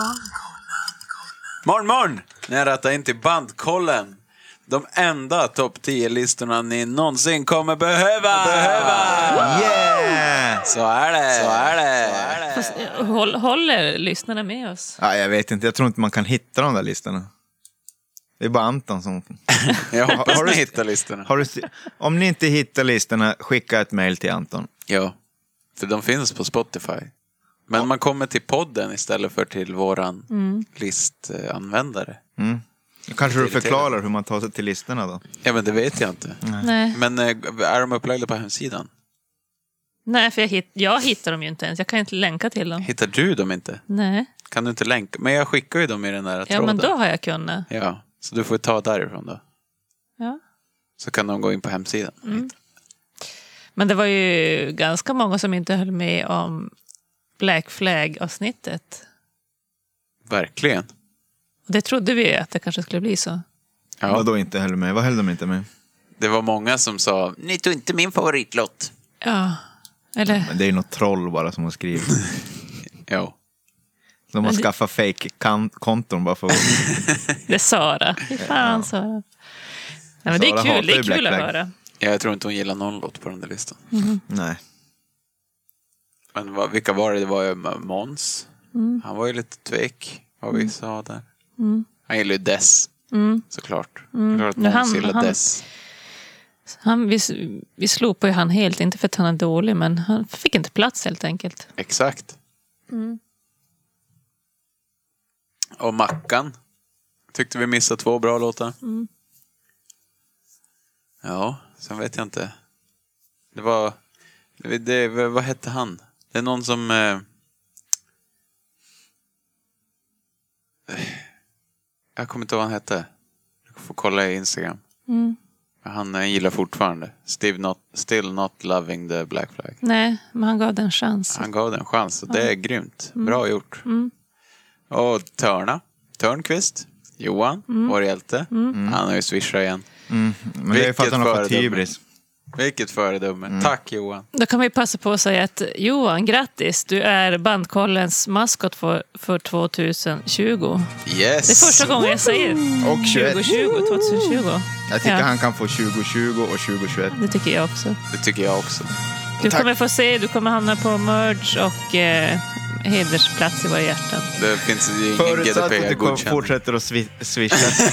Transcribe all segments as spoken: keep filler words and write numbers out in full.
Morgon, morgon! Ni har rättat in till Bandkollen. De enda topp tio-listorna ni någonsin kommer behöva. behöva. Yeah! Så är det. Så är det. Så är det. Fast, håll, håller lyssnarna med oss? Ja, jag vet inte, jag tror inte man kan hitta de där listorna. Det är bara Anton som... Jag hoppas har ni du... hittar listorna. Har du... Om ni inte hittar listorna, skicka ett mejl till Anton. Ja, för de finns på Spotify. Men ja. Man kommer till podden istället för till våran mm. listanvändare. Mm. Kanske du förklarar hur man tar sig till listorna då? Ja, men det vet jag inte. Nej. Men är de upplagda på hemsidan? Nej, för jag, hit, jag hittar dem ju inte ens. Jag kan inte länka till dem. Hittar du dem inte? Nej. Kan du inte länka? Men jag skickar ju dem i den här ja, tråden. Ja, men då har jag kunnat. Ja, så du får ta därifrån då. Ja. Så kan de gå in på hemsidan. Mm. Men det var ju ganska många som inte höll med om Black Flag-avsnittet. Verkligen. Och det trodde vi att det kanske skulle bli så. Ja. Vad då inte höll med? Vad höll de inte med? Det var många som sa, ni tog inte min favoritlåt. Ja, eller... Men det är ju något troll bara som har skrivit. Ja. De har det... skaffat fake-konton bara för att... Det är Sara. Fy fan, ja. Sara. Nej, men det är kul, det är kul att höra. Ja, jag tror inte hon gillar någon låt på den där listan. Mm. Nej. Men vad, vilka var det? Det var ju Måns. Mm. Han var ju lite tvek, vad vi sa där. Mm. Han gillar ju Dess, mm. såklart. Mm. Klart att Måns gillar han, Dess. Han, vi, vi slog på han helt, inte för att han är dålig, men han fick inte plats helt enkelt. Exakt. Mm. Och Mackan tyckte vi missade två bra låtar. Mm. Ja, sen vet jag inte. Det var... Det, det, vad hette han? Det är någon som... Eh, jag kommer inte ihåg vad han hette. Du får kolla i Instagram. Mm. Han eh, gillar fortfarande. Steve not, still not loving the Black Flag. Nej, men han gav den en chans. Han gav den en chans. Och det är grymt. Mm. Bra gjort. Mm. Och Törna. Törnqvist. Johan. Mm. Vår hjälte. Mm. Han har ju swishat igen. Mm. Men det är för att han har fått hybris. Vilket föredöme. Mm. Tack Johan. Då kan vi passa på att säga att Johan, grattis. Du är Bandkollens maskot för, för tjugohundratjugo. Yes. Det är första gången jag säger och tjugo tjugo, tjugohundratjugo. Jag tycker ja. han kan få tjugo tjugo och tjugo tjugoett. Det tycker jag också. Det tycker jag också. Du Tack. kommer få se, du kommer hamna på merge och eh, hedersplats i våra hjärtan. Det finns ju ingen G D P R-godkänning. Förutsatt att du fortsätter att swi- swisha.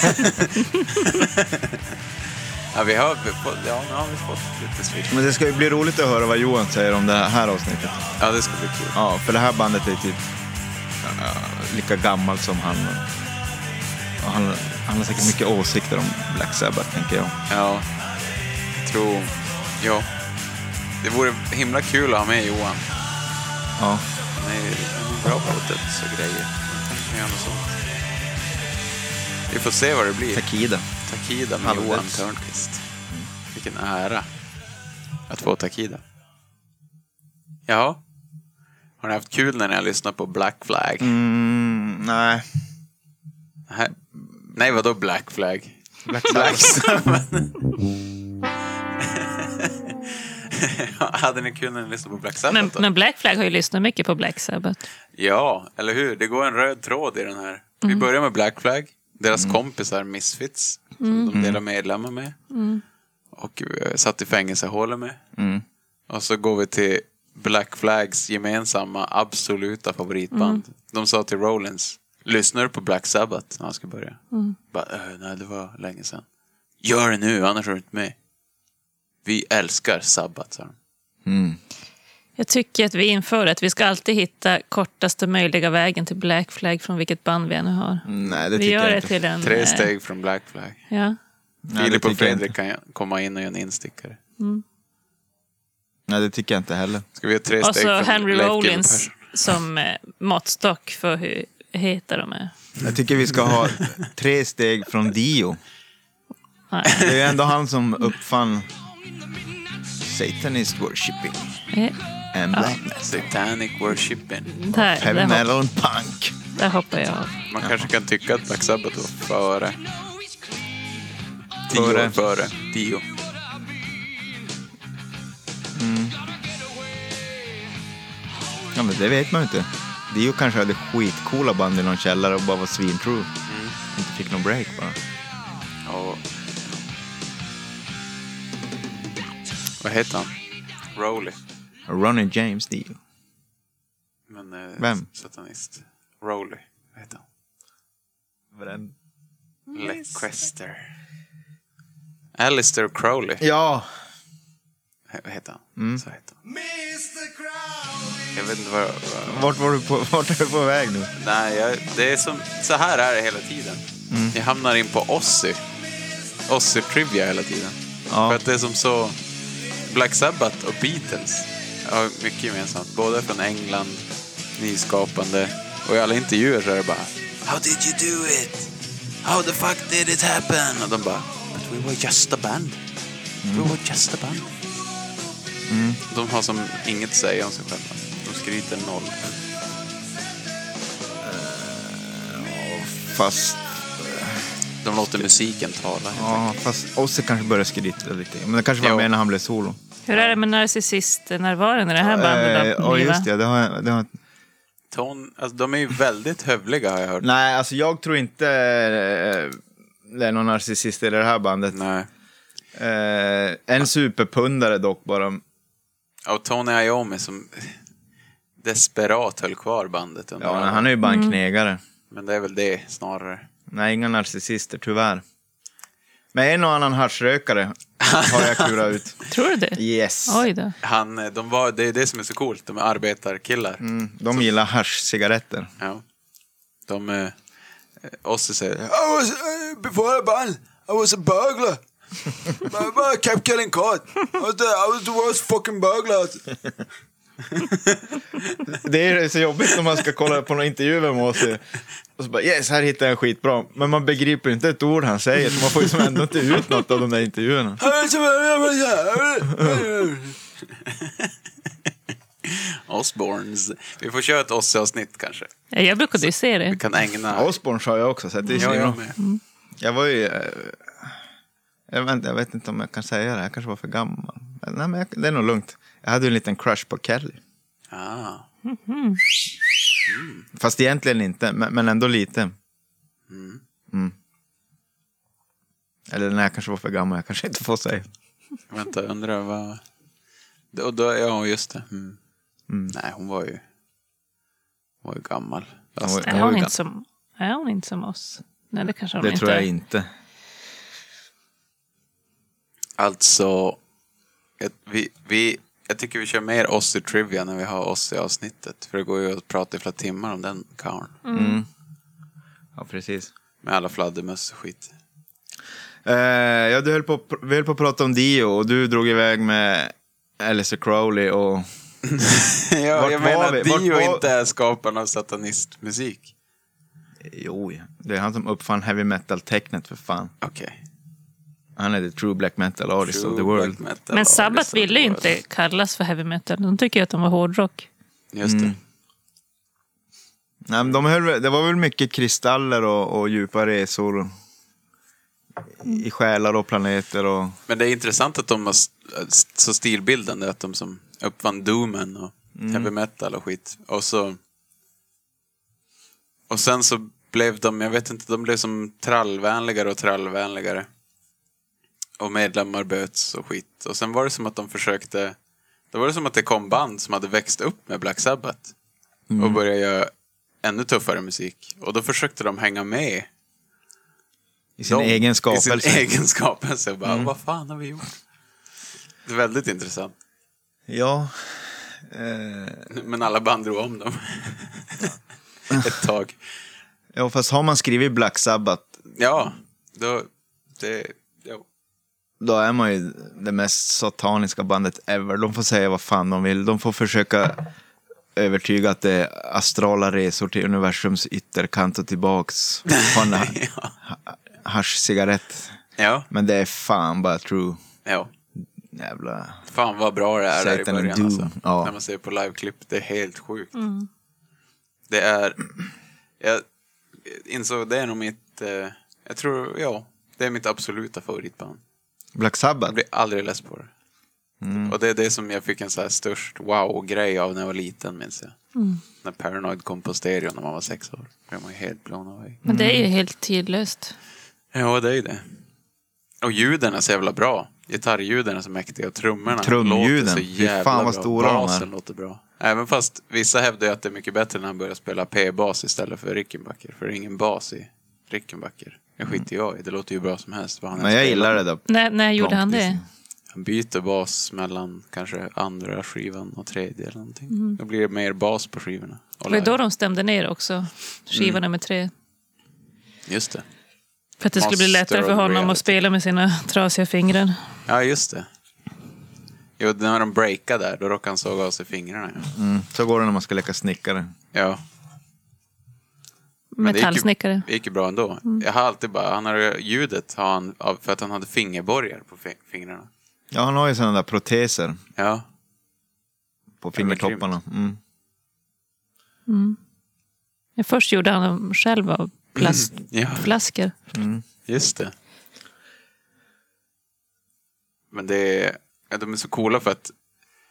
Ja, vi har, ja, nu har vi fått lite swish. Men det ska ju bli roligt att höra vad Johan säger om det här avsnittet. Ja, det ska bli kul. Ja, för det här bandet är typ uh, lika gammalt som han. Och han. Han har säkert mycket åsikter om Black Sabbath, tänker jag. Ja, jag tror... Ja. Det vore himla kul att ha med Johan. Ja. Han är, han är bra på döds och grejer. Han sånt. Vi får se vad det blir. Takida. Takida med Johan Törnqvist. Mm. Vilken ära att få Takida. Ja. Har ni haft kul när ni har lyssnat på Black Flag? Mm, nej. Här. Nej, vadå Black Flag? Black Sabbath. Hade ni kul när ni lyssnade på Black Sabbath? Men, men Black Flag har ju lyssnat mycket på Black Sabbath. Ja, eller hur? Det går en röd tråd i den här. Vi Mm. börjar med Black Flag. Deras Mm. kompisar Misfits. Som Mm. de delar medlemmar med. Mm. Och uh, satt i fängelsehålor med. Mm. Och så går vi till Black Flags gemensamma absoluta favoritband. Mm. De sa till Rollins: lyssnar du på Black Sabbath när han ska börja? Mm. Bara, äh, nej, det var länge sedan. Gör det nu, annars är du inte med. Vi älskar Sabbath, sa de. Mm. Jag tycker att vi inför att vi ska alltid hitta kortaste möjliga vägen till Black Flag från vilket band vi ännu har. Nej, det vi tycker gör jag det inte. till en... Tre steg från Black Flag. Ja. Nej, Filip det och tycker jag Fredrik inte. kan komma in och göra en instickare. Mm. Nej, det tycker jag inte heller. Ska vi göra tre Och steg så från Henry Leif Rollins Gilbert? som eh, måttstock för hur heta de är. Jag tycker vi ska ha tre steg från Dio. Nej. Det är ju ändå han som uppfann Satanist Worshipping Eh, and Ja. Blackness. Satanic Worshiping. Där, Heavy där, hopp, metal and punk. där hoppar jag av. Man kanske kan tycka att Black Sabbath var före. Tio Före. år före. Dio. Ja, men det vet man ju inte. Dio kanske hade skitcoola band i någon källare och bara var svintrue. Mm. Inte fick någon break bara. Ja. Vad heter han? Rowley. Ronnie James Dio. Men, eh, Vem? Satanist. Rowley, vad heter han? Vem? Leicester. Alistair Crowley. Ja. Vad heter han? Mm. Så heter han. Jag vet inte vad... vad... Vart var du på, vart är du på väg nu? Nej, jag, det är som... Så här är det hela tiden. Mm. Jag hamnar in på Ozzy. Ozzy Trivia hela tiden. Ja. För att det är som så... Black Sabbath och Beatles har mycket gemensamt. Båda från England, nyskapande. Och i alla intervjuer så är det bara How did you do it? How the fuck did it happen? Och de bara But we were just a band. Mm. We were just a band. Mm. De har som inget att säga om sig själva. De skryter noll. Uh, fast... De låter musiken tala. Ja, fast Ozzy kanske börjar skryta lite. Men det kanske var jo. Med när han blev solo. Hur är det med narcissist-närvaron i det här bandet? Ja, uh, just det. det, har, det har... Ton, alltså, de är ju väldigt hövliga har jag hört. Nej, alltså jag tror inte uh, det är någon narcissist i det här bandet. Nej. Uh, en superpundare dock bara. Och Tony Iommi som desperat höll kvar bandet. Ja, nej, han är ju bara en knegare. Mm. Men det är väl det snarare. Nej, inga narcissister, tyvärr. Men en och annan haschrökare har jag klurat ut. Tror du det? Yes. Oj då. Han, de var, det är det som är så coolt. De är arbetarkillar. Mm, de så. Gillar haschcigaretter. Ja. De är... Ozzy säger I was, uh, before a band, I was a burglar. I kept getting caught. I was the, I was the worst fucking burglar. Det är så jobbigt när man ska kolla på någon intervju med Ozzy. Och så bara, yes, här hittar jag en skitbra. Men man begriper inte ett ord han säger. Så man får ju som ändå inte ut något av de där intervjuerna. Osbournes. Vi får köra ett Ozzy-avsnitt kanske. Ja, jag brukade ju se det. Vi kan ägna... Osbournes har jag också sett. Det är ja, jag, med. Mm. Jag var ju... Jag vet, jag vet inte om jag kan säga det. Jag kanske var för gammal. Nej, men jag, det är nog lugnt. Jag hade ju en liten crush på Kelly. Ah. Mm-hmm. Mm. Fast egentligen inte, men, men ändå lite. Mm. Mm. Eller när jag kanske var för gammal, jag kanske inte får säga. Vänta, undrar vad... Och då, ja, just det. Mm. Mm. Nej, hon var ju... Hon var ju gammal. Hon var, är, hon inte som, är hon inte som oss? Nej, det kanske hon det inte tror jag inte. Alltså... Ett, vi... vi Jag tycker vi kör mer Ozzy Trivia när vi har Ozzy avsnittet. För det går ju att prata i flera timmar om den karn. Mm. Ja, precis. Med alla fladdermöss och skit. Uh, ja, du höll på, vi höll på att prata om Dio och du drog iväg med Alistair Crowley och... ja, jag menar vi? att Dio var... inte är skaparen av satanistmusik. Jo, det är han som uppfann heavy metal-tecknet för fan. Okej. Okay. Han är the true black metal artist true of the world. Men Sabbath ville ju inte kallas för heavy metal. De tycker ju att de var hårdrock. Just det. Mm. Nej, men de höll, det var väl mycket kristaller och, och djupa resor. Och, mm. I själar och planeter. Och... Men det är intressant att de var så stilbildande. Att de som uppfann doomen och mm. heavy metal och skit. Och så... Och sen så blev de, jag vet inte, de blev som trallvänligare och trallvänligare. Och medlemmar böts och skit. Och sen var det som att de försökte... Då var det som att det kom band som hade växt upp med Black Sabbath. Mm. Och började göra ännu tuffare musik. Och då försökte de hänga med. I sin de, egen skapelse. I sin egen skapelse. Bara, mm. vad fan har vi gjort? Det är väldigt intressant. Ja. Eh... Men alla band drog om dem. Ett tag. Ja, fast har man skrivit Black Sabbath... Ja, då... Det... Jo. Då är man ju det mest sataniska bandet ever. De får säga vad fan de vill. De får försöka övertyga att det är astrala resor till universums ytterkant och tillbaks på en ja. hasch-cigarett. Ja. Men det är fan bara true. Ja. Jävla... Fan vad bra det är där i början. Alltså. Ja. När man ser på liveklipp. Det är helt sjukt. Mm. Det är... Jag insåg det är nog mitt... Eh, jag tror, ja... Det är mitt absoluta favoritband. Black Sabbath? Jag blir aldrig less på det. Mm. Och det är det som jag fick en så här störst wow-grej av när jag var liten, minns jag. Mm. När Paranoid kom på stereo när man var sex år. Jag var helt blown away. Men det är ju helt tidlöst. Ja, det är det. Och ljuden är så jävla bra. Gitarrljuden är så mäktiga och trummorna Trumljuden. låter så Fy jävla fan vad bra. stora de är. Basen låter bra. Även fast vissa hävdar ju att det är mycket bättre när han börjar spela P-bas istället för Rickenbacker. För det är ingen bas i Rickenbacker. Det skiter jag i. Det låter ju bra som helst. Vad han Men jag gillar det där. När, när gjorde han det? Han byter bas mellan kanske andra skivan och tredje eller någonting. Mm. Då blir det mer bas på skivorna. Det var då de stämde ner också. Skiva mm. nummer tre. Just det. För att det skulle bli lättare för honom reality. Att spela med sina trasiga fingrar. Ja, just det. Jo, när de breakade där, då råkade han såga av sig fingrarna. Ja. Mm, så går det när man ska leka snickare. Ja. Metallsnickare. Det gick, det gick ju bra ändå. Mm. Jag har alltid bara, han har ljudet har han, för att han hade fingerborgar på fingrarna. Ja, han har ju sådana där proteser. Ja. På fingertopparna. Mm. Mm. Ja, först gjorde han dem själv av plastflaskor. Mm. Mm. Just det. Men det är, de är så coola för att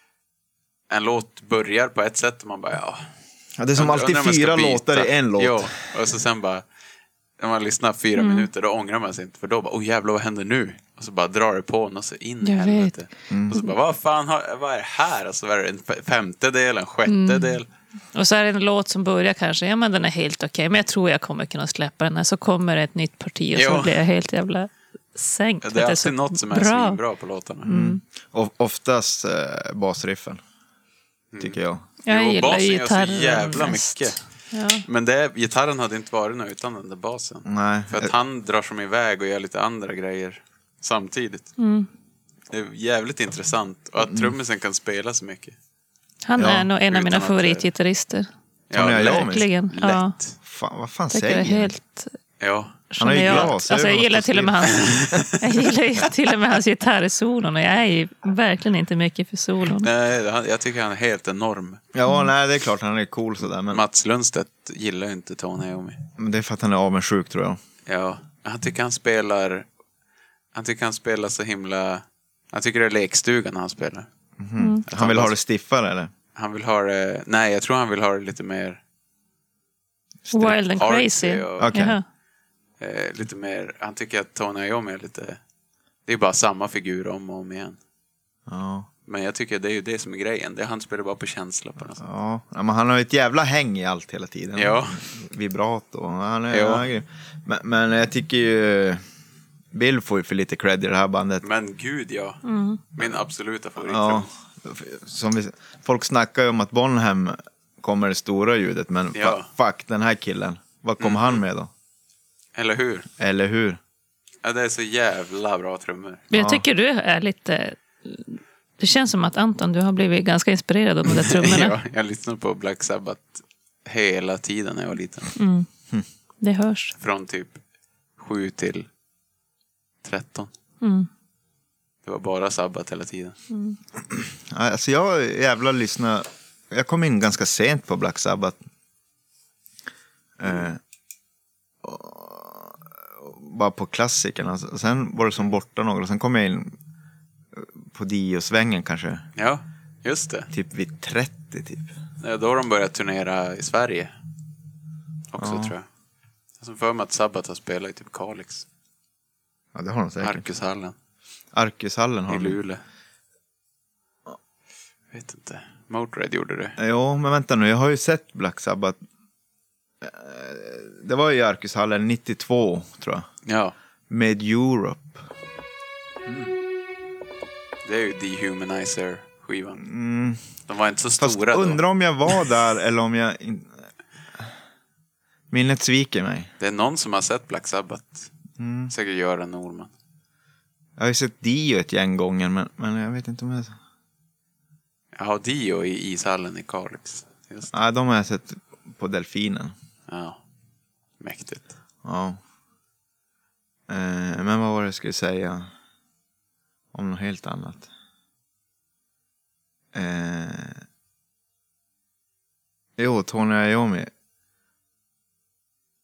en låt börjar på ett sätt och man bara, ja. Ja, det är som alltid fyra låtar i en låt. Ja, och så sen bara, när man lyssnar fyra mm. minuter, då ångrar man sig inte. För då bara, oh jävlar, vad händer nu? Och så bara drar det på och så in i helvete. Mm. Och så bara, vad fan, har, vad är det här? Och så är det en femte del, en sjätte mm. del. Och så är det en låt som börjar kanske, ja men den är helt okej. Okay, men jag tror jag kommer kunna släppa den här. Så kommer ett nytt parti och jo. Så blir jag helt jävla sänkt. Ja, det är alltid det är något som är bra. Bra på låtarna. Mm. Och oftast eh, basriffen, mm. tycker jag. Jag jo, gillar basen gitarren är så jävla mest. Mycket. Ja. Men det, gitarren hade inte varit något utan den där basen. Nej. För att han drar som iväg och gör lite andra grejer samtidigt. Mm. Det är jävligt intressant. Och att trummisen kan spela så mycket. Han ja, är nog en av mina favoritgitarrister. Ja, verkligen. Lätt. Ja. Fan, vad fan säger säger jag? Helt... Ja. Han är ju glas. Alltså, jag gillar till och med hans, jag gillar till och med hans gitarrsolon. Och jag är ju verkligen inte mycket för solon. Nej, jag tycker han är helt enorm. Ja, mm. nej, det är klart han är cool sådär. Men... Mats Lundstedt gillar ju inte Tony Iommi. Men det är för att han är avundsjuk, tror jag. Ja, han tycker han spelar... Han tycker han spelar så himla... Han tycker det är lekstugan när han spelar. Mm-hmm. Mm. Han, han vill bara... ha det stiffare, eller? Han vill ha det... Nej, jag tror han vill ha det lite mer... Wild and crazy. Och... Okay. Eh, lite mer, han tycker att Tony Iommi är lite, det är bara samma figur om och om igen. Ja. Men jag tycker det är ju det som är grejen. Det han spelar bara på känsla på något sätt. Ja, men han har ett jävla häng i allt hela tiden. Ja. Vibrato. Han är, ja. Han är men, men jag tycker ju Bill får ju för lite cred i det här bandet. Men gud, ja. Mm. Min absoluta favorit. Ja. Som vi, folk snackar ju om att Bonham kommer det stora ljudet. Men ja. fuck, den här killen. Vad kommer mm. han med då? Eller hur? Eller hur? Ja, det är så jävla bra trummor. Men jag tycker du är lite... Det känns som att Anton, du har blivit ganska inspirerad av de där trummorna. Ja, jag lyssnade på Black Sabbath hela tiden när jag var liten. Mm. Det hörs. Från typ sju till tretton. Mm. Det var bara Sabbath hela tiden. Mm. Alltså jag jävla lyssnar... Jag kom in ganska sent på Black Sabbath. Mm. Eh, bara på klassikerna. Sen var det som borta några. Och sen kom jag in på Dio-svängen kanske. Ja, just det. Typ vid trettio typ. Ja, då har de börjat turnera i Sverige. Också ja. Tror jag. Som för mig att Sabbath har spelat i typ Kalix. Ja, det har de säkert. Arkushallen. Arkushallen har i de. I Luleå. Jag vet inte. Motörhead gjorde det. Jo, men vänta nu. Jag har ju sett Black Sabbath. Det var i Arkushallen nittiotvå, tror jag. Ja. Med Europe. Mm. Det är ju Dehumanizer-skivan. Mm. De var inte så Fast stora då. Undrar om jag var där eller om jag... In... Minnet sviker mig. Det är någon som har sett Black Sabbath. Mm. Säkert Göran Norman. Jag har ju sett Dio ett gäng gånger, men, men jag vet inte om jag... Jag har Dio i ishallen i Kalix. Just det. Ja, de har jag sett på Delfinen. Ja, mäktigt. Ja. Eh, men vad var det jag skulle säga om något helt annat? Eh, jo, Tony Iommi.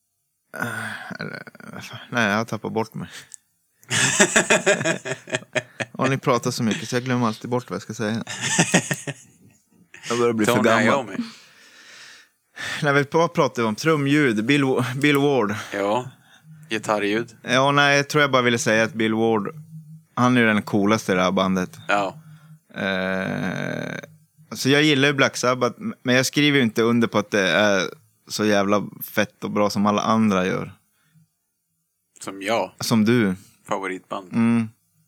Eh, eller, nej, jag har tappat bort mig. Och ni pratar så mycket så jag glömmer alltid bort vad jag ska säga. Jag börjar bli Tony för gammal. Iommi. Nej, vi pratar om trumljud. Bill, Bill Ward. Ja, gitarrljud. Ja, nej, jag tror jag bara ville säga att Bill Ward, han är ju den coolaste i det här bandet. Ja. Eh, så jag gillar ju Black Sabbath, men jag skriver ju inte under på att det är så jävla fett och bra som alla andra gör. Som jag. Som du. Favoritband. Mm.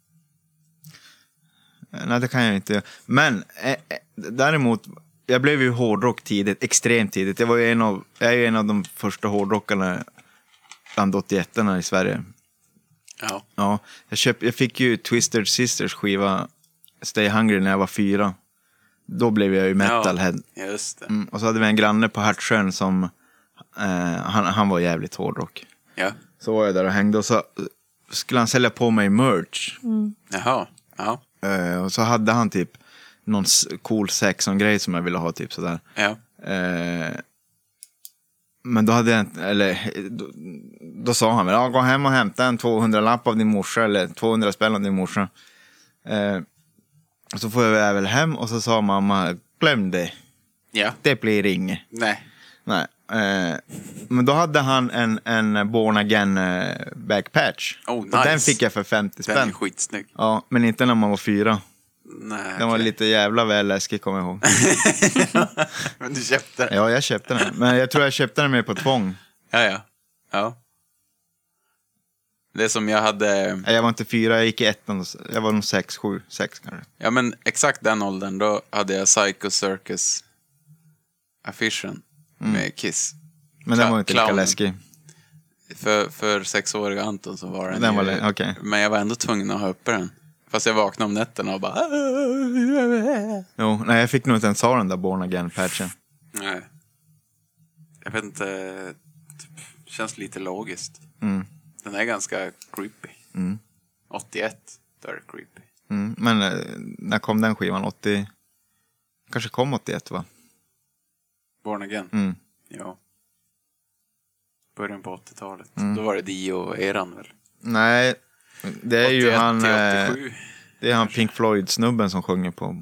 Nej, det kan jag inte göra. Men eh, eh, däremot, jag blev ju hårdrock tidigt, extremt tidigt. Jag var ju en av, jag är ju en av de första hårdrockarna bland åttioettorna i Sverige. Ja. Ja, jag, köp, jag fick ju Twisted Sisters skiva Stay Hungry när jag var fyra. Då blev jag ju metalhead. Ja, just det. Mm, och så hade vi en granne på Hertsjön som eh, han, han var jävligt hårdrock. Ja. Så var jag där och hängde och så skulle han sälja på mig merch. Mm. Jaha. Ja. Eh, och så hade han typ någon s- cool Saxon-grej som jag ville ha typ sådär. Ja. Eh, men då hade jag inte, eller då, då sa han väl, ja, gå hem och hämta en tvåhundra-lapp av din morsa eller tvåhundra spänn av din morsa. Eh, och så får jag väl hem och så sa mamma, glöm det. Ja. Det blir inget. Nej. Nej. Eh, men då hade han en, en Born Again eh, backpatch. Oh, och nice. den fick jag för femtio Den är spänn. skitsnygg. Ja, men inte när man var fyra. Nej, Den var okej. lite jävla väl läskig, kommer jag ihåg. Men du köpte den? Ja, jag köpte den. Men jag tror jag köpte den med på tvång. Ja, ja. Ja. Det som jag hade... Nej, jag var inte fyra, jag gick i ettan. Jag var nog sex, sju, sex kanske. Ja, men exakt den åldern, då hade jag Psycho Circus affischen med Kiss. Men den Cla- var inte lika clownen. läskig. För, för sexåriga Anton så var den, Den var ju- lä- okej. Men jag var ändå tvungen att ha uppe den. Fast jag vaknade om nätterna och bara... Jo, nej, jag fick nog inte ens ha den där Born Again-patchen. Nej. Jag vet inte... Typ, känns lite logiskt. Mm. Den är ganska creepy. Mm. åttioett, då är det creepy. Mm. Men eh, när kom den skivan? åttio... Kanske kom åttioett, va? Born Again. Mm. Ja. Början på åttiotalet. Mm. Då var det Dio-eran väl? Nej, det är ju åttioett han... till Eh, åttiosju. det är han Pink Floyd-snubben som sjunger på...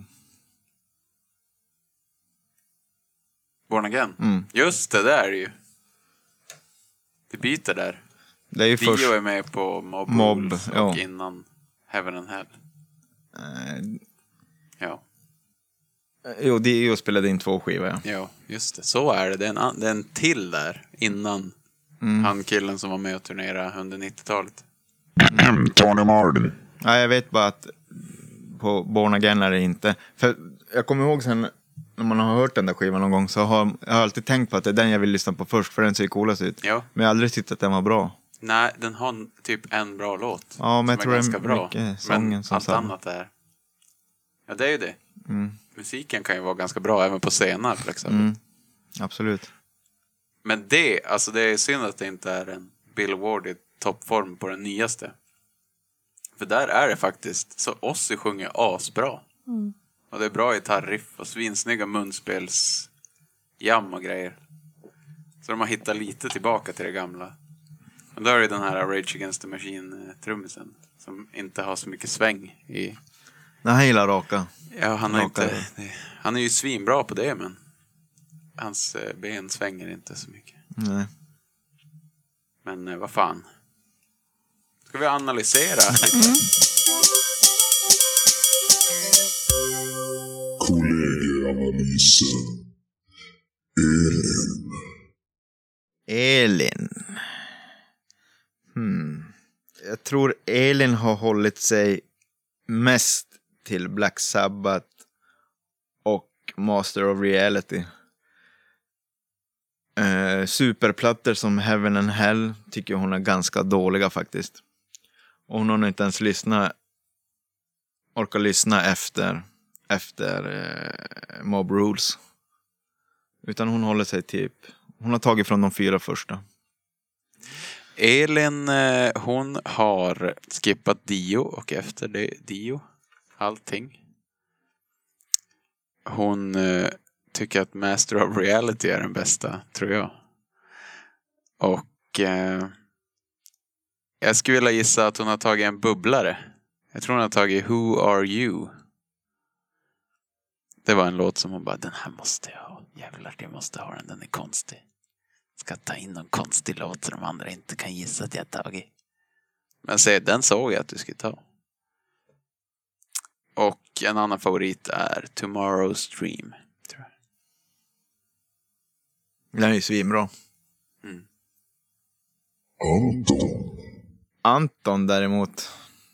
Born Again. Mm. Just det, där är det ju. Det byter där. Det är ju Dio först... är med på Mob, Mob, Rules och ja. innan Heaven and Hell. Eh, Ja. jo, Dio spelade in två skivor, ja. Ja, just det. Så är det. Det är en, an- det är en till där innan Mm. han killen som var med och turnerade under nittiotalet. Tony Martin. Ja, jag vet bara att på Born Again är det inte. För jag kommer ihåg sen när man har hört den där skivan någon gång så har jag har alltid tänkt på att det är den jag vill lyssna på först för den ser coolast ut. Ja. Men jag har aldrig tyckt att den var bra. Nej, den har n- typ en bra låt. Ja, men jag som tror är det är ganska bra. mycket sången Men som allt samma. annat är... Ja, det är ju det. Mm. Musiken kan ju vara ganska bra även på scener till exempel. Mm. Absolut. Men det, alltså det är synd att det inte är en Bill Ward i toppform på den nyaste. För där är det faktiskt, så Ozzy sjunger asbra. Mm. Och det är bra gitarriff och svinsnygga munspels jam och grejer. Så de har hittat lite tillbaka till det gamla. Och då är det den här Rage Against the Machine-trummisen som inte har så mycket sväng i... Nej, han gillar raka. Ja, han, har Raka. inte, det, han är ju svinbra på det, men hans eh, ben svänger inte så mycket. Nej. Men eh, vad fan. Ska vi analysera lite? Kollegieanalysen. Elin. Elin. Hmm. Jag tror Elin har hållit sig mest till Black Sabbath och Master of Reality. Eh, superplattor som Heaven and Hell tycker hon är ganska dåliga faktiskt. Och hon har nog inte ens lyssnat orkar lyssna efter efter eh, Mob Rules. Utan hon håller sig typ hon har tagit från de fyra första. Elin, eh, hon har skippat Dio och efter det Dio. Allting. Hon eh, tycker att Master of Reality är den bästa, tror jag. Och eh, jag skulle vilja gissa att hon har tagit en bubblare Jag tror hon har tagit Who Are You. Det var en låt som hon bara, den här måste jag ha. Jävlar, jag måste ha den, den är konstig. Ska ta in någon konstig låt så de andra inte kan gissa att jag har tagit. Men se, den såg jag att du skulle ta. Och en annan favorit är Tomorrow's Dream, tror jag. Den är ju svinbra. Mm. Anton. Anton däremot.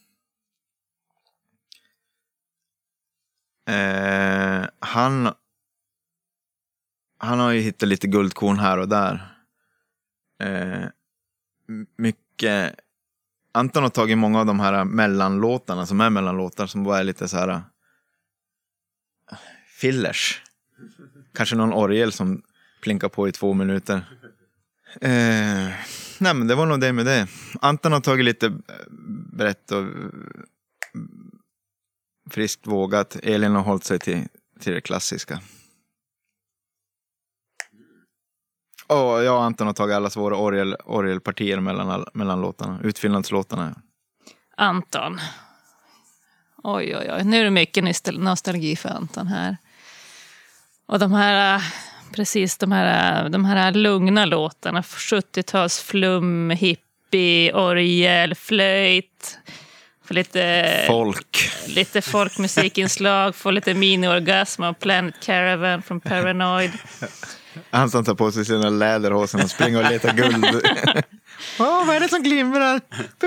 Eh, han han har ju hittat lite guldkorn här och där. Eh, mycket. Anton har tagit många av de här mellanlåtarna som är mellanlåtar som bara är lite så här fillers. Kanske någon orgel som plinkar på i två minuter. Eh, nej men det var nog det med det. Anton har tagit lite brett och friskt vågat. Elin har hållit sig till, till det klassiska. Och jag och Anton har tagit alla svåra orgel, orgelpartier mellan, all, mellan låtarna. Utfyllnadslåtarna. Anton. Oj, oj, oj. Nu är det mycket nostalgi för Anton här. Och de här, precis de här, de här lugna låtarna. sjuttio-tals flum, hippie, orgel, flöjt. För lite folk. Lite folkmusikinslag. Får lite mini-orgasm av Planet Caravan från Paranoid. Han som tar på sig sina läderhosen och springer och letar guld. Åh, oh, vad är det som glimrar?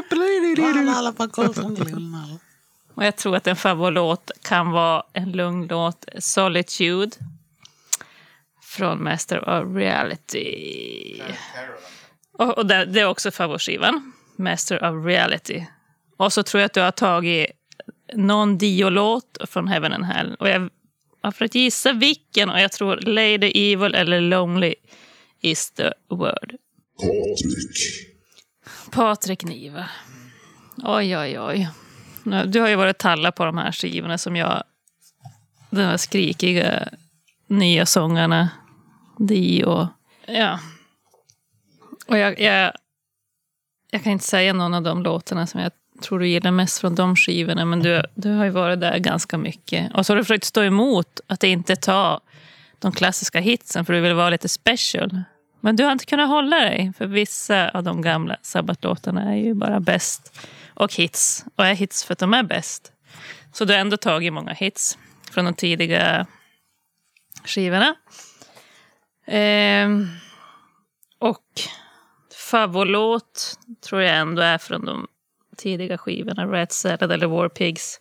Och jag tror att en favoritlåt kan vara en lugn låt, Solitude från Master of Reality. Och, och det, det är också favoritskivan, Master of Reality. Och så tror jag att du har tagit någon Dio-låt från Heaven and Hell. Och jag har försökt gissa vilken, och jag tror Lady Evil eller Lonely is the word. Patrik. Patrik Niva. Oj, oj, oj. Du har ju varit talla på de här skivorna som jag... De här skrikiga nya sångarna. Dio. Ja. Och jag, jag... Jag kan inte säga någon av de låtarna som jag tror du gillar mest från de skivorna. Men du, du har ju varit där ganska mycket. Och så har du försökt stå emot att inte ta de klassiska hitsen. För du vill vara lite special. Men du har inte kunnat hålla dig. För vissa av de gamla Sabbath-låtarna är ju bara bäst. Och hits. Och är hits för att de är bäst. Så du har ändå tagit många hits från de tidiga skivorna. Ehm, och favoritlåt tror jag ändå är från de tidiga skivorna. Red Salad eller War Pigs.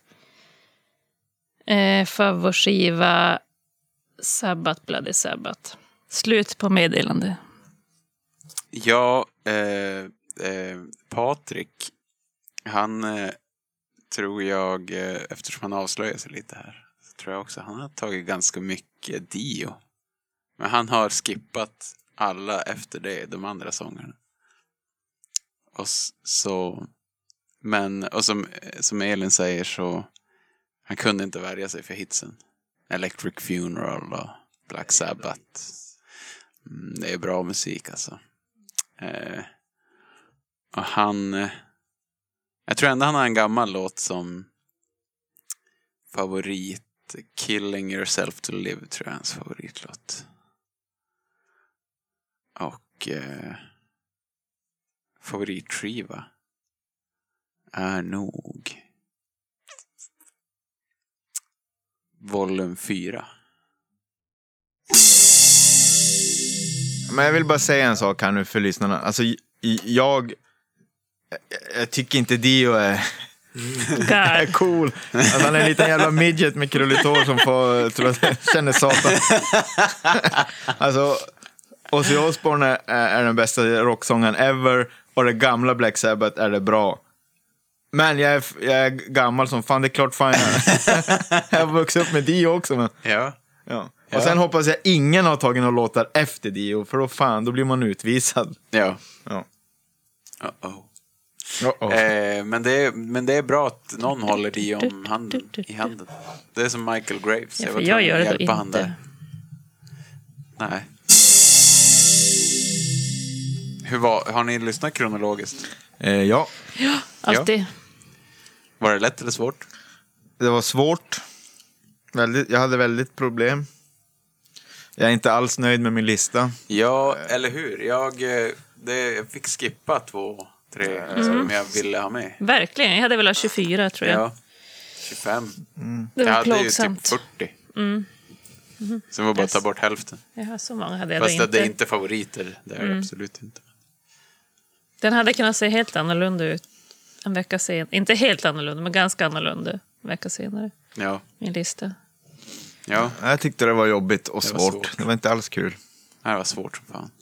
Ehm, favoritskiva Sabbath, Bloody Sabbath. Slut på meddelande. Ja, eh, eh, Patrik, han eh, tror jag, eh, eftersom han avslöjar sig lite här, så tror jag också han har tagit ganska mycket Dio. Men han har skippat alla efter det, de andra sångerna. Och så, men, och som, som Elin säger så, han kunde inte värja sig för hitsen. Electric Funeral och Black Sabbath. Mm, det är bra musik alltså. Eh, och han... Eh, jag tror ändå han har en gammal låt som favorit. Killing Yourself to Live tror jag är hans favoritlåt. Och eh, favoritskiva är nog volym fyra. Men jag vill bara säga en sak här nu för lyssnarna. Alltså, jag... Jag tycker inte Dio är... är cool. Alltså, han är en liten jävla midget med krulligt hår som får... Tror jag, känner satan. Alltså... Ozzy Osbourne är, är den bästa rocksången ever. Och det gamla Black Sabbath är det bra. Men jag är, jag är gammal som fan. Det är klart fan jag, jag har vuxit upp med Dio också. Men, Ja. ja. Ja. Och sen hoppas jag ingen har tagit några låtar efter Dio. För då fan, då blir man utvisad. Ja. Ja. Uh-oh. Uh-oh. Eh, men, det är, men det är bra att någon håller Dio om handen, i handen. Det är som Michael Graves. Ja, för var jag tvungen gör att det då hjälpa han inte. där. Nej. Hur var, har ni lyssnat kronologiskt? Eh, ja. Alltid. Var det lätt eller svårt? Det var svårt. Väldigt, jag hade väldigt problem. Jag är inte alls nöjd med min lista. Ja, eller hur? Jag, eh, det, jag fick skippa två, tre mm. som jag ville ha med. Verkligen, jag hade velat tjugofyra tror jag. Ja, tjugofem. Mm. Det var jag hade plågsamt. ju typ fyrtio. Mm. Mm. Så det var bara att ta bort hälften. Ja, så många hade jag Fast inte. det är inte favoriter, det är Mm. absolut inte. Den hade kunnat se helt annorlunda ut en vecka senare. Inte helt annorlunda, men ganska annorlunda en vecka senare. Ja. Min lista. Ja, Jag tyckte det var jobbigt och Det var svårt. svårt. Det var inte alls kul. det var svårt som fan.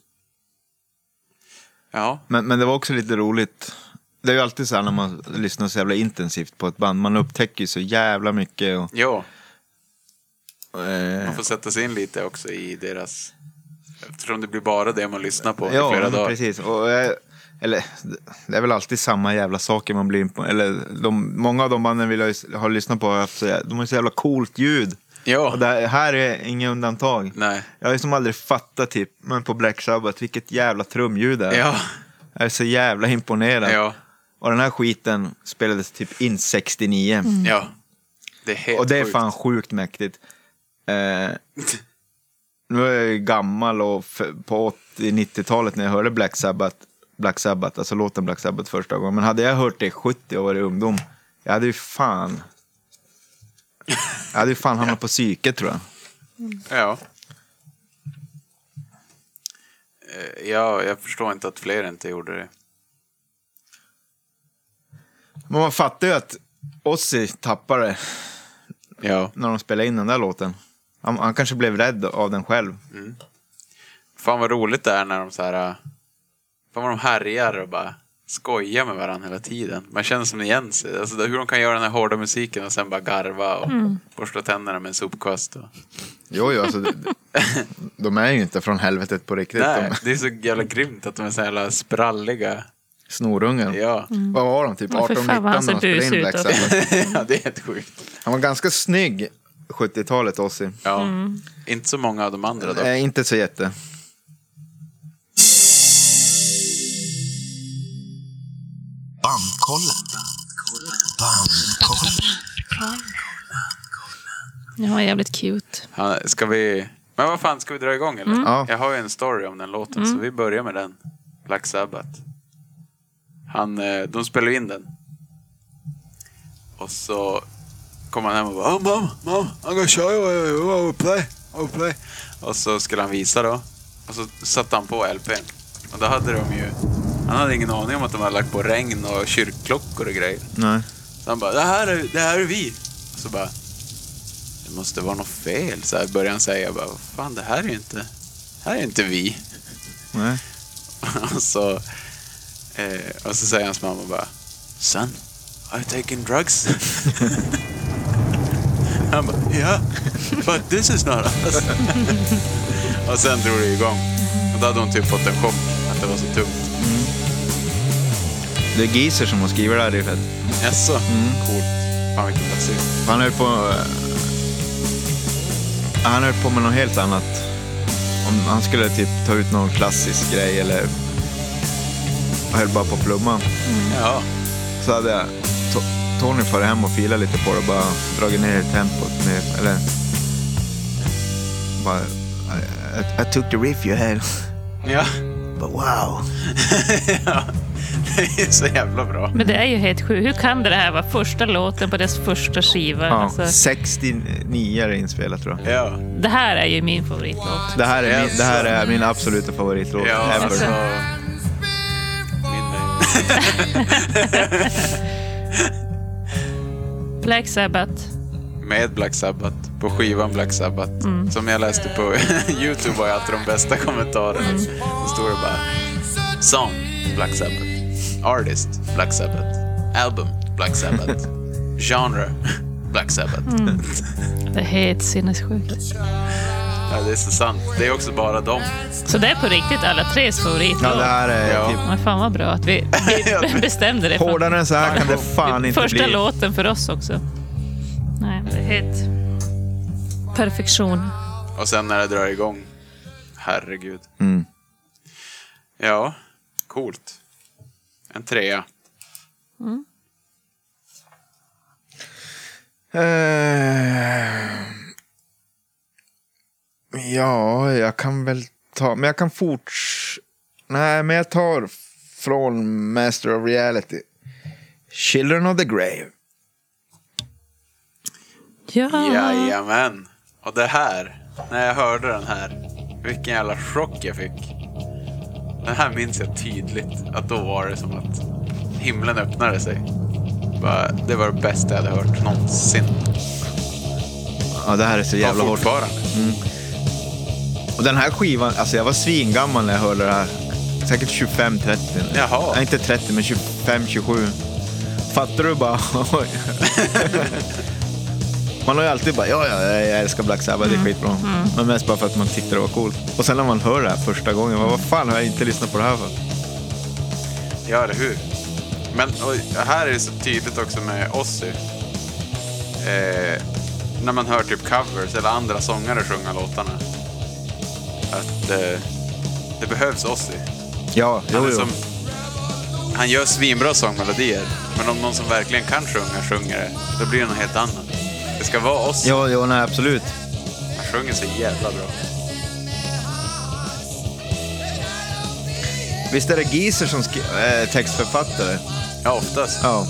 Ja, Men, men det var också lite roligt. Det är ju alltid så här när man lyssnar så jävla intensivt på ett band. Man upptäcker ju så jävla mycket. Och, ja. eh, Man får sätta sig in lite också i deras... Eftersom det blir bara det man lyssnar på ja, i flera men dagar. precis. Och, eh, eller, det är väl alltid samma jävla saker man blir på. Eller de, många av de banden vill jag ha lyssnat på har haft så, de har så jävla coolt ljud. Ja, Och det här är inga undantag. nej. Jag har ju som aldrig fattat typ, men på Black Sabbath, vilket jävla trumljud det är. Ja, Jag är så jävla imponerad. ja, Och den här skiten spelades typ in sextionio. ja. Det är helt Och det är sjukt. fan sjukt mäktigt. Eh, nu är jag ju gammal och f- på åttio-nittiotalet när jag hörde Black Sabbath, Black Sabbath, alltså låten Black Sabbath första gången. Men hade jag hört det i sjuttio och varit ungdom, jag hade ju fan... Jag hade ju fan hamnat på psyket tror jag. Ja. Eh, Ja, jag förstår inte att fler inte gjorde det. Men man fattar ju att Ozzy tappade Ja. när de spelade in den där låten. Han, han kanske blev rädd av den själv. Fan vad roligt det är när de så här... äh, Fan vad de härjar och bara skojar med varandra hela tiden. Man känner som igen sig. Alltså hur de kan göra den här hårda musiken och sen bara garva och mm. borsta tänderna med en sopkvast. Och... Jo, jo, alltså, de, de är ju inte från helvetet på riktigt. Nej, De, det är så jävla grymt att de är så jävla spralliga. snorungen. Ja, Vad var de? Typ Men för arton fan vad nitton han när de ser spelade in bus Black ut Sabbath. ja det är helt sjukt. Han var ganska snygg sjuttiotalet Ozzy. Ja, inte så många av de andra då. Eh, inte så jätte. Bandkollen. Bandkollen. Ja, var jävligt cute. Han, ska vi... Men vad fan, ska vi dra igång eller? Ja. Jag har ju en story om den låten så vi börjar med den. Black Sabbath. Han, eh, de spelar in den. Och så kom han hem och bara oh, Mom, mom, I'm gonna show you how to play, how to play. Och så skulle han visa då. Och så satte han på L P:n. Och då hade de ju... Han hade ingen aning om att de hade lagt på regn och kyrkklockor och grejer. Nej. Så han bara, det här är, det här är vi. Och så bara, det måste vara något fel. Så här började han säga, bara, fan det här är ju inte, det här är inte vi. Nej. och, så, eh, och så säger hans mamma bara, son, are you taking drugs? Han bara, yeah, but this is not us. och sen drog det igång. Och då hade hon typ fått en chock att det var så tungt. Det är Geezer som har skrivit det här riffet. Jaså, coolt. Fan vilken plats. Han höll på... eh, Han höll på med något helt annat. Om han skulle typ ta ut någon klassisk grej eller... höll bara på plumman. Ja, Så hade jag to- Tony farit hem och filat lite på det och bara dragit ner tempot med, eller bara I, I took the riff you had. ja. But wow. ja. Det är så jävla bra. Men det är ju helt sjukt. Hur kan det här vara första låten på dess första skiva? Ja, Alltså, sextionio är det inspelat tror jag. Ja, det här är ju min favoritlåt. Det här är min, Yes. det här är min absoluta favoritlåt ja ever. alltså. Min Black Sabbath. med Black Sabbath på skivan Black Sabbath. Som jag läste på YouTube var ju alltid de bästa kommentarerna. Då står det bara Song Black Sabbath, Artist Black Sabbath, Album Black Sabbath, Genre Black Sabbath. Det är helt sinnessjukt. Ja, det är så sant. Det är också bara dem. Så det är på riktigt alla tres favoritlåt. Ja, det här är Ja. typ Men fan vad bra att vi, vi bestämde det. hårdare än så här kan det fan inte Första bli. låten för oss också. Nej, det är helt perfektion. Och sen när det drar igång, herregud. Mm. Ja, coolt. En trea. Uh, ja, jag kan väl ta... Men jag kan forts... Nej, men jag tar från Master of Reality. Children of the Grave. Ja. Jajamän. Och det här, när jag hörde den här, vilken jävla chock jag fick. Den här minns jag tydligt. Att då var det som att himlen öppnade sig. Det var det bästa jag hade hört någonsin. Ja, det här är så jävla hårt. Fortfarande. Mm. Och den här skivan, alltså jag var svingammal när jag hörde det här. Säkert tjugofem trettio. Jaha. Nej, inte trettio, men tjugofem tjugosju. Fattar du bara? Man har ju alltid bara, ja, ja, jag älskar Black Sabbath, mm. det är skitbra. Mm. Men mest bara för att man tyckte det var coolt. Och sen när man hör det här första gången, vad fan har jag inte lyssnat på det här för? Ja, det hur? Men och här är det så tydligt också med Ozzy. Eh, när man hör typ covers eller andra sångare sjunga låtarna. Att eh, det behövs Ozzy. Ja, jo, han, är jo. Som, han gör svinbra sångmelodier. Men om någon som verkligen kan sjunga sjunger det, då blir det något helt annat. Det ska vara Ozzy. Ja, ja, nej, absolut. Han sjunger så jävla bra. Visst är det Geezer som skri- äh, textförfattare? Ja, oftast. Ja.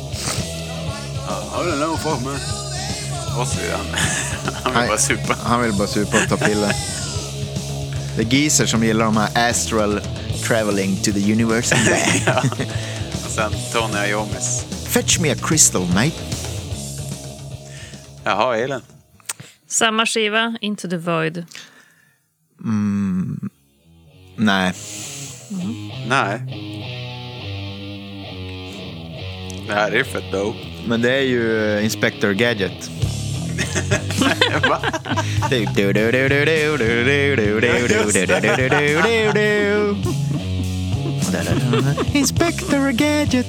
I don't know for me. Ozzy, han, han vill Nej, bara supa. Han vill bara supa och ta piller. Det är Geezer som gillar de här astral traveling to the universe and back. Ja. Och sen Tony Iommis. Fetch me a crystal, mate. Jaha, Elin. Samma skiva, Into the Void. Mm. Nej. Mm. Nej. Det här är fett dope. Men det är ju Inspector Gadget. Va? Inspector Gadget.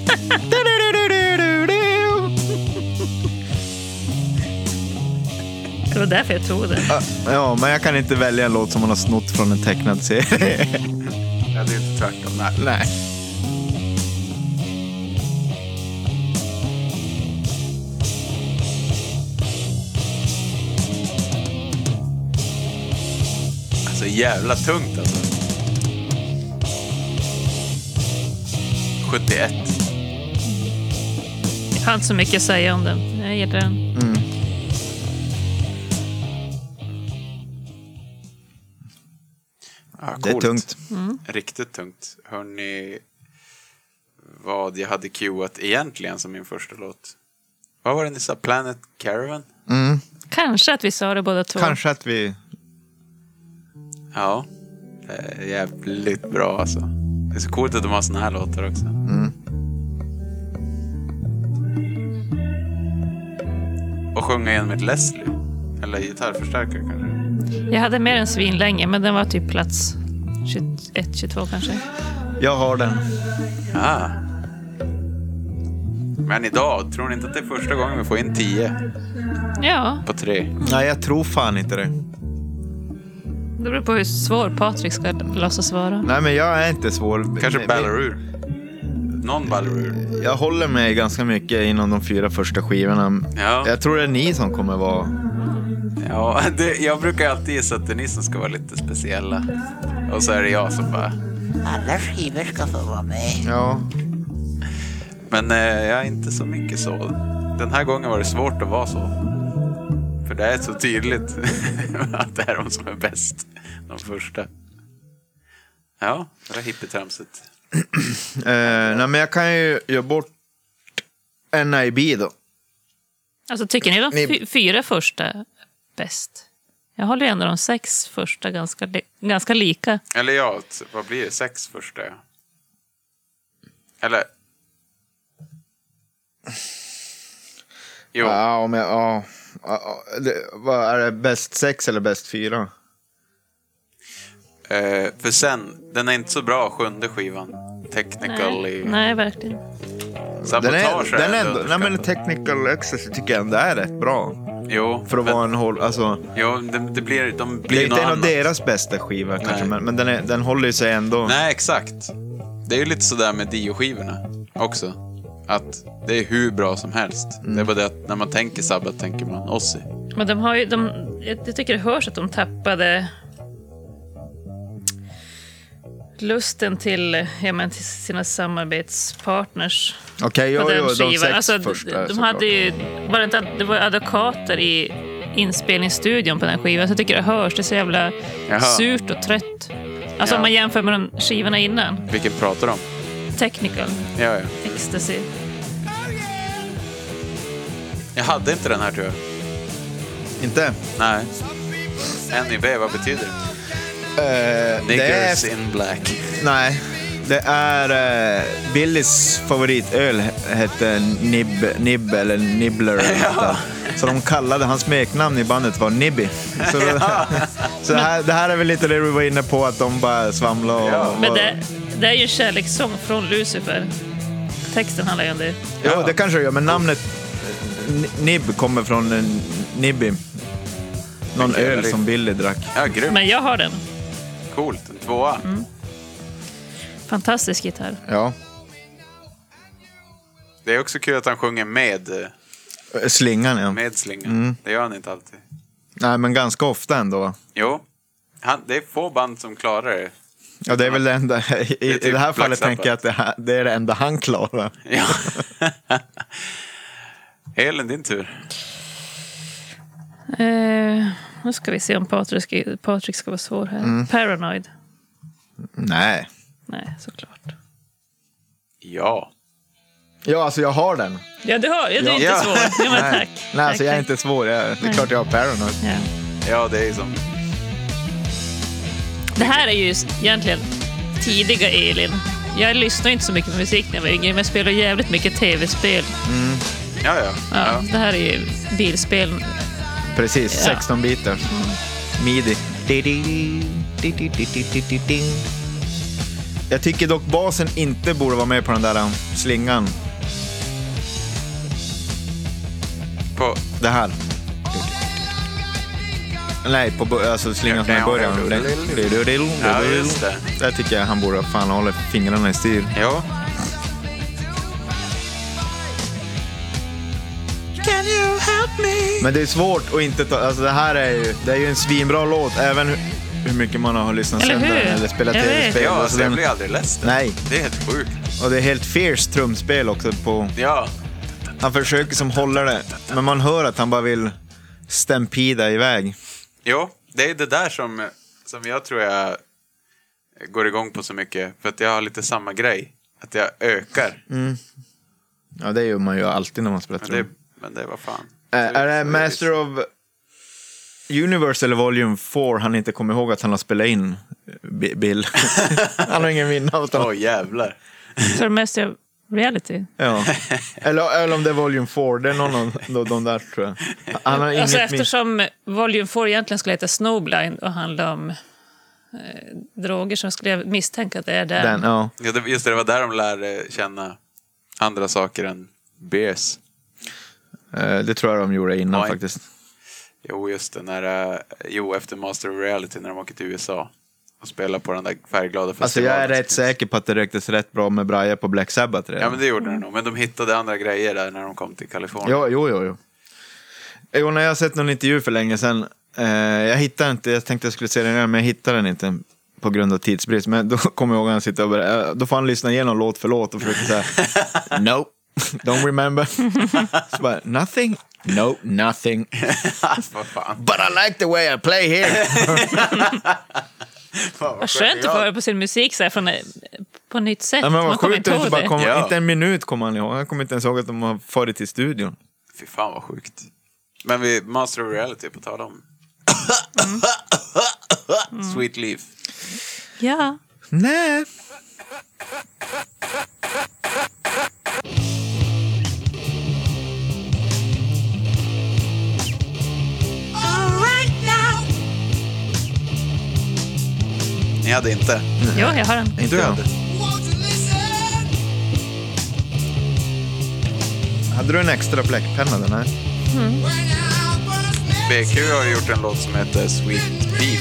Det var därför jag tog det. Ja, men jag kan inte välja en låt som man har snott från en tecknad serie. Ja, det är inte tvärtom. Nej. Nej. Alltså jävla tungt alltså. sjuttioett. Jag har inte så mycket att säga om den. Jag gillar den. Mm. Ja, Det är coolt. tungt. Mm. Riktigt tungt. Hörrni, vad jag hade cueat egentligen som min första låt. Vad var det ni sa? Planet Caravan? Mm. Kanske att vi sa det båda två. Kanske att vi... Ja, det är jävligt bra alltså. Det är så coolt att de har såna här låtar också. Mm. Och sjunga genom ett Leslie. Eller gitarrförstärkare kanske. Jag hade mer än svin länge, men den var typ plats tjugoett tjugotvå kanske. Jag har den. Ah. Men idag, tror ni inte att det är första gången vi får in tio Ja, på tre? Nej, jag tror fan inte det. det beror på hur svår Patrik ska låtsas vara. Nej, men jag är inte svår. Kanske Men- Ballarur. Någon Ballarur. Jag håller mig ganska mycket inom de fyra första skivorna. Ja. Jag tror det är ni som kommer vara... Ja, det, jag brukar alltid gissa att det är ni som ska vara lite speciella. Och så är det jag som bara... Alla skivor ska få vara med. Ja. Men eh, jag är inte så mycket så. Den här gången var det svårt att vara så. För det är så tydligt att det är de som är bäst. De första. Ja, det är hippietramset. Eh, nej, men jag kan ju göra bort N I B då. Alltså tycker ni de Ni- fy- fyra första bäst? Jag håller ändå de sex första ganska, li- ganska lika. Eller ja, t- vad blir det? Sex första? Ja. Eller... Jo, Ja, men ja. ja, ja, det, vad är det, bäst sex eller bäst fyra? eh, för sen, den är inte så bra, sjunde skivan. Technically. Nej, nej verkligen. Den Sabotage är, den är ändå ändå, nej, men underskattat. Technical Access tycker jag ändå är rätt bra. Jo, För att men, vara en håll, alltså, jo det, det blir, de det är blir inte något en av annat. deras bästa skivor kanske, Nej. men, men den, är, den håller ju sig ändå. Nej, exakt. Det är ju lite sådär med Dio-skivorna också. Att det är hur bra som helst. Mm. Det är bara det att när man tänker Sabbath tänker man Ozzy. Men de har ju, de, jag tycker det hörs att de tappade lusten till, ja, men till sina samarbetspartners Okej, på jo, den jo, de skivan. sex Alltså, första. de, de såklart. hade ju, var det, inte, det var advokater i inspelningsstudion på den skivan, så jag tycker det hörs, det är så jävla Jaha. surt och trött. Alltså Ja. om man jämför med de skivorna innan. Vilken pratar de om? Technical, Ja, ja. Ecstasy. Jag hade inte den här tror jag. Inte? Nej. N I B, vad betyder det? Eh, det är... Niggers in black. Nej. Det är uh, Billys favoritöl he- hette Nib, Nib eller Nibbler. Eller något där. Så de kallade hans smeknamn i bandet var Nibby. Så, så det, här, det här är väl lite det du var inne på, att de bara svamlar och... Ja. Men det, det är ju en kärlekssång från Lucifer. Texten handlar ju om det. Ja, det kanske det gör, men namnet N- Nib kommer från uh, Nibby. Någon Okej, öl det- som Billy drack. Ja, grymt. Men jag har den. Coolt. En tvåa. Fantastisk gitarr. Ja. Det är också kul att han sjunger med, Eh, Slingan, ja. med slingan. Mm. Det gör han inte alltid. Nej, men ganska ofta ändå. Jo. Han, det är få band som klarar det. Ja, det är väl det enda. I, är i typ det här Black fallet Sabbath. tänker jag att det, här, det är det enda han klarar. Ja. Elin, din tur. Eh, nu ska vi se om Patrik ska, Patrik ska vara svår här. Mm. Paranoid. Nej. Nej, såklart. Ja. Ja, alltså jag har den. Ja, du har. Ja, det är inte Ja. svårt. Ja, men Nej, tack. Nej alltså tack, jag är tack. inte svår. Jag, det är klart jag har Paranoid. Ja. Ja, det är som... Det här är ju egentligen tidiga Elin. Jag lyssnar inte så mycket på musik när jag var yngre, men jag spelar jävligt mycket tv-spel. Ja, ja. Ja, ja. Det här är ju bilspel. Precis, Ja. sexton bitar. Midi. Jag tycker dock basen inte borde vara med på den där um, slingan. På... Det här. Nej, på bo- alltså slingan som är i början. Ja, just det. Där tycker jag han borde fan hålla fingrarna i styr. Ja. Men det är svårt att inte ta, alltså det här är ju, det är ju en svinbra låt, även hur, hur mycket man har lyssnat Eller sönder hur? den eller spelat Jag vet. tv-spel. Ja, Alltså alltså, jag den, blir aldrig ledsen. nej, Det är helt sjukt. och det är helt fierce trumspel också på, Ja. han försöker som hålla det, men man hör att han bara vill stampida iväg. Jo, det är det där som, som jag tror jag går igång på så mycket. För att jag har lite samma grej. Att jag ökar. Ja, det gör man ju alltid när man spelar Men trum. det, men det var fan. Äh, är det Master of Universe eller Volume fyra han inte kommer ihåg att han har spelat in B- Bill? Han har ingen minne av att han... Åh, jävlar. Så det mest är reality. Ja. Eller, eller om det är Volume fyra, det är någon av de, de där tror jag. Han har inget Alltså minne. eftersom Volume fyra egentligen skulle heta Snowblind och handla om eh, droger, så skulle jag misstänka att det är där. Den, ja. Ja, det, just det, det var där de lärde känna andra saker än beers. Eh, Det tror jag de gjorde innan Oj. faktiskt. Jo, just det. När, eh, jo, efter Master of Reality när de åker till U S A och spelar på den där färgglada festivalen. Alltså jag är som rätt finns. säker på att det räcktes rätt bra med Braja på Black Sabbath redan. Ja, men det gjorde de nog. Men de hittade andra grejer där när de kom till Kalifornien. Jo, jo, jo. jo. Jo, när jag har sett någon intervju för länge sedan, eh, jag hittade inte, jag tänkte jag skulle se den igen, men jag hittade den inte på grund av tidsbrist. Men då kommer jag ihåg att han sitter och bara, eh, då får han lyssna igenom låt för låt och försöka säga no, don't remember. Så bara, nothing? No, nothing. Vad fan. But I like the way I play here. Vad skönt att få höra på sin musik så här från, på ett nytt sätt. Ja, men Man vad kommer sjukt inte att ihåg inte bara det. kom, Ja. inte en minut kommer han ihåg. Han kommer inte ens ihåg att de har farit till studion. Fy fan vad sjukt. Men vi Master of Reality på tal om. Mm. Sweet Leaf. Ja. Nej. Ni hade inte? Jo, jag har den. Inte jag. Hade du en extra bläckpenna den här? B Q har gjort en låt som heter Sweet Beef.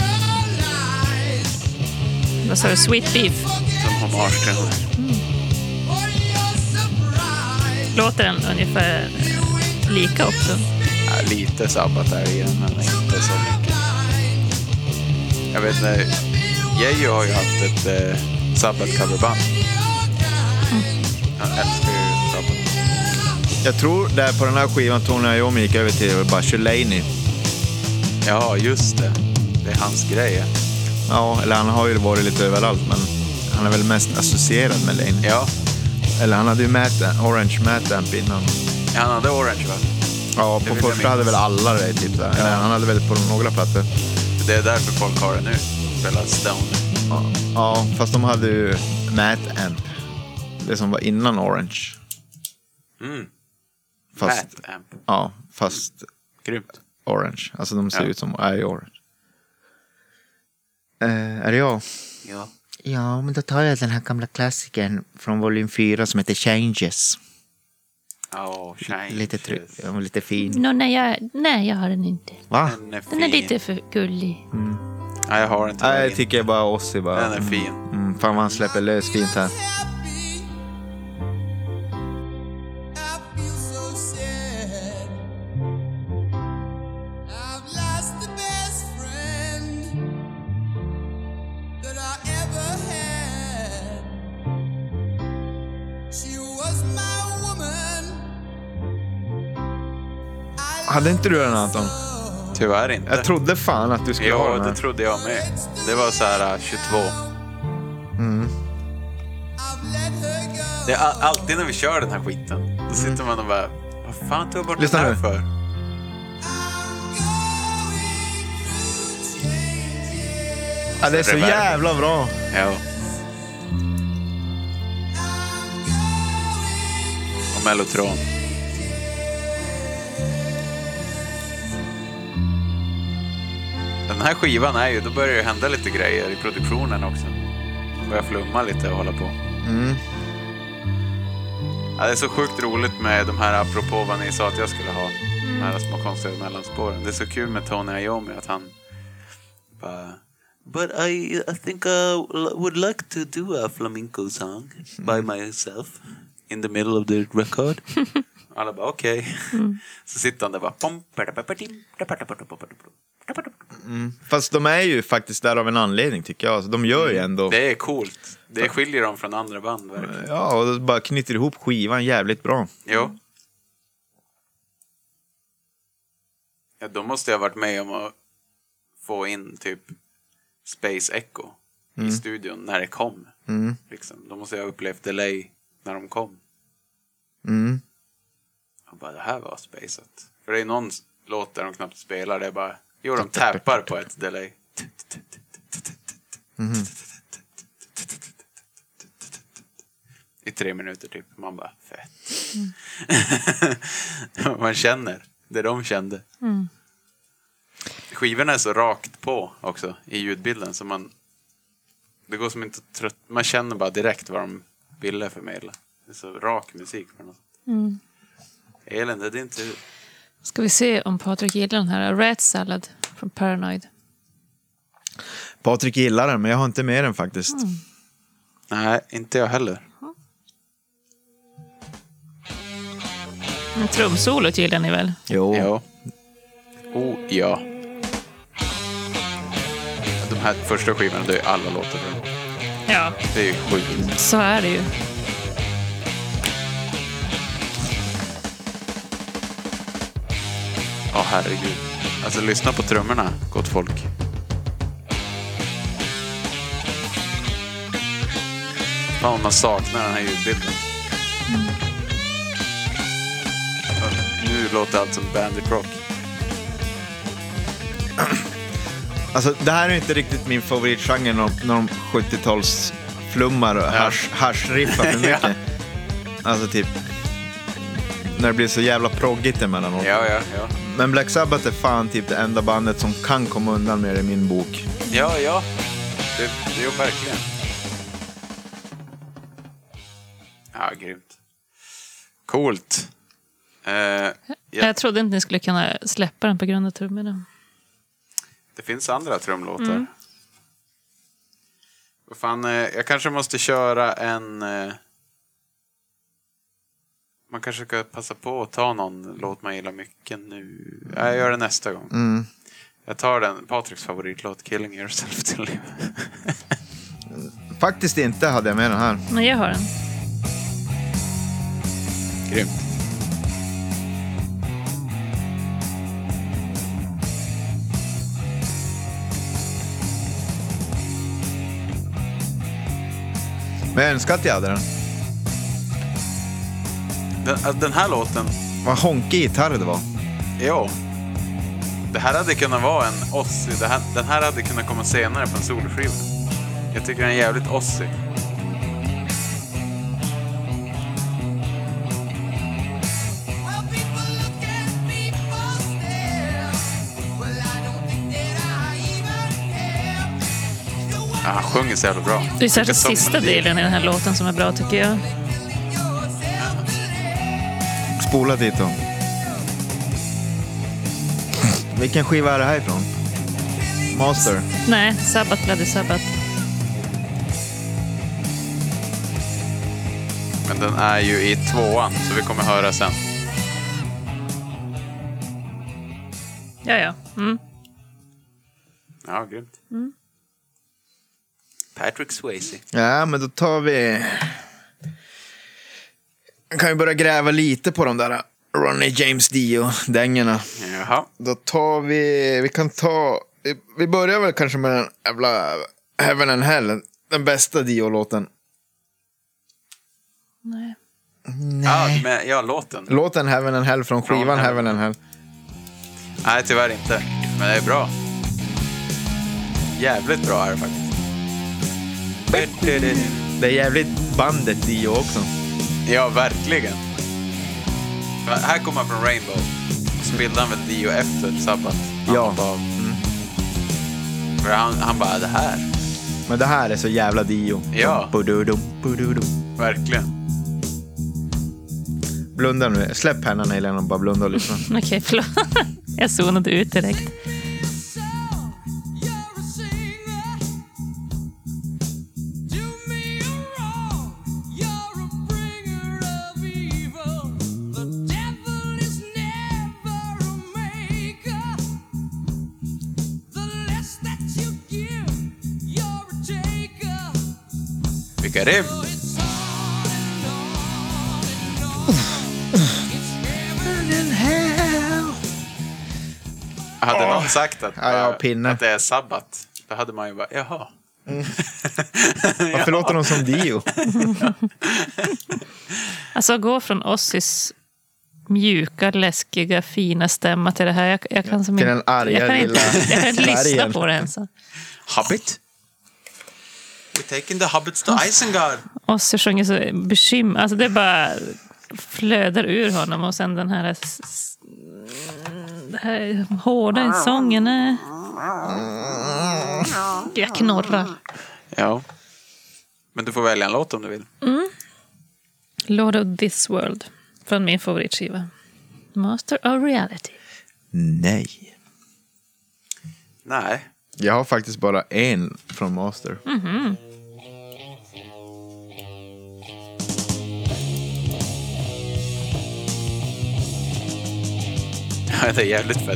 Vad sa du? Sweet Beef. Som hommage till den här. Låter den ungefär lika också? Ja, lite Sabbath är i den, men inte så mycket. Jag vet inte, Geijo har ju haft ett eh, Sabbath-coverband. Mm. Jag älskar ju Sabbath. Jag tror där på den här skivan Tony Iommi gick över till bara Shalani. Ja, just det. Det är hans grej. Ja, eller han har ju varit lite överallt, men han är väl mest associerad med Lane. Ja. Eller han hade ju Matt, Orange Matt Amp innan. Ja, han hade Orange, va? Ja, på första hade väl alla det, typ så här. Eller han hade väl på några plattor. Det är därför folk har det nu. Spelar Stone. Ja, ja, fast de hade ju Matt Amp. Det som var innan Orange. Mm. Fast, Matt Amp. ja, fast Grymt. Orange. Alltså de ser Ja. ut som är ju Orange. Eh, är det jag? Ja. Ja, men då tar jag den här gamla klassikern från volym fyra som heter Changes. Oh, shine. Lite, tryck, ja, lite fin. No, nej, jag, nej, jag har den inte. Va? Den är fin. Den är lite för gullig. Nej, jag har inte Nej, den. jag tycker bara Ozzy bara. Den är fin. Mm, fan vad han släpper lös fint här. Hade inte du den, Anton? Tyvärr inte. Jag trodde fan att du skulle ha Ja, den här. det trodde jag med. Det var så här uh, tjugotvå. Mm. Det är all- alltid när vi kör den här skiten. Då sitter man och bara, vad fan tog jag bort Lyssna den här nu. för? Ja, det är så Reverb. jävla bra. Ja. Och Mellotron. Den här skivan är ju, då börjar det hända lite grejer i produktionen också. De börjar flumma lite och hålla på. Mm. Ja, det är så sjukt roligt med de här, apropå vad ni sa att jag skulle ha. De här små konstiga mellanspåren. Det är så kul med Tony Iommi att han bara, but I, I think I would like to do a flamenco song by myself in the middle of the record. Alla bara okej. Okay. Mm. Så sitter han där bara Mm. Fast de är ju faktiskt där av en anledning, tycker jag. Alltså, de gör ju ändå... Det är coolt. Det skiljer dem från andra band verkligen. Ja, och bara knyter ihop skivan jävligt bra. Jo. Ja, då måste jag ha varit med om att få in typ Space Echo mm. i studion när det kom. Mm. Liksom. Då måste jag ha upplevt delay när de kom. Mm. Och bara, det här var spacet. För det är någon låt där de knappt spelar. Det är bara, jo, de tappar på ett delay. Mm. I tre minuter typ. Man bara, fett. Mm. Man känner. Det de kände. Mm. Skivorna är så rakt på också i ljudbilden. Så man, det går som inte trött. Man känner bara direkt vad de ville förmedla. Det är så rak musik för något. Mm. Elin, det är din tur. Ska vi se om Patrik gillar den här Rat Salad från Paranoid. Patrik gillar den, men jag har inte med den faktiskt. Mm. Nej, inte jag heller. En trumsolot gillar ni väl? Jo. Ja. Oh, ja. De här första skivorna, det är alla låtar. Ja, Det är ju sjukt. så är det ju. Ja, oh, herregud. Alltså, lyssna på trummorna, gott folk. Fan, man saknar den här ljudbilden. Mm. Nu låter allt som Bandit Rock. Alltså, det här är inte riktigt min favoritgenre när, när de sjuttio-tals flummar och hash, hashriffar för mycket. Ja. Alltså typ när det blir så jävla proggigt emellanåt. Ja, ja, ja. Men Black Sabbath är fan typ det enda bandet som kan komma undan med det i min bok. Ja, ja. Det, det är ju verkligen. Ja, grymt. Coolt. Eh, ja, Jag trodde inte ni skulle kunna släppa den på grund av trummorna. det finns andra trumlåtar. Mm. Vad fan, eh, jag kanske måste köra en... Eh, Man kanske ska passa på att ta någon låt man gillar mycket nu. Ja, jag gör det nästa gång. Mm. Jag tar den, Patriks favoritlåt, Killing Yourself to Live. Faktiskt inte hade jag med den här. Men jag har den. Grymt. Men jag önskar att jag hade den. Den, den här låten, Vad honkig gitarr det var. ja. Det här hade kunnat vara en Ozzy. Det här, den här hade kunnat komma senare på en soloskiva. Jag tycker den är jävligt Ozzy. Ja, han sjunger så jävla bra. Det är särskilt Vilka sista sångmelodier. delen i den här låten som är bra tycker jag. Spola dit då. Vilken skiva är det här ifrån? Master. Nej, Sabbath, Bloody Sabbath. Men den är ju i tvåan, så vi kommer höra sen. Ja, ja. Mm. Ja, grymt. Mm. Patrick Swayze. Ja, men då tar vi... Kan vi börja gräva lite på de där Ronnie James Dio-dängorna. Jaha. Då tar vi... Vi kan ta... Vi, vi börjar väl kanske med den jävla Heaven and Hell. Den bästa Dio-låten. Nej. Ja, men, ja, låten. Låten Heaven and Hell från skivan Från Heaven Heaven. and Hell. Nej, tyvärr inte. Men det är bra. Jävligt bra är det faktiskt. Det är jävligt bandet Dio också. Ja, verkligen. För här kommer han från Rainbow. Så bildade han väl Dio efter Sabbath. Han Ja. hoppade av. För han, han bara, det här. Men det här är så jävla Dio. Ja. Bududum, bududum. Verkligen. Blunda nu. Släpp pennan Eileen och bara blunda och lyssna. Okej, okay, förlåt. Jag zonade ut direkt. Vilka rim. Hade någon sagt att, Ja, ja, pinne. att det är Sabbath, då hade man ju bara, jaha. Varför låter de som Dio? Alltså gå från Ozzys mjuka, läskiga, fina stämma till det här. Jag, jag kan som Till inte, den arga jag kan inte, lilla jag kan inte lyssna dvärgen. på det ens. Hobbit? We're taking the hobbits to Isengard. Ozzy sjunger så bekym... Alltså det bara flödar ur honom och sen den här... s- s- Det här hårda i sången. är- Jag knorrar. Ja. Men du får välja en låt om du vill. Lord of this world. Från min favoritskiva. Master of reality. Nej. Nej. Jag har faktiskt bara en från Master. Mhm. Ja, det är jävligt fett.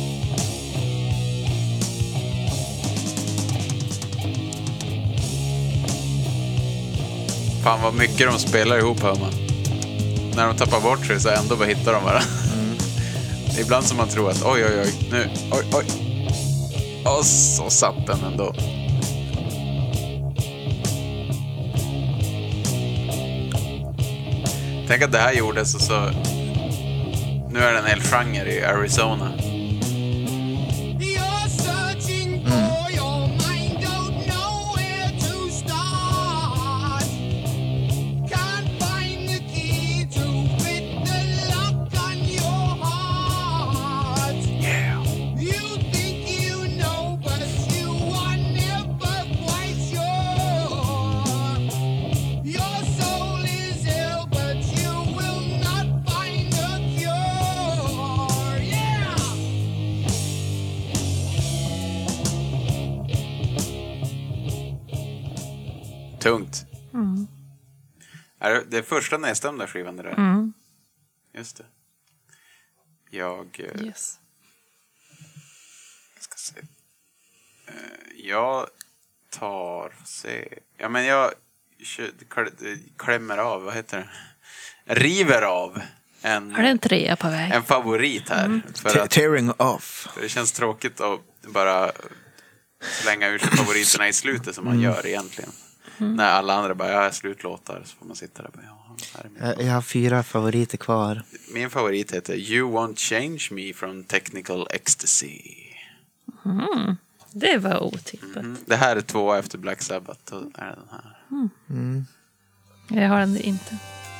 Fan vad mycket de spelar ihop, hör man. När de tappar bort sig så ändå bara hittar de varandra. Mm. Ibland som man tror att oj, oj, oj, nu, oj, oj. Och så satt den ändå. Tänk att det här gjordes och så... Nu är det en hel genre i Arizona. Yeah. Tungt. Mm. Är det, det är första nästan där skivan det där? Mm. just det. Jag... eh, Yes. Jag ska se. Eh, Jag tar... Se. Ja, men jag kö- kl- klämmer av, vad heter det? River av en, Har det en trea på väg? en favorit här. För Te- att Tearing off. för det känns tråkigt att bara slänga ur sig favoriterna i slutet som man gör egentligen. När alla andra bara, jag är slutlåtar, så får man sitta där och bara, ja, här är min. Jag, jag har fyra favoriter kvar. Min favorit heter You Won't Change Me från Technical Ecstasy. Det var otippat. Mm. Det här är två efter Black Sabbath. Då är det den här. Jag har den inte.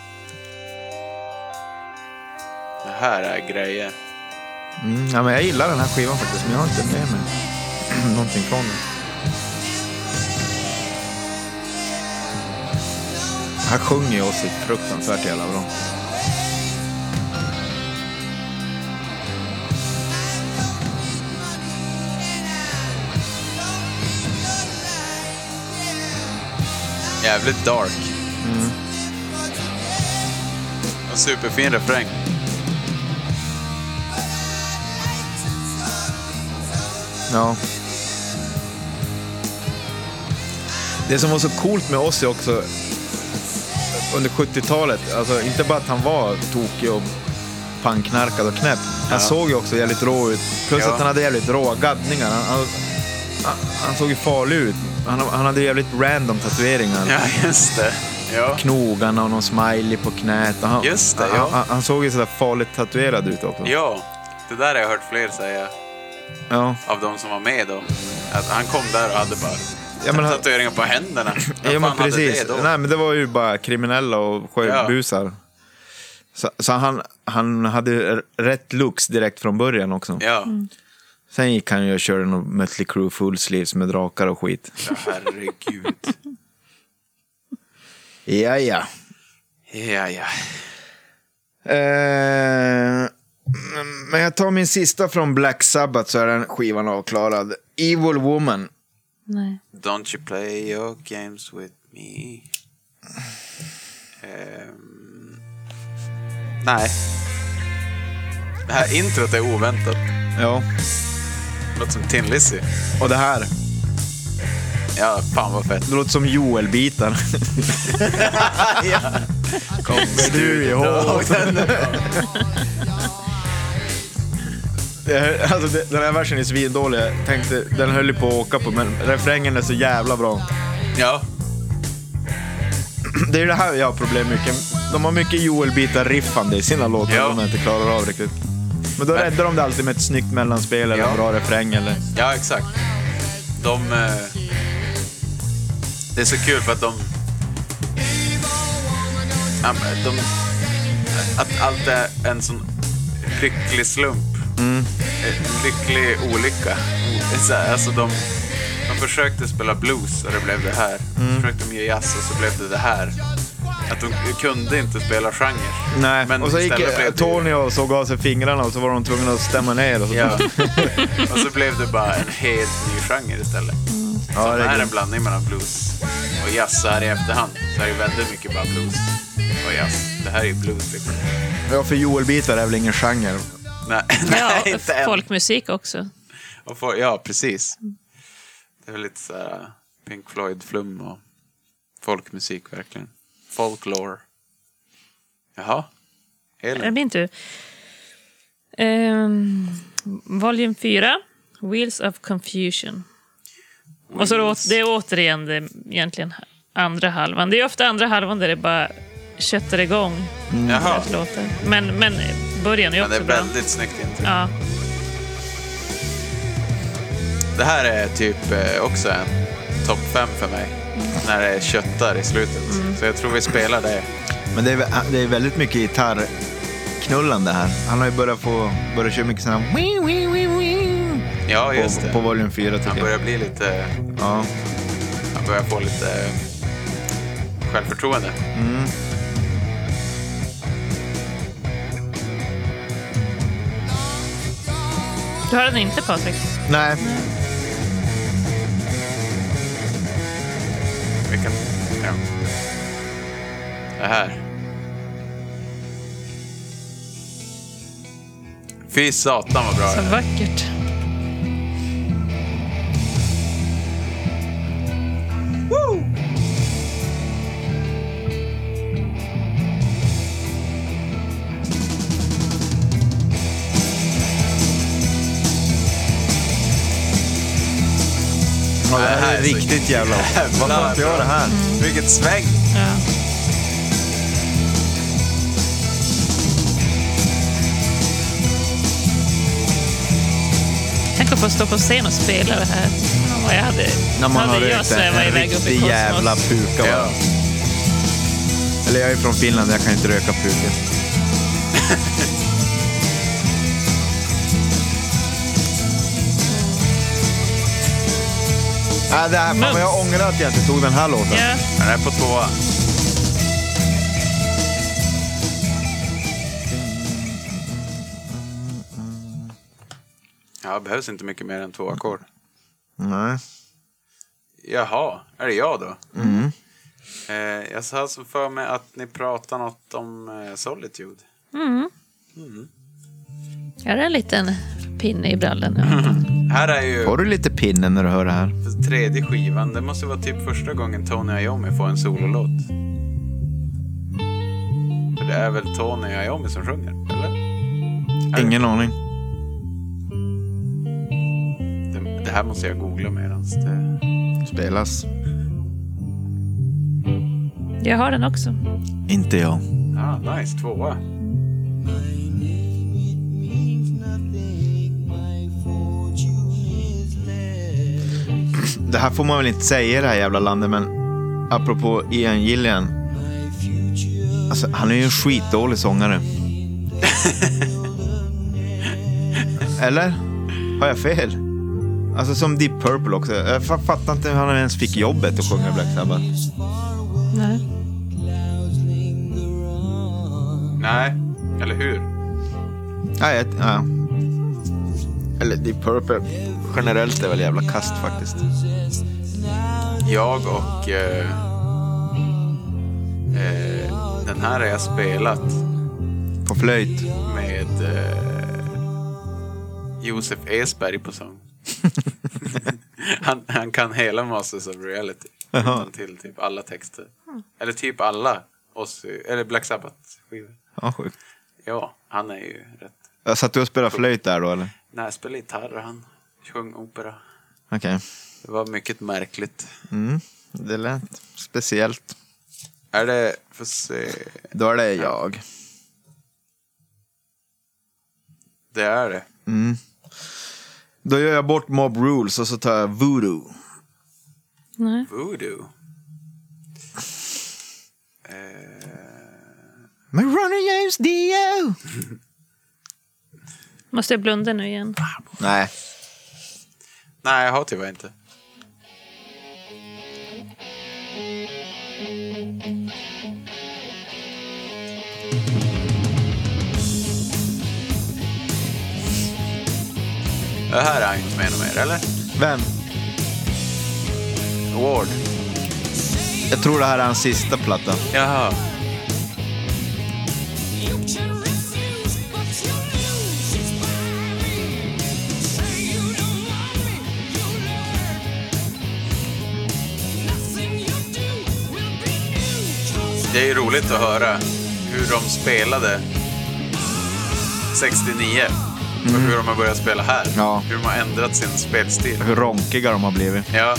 Det här är grejer. Mm, ja, men jag gillar den här skivan faktiskt, men jag har inte med mig någonting från den. Här sjunger ju oss fruktansvärt jävla bra. Jävligt dark. Mm. Och superfin refräng. Ja. Det som var så coolt med Ozzy också under sjuttiotalet, alltså inte bara att han var tokig och panknarkad och knäpp. Han Ja. såg ju också jävligt rå ut. Plus Ja. att han hade jävligt råa gaddningar. Han, han, han, han såg ju farlig ut. Han, han hade jävligt random tatueringar. Ja, just det. Ja. Knogarna och någon smiley på knät. Och han, Just det, han, ja. han, han såg ju sådär farligt tatuerad ut också. Ja, det där har jag hört fler säga Ja. av de som var med då. Att han kom där och hade bara Ja, men han- tatueringar på händerna. Vad Ja, men fan hade precis. det då? Nej, men det var ju bara kriminella och sjöbusar. Så, så han, han hade rätt looks direkt från början också. Ja, Sen gick han ju och körde någon Mötley Crüe full sleeves med drakar och skit. ja, herregud. Ja, ja. Ja, ja. Eh, men jag tar min sista från Black Sabbath så är den skivan avklarad. Evil Woman. Nej. Don't you play your games with me. Ehm, nej. Det här introt är oväntat. Ja. Låter som Tin Lizzy. Och det här. Ja, fan vad fett. Det låter som Joel-bitar. Kommer du ihåg den? Det här- Alltså, det- den här versen är svindålig. Jag tänkte, den höll ju på att åka på, men refrängen är så jävla bra. Ja, Det är det här jag har problem med mycket. De har mycket Joel-bitar riffande i sina låtar Ja. som de inte klarar av riktigt. Men då räddar de det alltid med ett snyggt mellanspel eller Ja. en bra refräng eller... ja exakt. De... Eh, det är så kul för att de... Ja, men de att allt är en sån lycklig slump. En lycklig olycka. Så här, alltså de, de försökte spela blues och det blev det här. De försökte göra jazz och så blev det det här. Att de kunde inte spela genre. Nej, Men och så gick istället blev det- Tony och såg av sig fingrarna och så var de tvungna att stämma ner. Och så. Ja. Och så blev det bara en helt ny genre istället. Ja, Som det är är en grymt. blandning mellan blues och jazz. Så här i efterhand så är det väldigt mycket bara blues och jazz. Det här är ju blues liksom. Ja, för Joel-bitar är väl ingen genre. Nej, Ja, nej inte än. folkmusik också. Och få, ja, precis. Det är väl lite så här Pink Floyd-flum och folkmusik verkligen. Folklore. Jaha. Är det Elin. min tur? Um, Volume fyra. Wheels of Confusion. Och så är det, å- det är återigen det, egentligen andra halvan. Det är ofta andra halvan där det bara köttar igång. Jaha. Rätt låtar. Men, men början är Men det också är bra. väldigt snyggt intro. Ja. Det här är typ eh, också en topp fem för mig. När det köttar i slutet. Så jag tror vi spelar det. Men det är, det är väldigt mycket gitarrknullande här. Han har ju börjat få börjat köra mycket sådana wii, wii, wii, wii, Ja, just på, det. på volym fyra tycker Han jag. börjar bli lite... Ja. Han börjar få lite eh, självförtroende. Du har den inte, Patrik? Nej, Vi kan... Ja. Det här. Fy satan vad bra Så det är. vackert. Ja, det Det här här är är så riktigt jävla... jävla Varför har inte jag bra. det här? Vilket sväng. Ja. Tänk att få stå på scen och spela det här. Och jag hade, När man hade har jag rökt en, svävat en iväg upp i riktig kosmos. jävla puka. Ja. Va? Eller jag är från Finland, jag kan inte röka pukor. Äh, det här, fan vad jag ångrar att jag inte tog den här låten. Ja. Den är på tvåa. Ja, behövs inte mycket mer än två ackord. Nej. Jaha, är det jag då? Mm. Eh, jag sa som för mig att ni pratar något om eh, Solitude. Ja, det är en liten pinne i brallen. Ja. Här är ju Får du lite pinnen när du hör det här? tredje skivan. Det måste vara typ första gången Tony Iommi får en sololåt. För det är väl Tony Iommi som sjunger, eller? Ingen aning. Det, det här måste jag googla medans det... Spelas. Jag har den också. Inte jag. Ah, nice, tvåa. Det här får man väl inte säga i det här jävla landet, men apropå Ian Gillian. Alltså, han är ju en skitdålig sångare. Eller? Har jag fel? Alltså som Deep Purple också. Jag fa- fattar inte hur han ens fick jobbet att sjunga Black Sabbath. Nej. Nej, eller hur? Nej, jag, ja. Eller Deep Purple generellt är väl jävla kast faktiskt. Jag och... Eh, eh, den här har jag spelat På flöjt. med eh, Josef Esberg på sång. han, han kan hela Masters of Reality. Jaha. Till typ alla texter. Eller typ alla. Oss, eller Black Sabbath-skivor. Ja, sjukt. Ja, han är ju rätt. Jag satt du och spelade flöjt där då, eller? När jag spelade gitarr, han sjöng opera. Okej. Det var mycket märkligt. Mm, det lät speciellt. Är det... För se... Då är det jag. Det är det. Mm. Då gör jag bort Mob Rules och så tar jag Voodoo. Nej. Voodoo. Eh, Men Ronny James Dio. Måste jag blunda nu igen? Nej. nej, jag har tyvärr inte. Det här är han inte med något mer, eller? Vem? Ward. Jag tror det här är hans sista platta. Jaha. Det är ju roligt att höra hur de spelade sextionio och hur de har börjat spela här. Ja. Hur de har ändrat sin spelstil. Hur ronkiga de har blivit. Ja.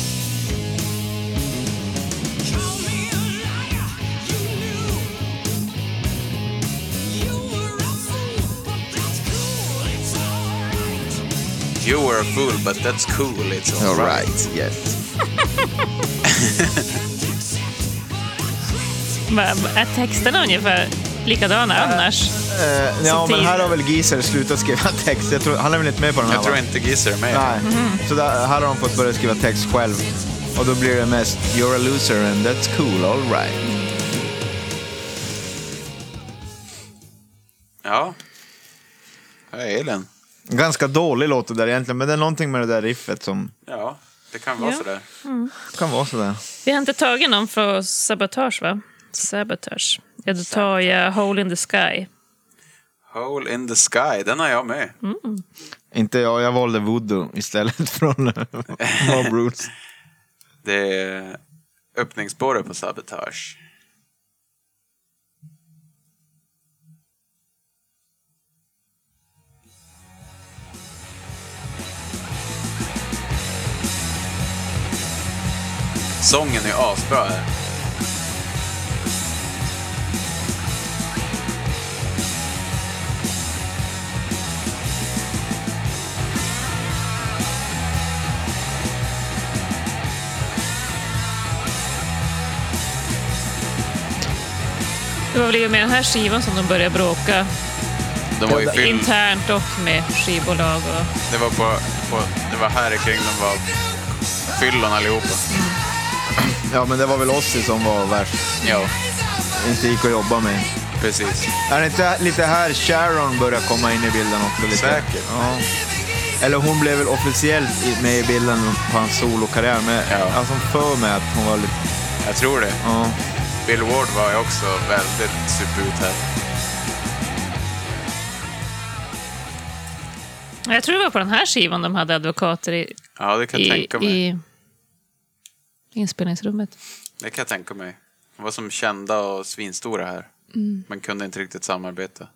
You were a fool, but that's cool. It's all All right. right, yes. Men är texterna ungefär likadana annars? Eh, ja, men tid. här har väl Geezer slutat skriva text. Jag tror, han är väl inte med på den här, Jag tror va? inte Geezer är med. Nej. Så där, här har de fått börja skriva text själv. Och då blir det mest You're a loser and that's cool, all right. Ja. Jag är den. Ganska dålig låt det där egentligen, men det är någonting med det där riffet som Ja, det kan vara Ja. sådär. kan vara sådär. Vi har inte tagit någon från Sabotage, va? Sabotage. Ja, då tar jag Hole in the Sky. Hole in the Sky, den har jag med. Mm. Inte jag, jag valde Voodoo istället från Mob Roots. Det är öppningsspåret på Sabotage. Sången är asbra här. Det var väl med den här skivan som de började bråka. De var ju fyll... Internt och med skivbolag. Och... Det var på, på det var här kring de var fyllon allihopa. Ja, men det var väl Ozzy som var värst. Ja, Inte gick att jobba med. precis. Är det inte lite här Sharon börjar komma in i bilden också? Lite? Säkert. Ja. Eller hon blev väl officiellt i- med i bilden på hans solokarriär. Men Ja. jag har som för mig att hon var lite... Jag tror det. Ja. Bill Ward var ju också väldigt super ut här. Jag tror det var på den här skivan de hade advokater i, Ja, det kan jag i, tänka mig. i inspelningsrummet. Det kan jag tänka mig. De var som kända och svinstora här. Mm. Man kunde inte riktigt samarbeta.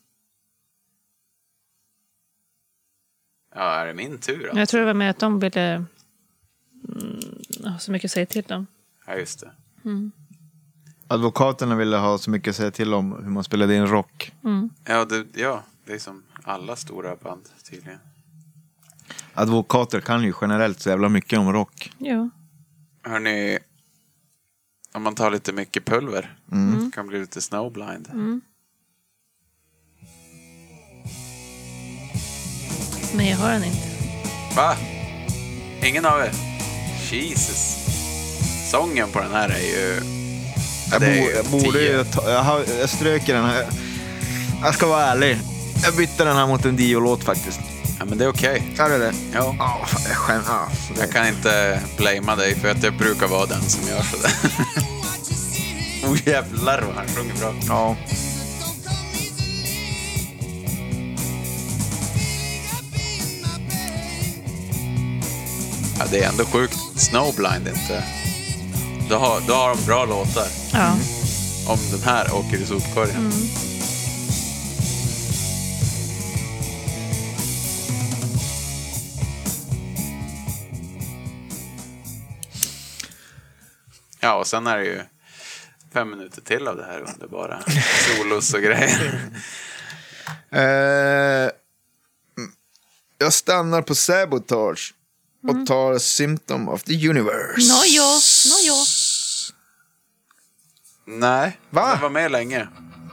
Ja, är det min tur alltså? Jag tror det var med att de ville mm, ha så mycket att säga till dem. Ja, just det. Advokaterna ville ha så mycket att säga till om hur man spelade in rock. Ja, det, ja, det är som alla stora band tydligen. Advokater kan ju generellt så jävla mycket om rock. Ja. Hörrni, om man tar lite mycket pulver Mm. kan bli lite snowblind. Nej, jag har den inte. Va? Ingen av er? Jesus. Sången på den här är ju... Jag, det är bo, ju jag borde tio. ju ta, jag, har, jag ströker den här. Jag ska vara ärlig. Jag bytte den här mot en Dio-låt faktiskt. Ja, men det är okej. Är det det? Ja. Ja, fan, jag skäm, ja, så det- Jag kan inte blamea dig för att jag brukar vara den som gör sådär. Oh jävlar vad han sjunger bra. Ja. Ja, det är ändå sjukt. Snowblind inte. Då har, då har de bra låtar. Ja. Om den här åker i sopkorgen. Ja, och sen är det ju fem minuter till av det här underbara solos och grejer. Eh, jag stannar på Sabotage och tar Symptom of the Universe. Nåjo, nåjo. Nej, Va? det var med länge.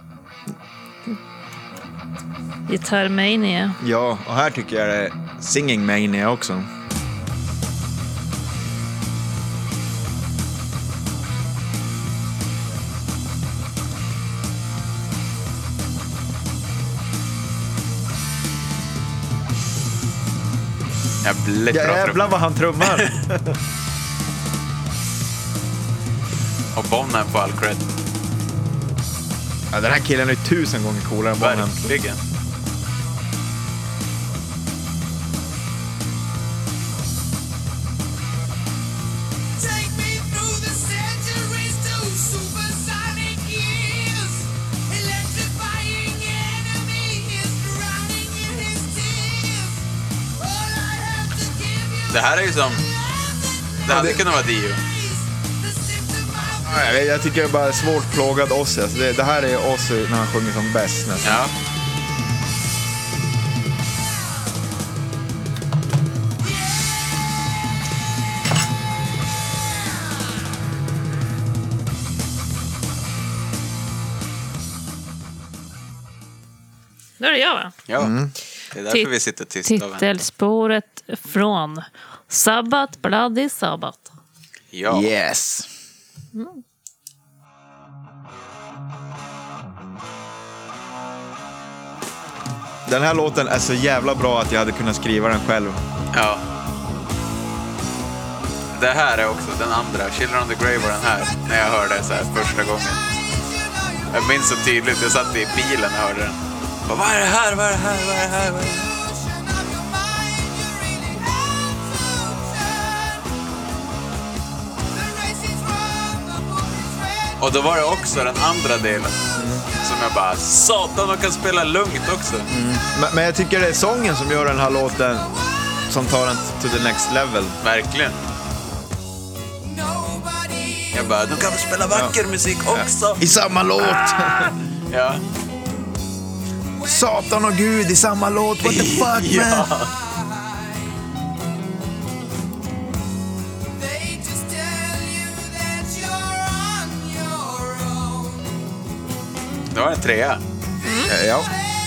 Gitarrmania. Ja, och här tycker jag det är Singing Mania också. Jävligt bra Jävlar trummor. vad han trummar. Och Bonham på all cred. Ja, den här killen är tusen gånger coolare än Bonham. Verkligen. Take me through the centuries to supersonic years. Electrifying enemies drowning in his tears. All I have to give you Det här är ju som... Det hade det- kunnat vara Dio. is the symptom of Ja, jag, vet, jag tycker det är bara svårt plågad Ozzy. Alltså det, det här är Ozzy när han sjunger som bäst nästan. Ja. Då är det jag, va? Ja. Det är därför Tit- vi sitter tysta. och väntar. Titelspåret från Sabbath, Bloody Sabbath. Ja. Yes. Den här låten är så jävla bra att jag hade kunnat skriva den själv. Ja. Det här är också den andra. Children on the Grave var den här. När jag hörde så här första gången. Jag minns så tydligt. Jag satt i bilen och hörde den. Vad är det här? Vad är det här? Vad är det här? Vad är det här? Och då var det också den andra delen som jag bara, satan, man kan spela lugnt också. Mm. Men, men jag tycker det är sången som gör den här låten som tar den to the next level. Verkligen. Jag bara, de kan få spela vacker ja. musik också. I samma låt. Ah. Ja. Satan och Gud i samma låt. What the fuck, man? Ja. Det var en trea. Mm. Ja.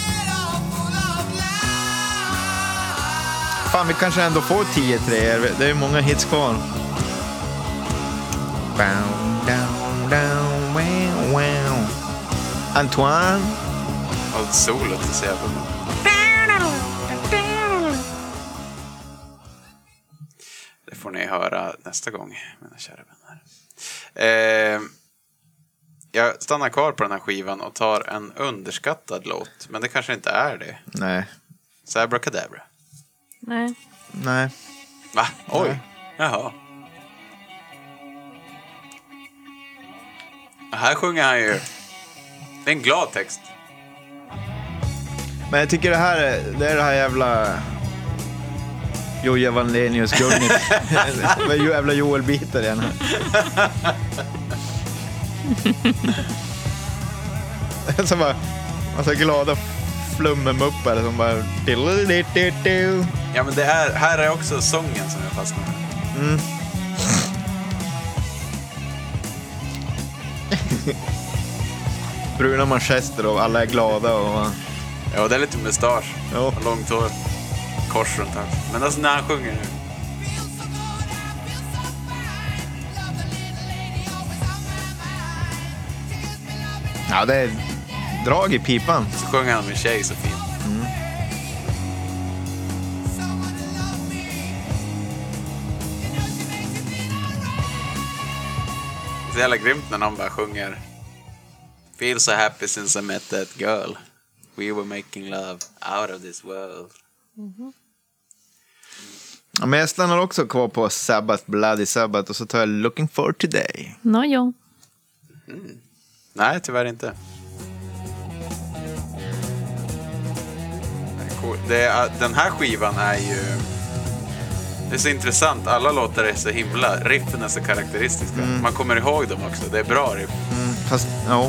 Fan, vi kanske ändå får tio treor. Det är många hits kvar. Antoine. Och solet är så jävla bra. Det får ni höra nästa gång, mina kära vänner. Eh, jag stannar kvar på den här skivan och tar en underskattad låt. Men det kanske inte är det. Nej. Så Abracadabra. Nej. Nej. Va? Oj. Nej. Jaha. Här sjunger han ju. Det är en glad text. Men jag tycker det här är det, är det här jävla Joja Vanlenius-gunget. Vad jävla Joel-bitar igen här. Så bara massa glada flummemuppar som bara... Ja, men det är, här är också sången som jag fastnar med. Mm. Bruna manchester och alla är glada och... Ja, det är lite mustasch Ja. och långt hår. Kors runt halsen. Men alltså när han sjunger nu. Ja, det är drag i pipan. Så sjunger han med tjej så fint. Mm. Det är jävla grymt när någon bara sjunger Feel so happy since I met that girl. We were making love out of this world. Mm-hmm. Ja, men jag stannar också kvar på Sabbath, Bloody Sabbath, och så tar jag Looking for Today. Nåjo. Mm. Nej, tyvärr inte. Det är, den här skivan är ju... Det är så intressant. Alla låtar är så himla... Riffen är så karaktäristiska. Mm. Man kommer ihåg dem också. Det är bra riff. Mm, fast, ja.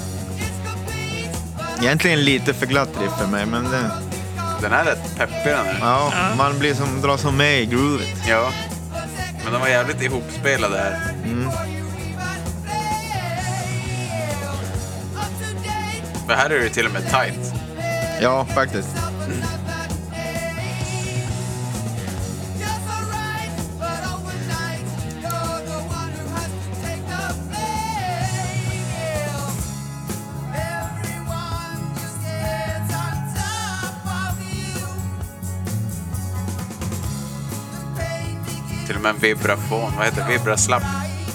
Egentligen lite för glatt riff för mig, men det... Den är rätt peppig den här. Ja, ja. Man blir som, dras som med i groovet. Ja. Men de var jävligt ihopspelade här. Mm. För här är det till och med tight. Ja, faktiskt. Till och med en vibrafon. Vad heter det? Vibraslapp.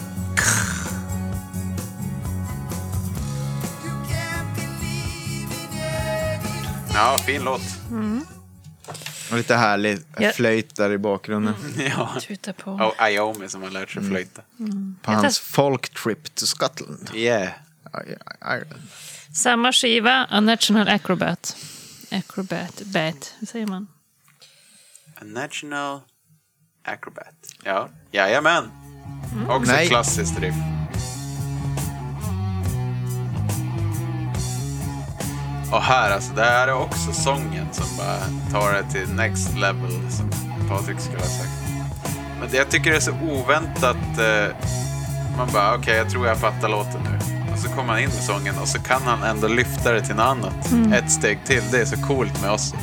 Ja, fin låt. Mm. Och lite härlig Ja. flöjt där i bakgrunden. Ja. Tuta på. Och Iomi som har lärt sig flöjta. Mm. På hans folk trip to Scotland. Yeah. Ireland. Samma skiva, A National Acrobat. Acrobat, bat, hur säger man? A National Acrobat. Ja, jajamän. Också Nej. klassiskt riff. Och här, alltså, det här är också sången som bara tar det till next level, som Patrik skulle ha sagt. Men det, jag tycker det är så oväntat. Eh, man bara, okej, okay, jag tror jag fattar låten nu. Och så kommer han in med sången och så kan han ändå lyfta det till något annat. Mm. Ett steg till, det är så coolt med oss.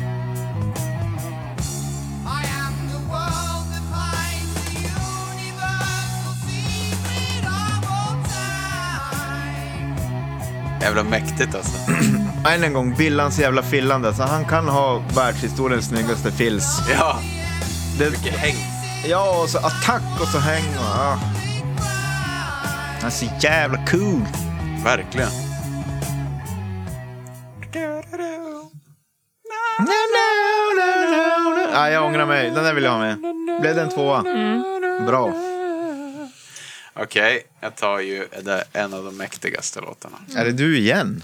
Jävla mäktigt alltså. Än en gång, Billans jävla fillande. Så han kan ha världshistoriens snyggaste fills. Ja, Det, mycket häng. ja, och så attack och så häng. Och, ah. Han är så jävla cool. Verkligen. Nej, jag ångrar mig. Den där vill jag ha med. Blev det en tvåa? Bra. Okej, jag tar ju det, en av de mäktigaste låtarna. Är det du igen?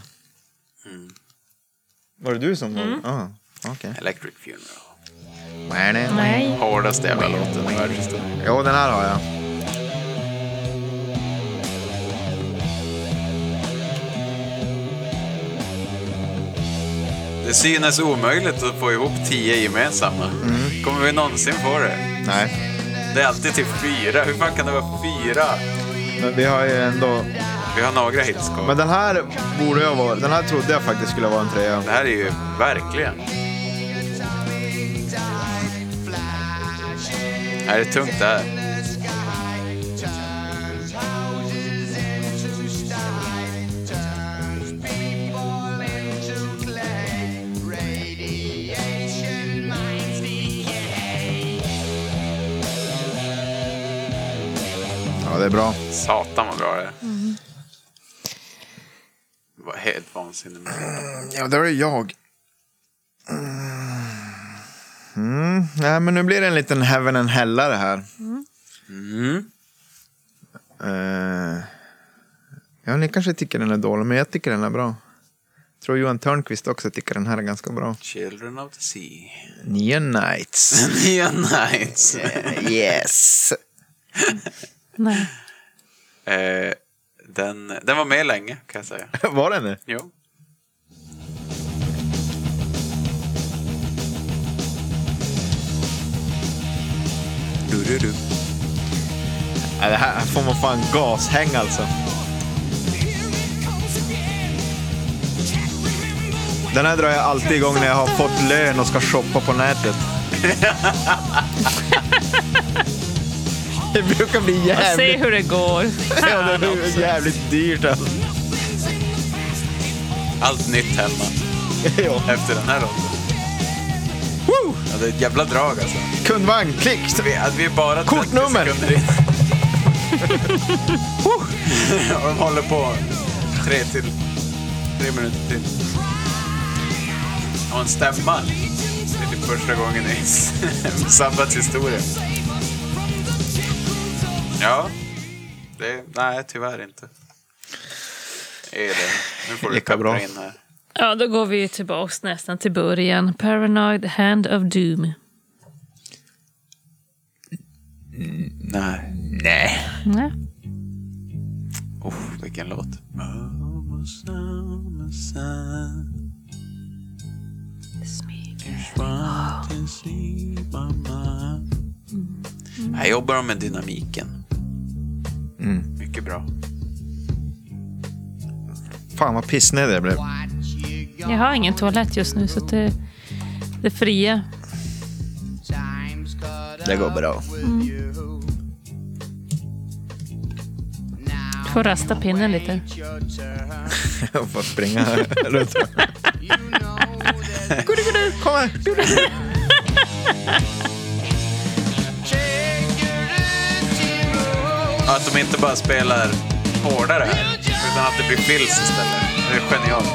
Var det du som var? Mm. Ah, okej. Electric Funeral. Nej. Hårdaste jävla låten i världshistorien. Jo, den här har jag. Det synes omöjligt att få ihop tio gemensamma. Kommer vi någonsin få det? Nej. Det är alltid typ fyra. Hur fan kan det vara fyra? Men vi har ju ändå... Vi har några hits kvar. Men den här borde jag vara... Den här trodde jag faktiskt skulle vara en trea. Det här är ju verkligen... Det här är tungt det här. Ja, det är bra. Satan vad bra det är. Mm. Det var helt vansinnigt. Ja, det var jag. Mm. Nej, men nu blir det en liten heaven and hellare här. Mm. Uh, ja, ni kanske tycker den är dålig, men jag tycker den är bra. Jag tror Johan Törnqvist också tycker den här är ganska bra. Children of the Sea. Neon Nights. Neon Nights. uh, yes. Nej. Eh, den, den var med länge, kan jag säga. Var den det? Jo. Du, du, du. Ja, det här får man fan gashäng alltså. Den här drar jag alltid igång när jag har fått lön och ska shoppa på nätet. Det brukar bli Och jävligt... se hur det går. Ja, det är jävligt dyrt alltså. Allt nytt hemma. Ja. Efter den här låten. Woo! Ja, det är ett jävla drag alltså. Kundvagn, klick! Så vi, att vi är bara Kortnummer. trettio sekunder in. Och de håller på tre till tre minuter till. Och en stämma. Det är typ första gången i Sabbats historia. Ja. Det, nej, tyvärr inte. Det är det. Nu får du Lika bra. in här. Ja, då går vi tillbaka nästan till början. Paranoid Hand of Doom. Nej. Nej. Nej. Oh, vilken låt. Här jobbar de med dynamiken. Mm. Mycket bra. Fan vad pissnödig jag blev. Jag har ingen toalett just nu så det, det är fria. Det går bra. Mm. Du får rasta pinnen lite. Jag får springa runt. Gudu, gudu, kom här. Att de inte bara spelar hårdare här, utan att det blir fills istället. Det är genialt.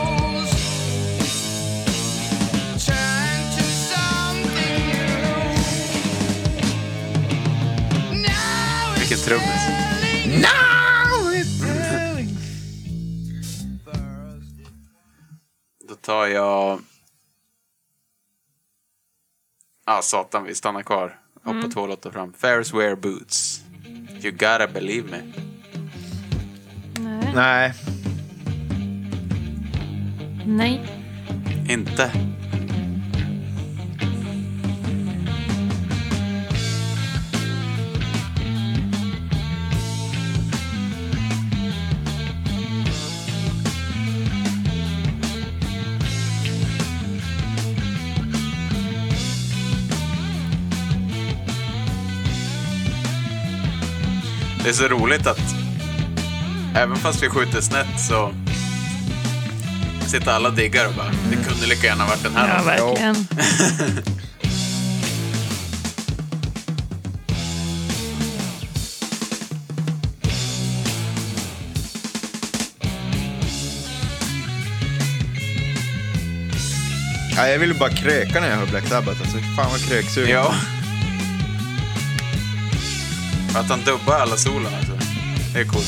Vilken trummis. Då tar jag... Ah, satan, vi stannar kvar. Hoppa mm. två låtar fram. Ferris Wear Boots. You gotta believe me. Nej. Nej. Nej. Inte. Det är så roligt att även fast vi skjuter snett så sitter alla diggar och bara, det kunde lika gärna varit den här. Ja, verkligen. Ja, jag vill bara kröka när jag hör Black Sabbath. Alltså, fan vad kröksugen. Ja. Att han dubbar alla solen alltså. Det är coolt.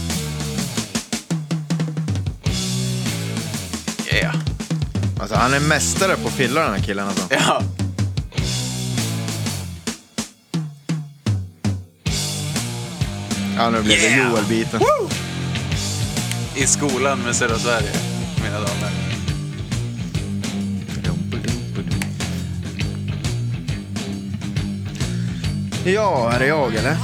Yeah. Alltså, han är mästare på fylla, den här killen alltså. Ja. Ja, nu blir det Yeah. Joel-biten. I skolan med södra Sverige, mina damer. Ja, är det jag eller?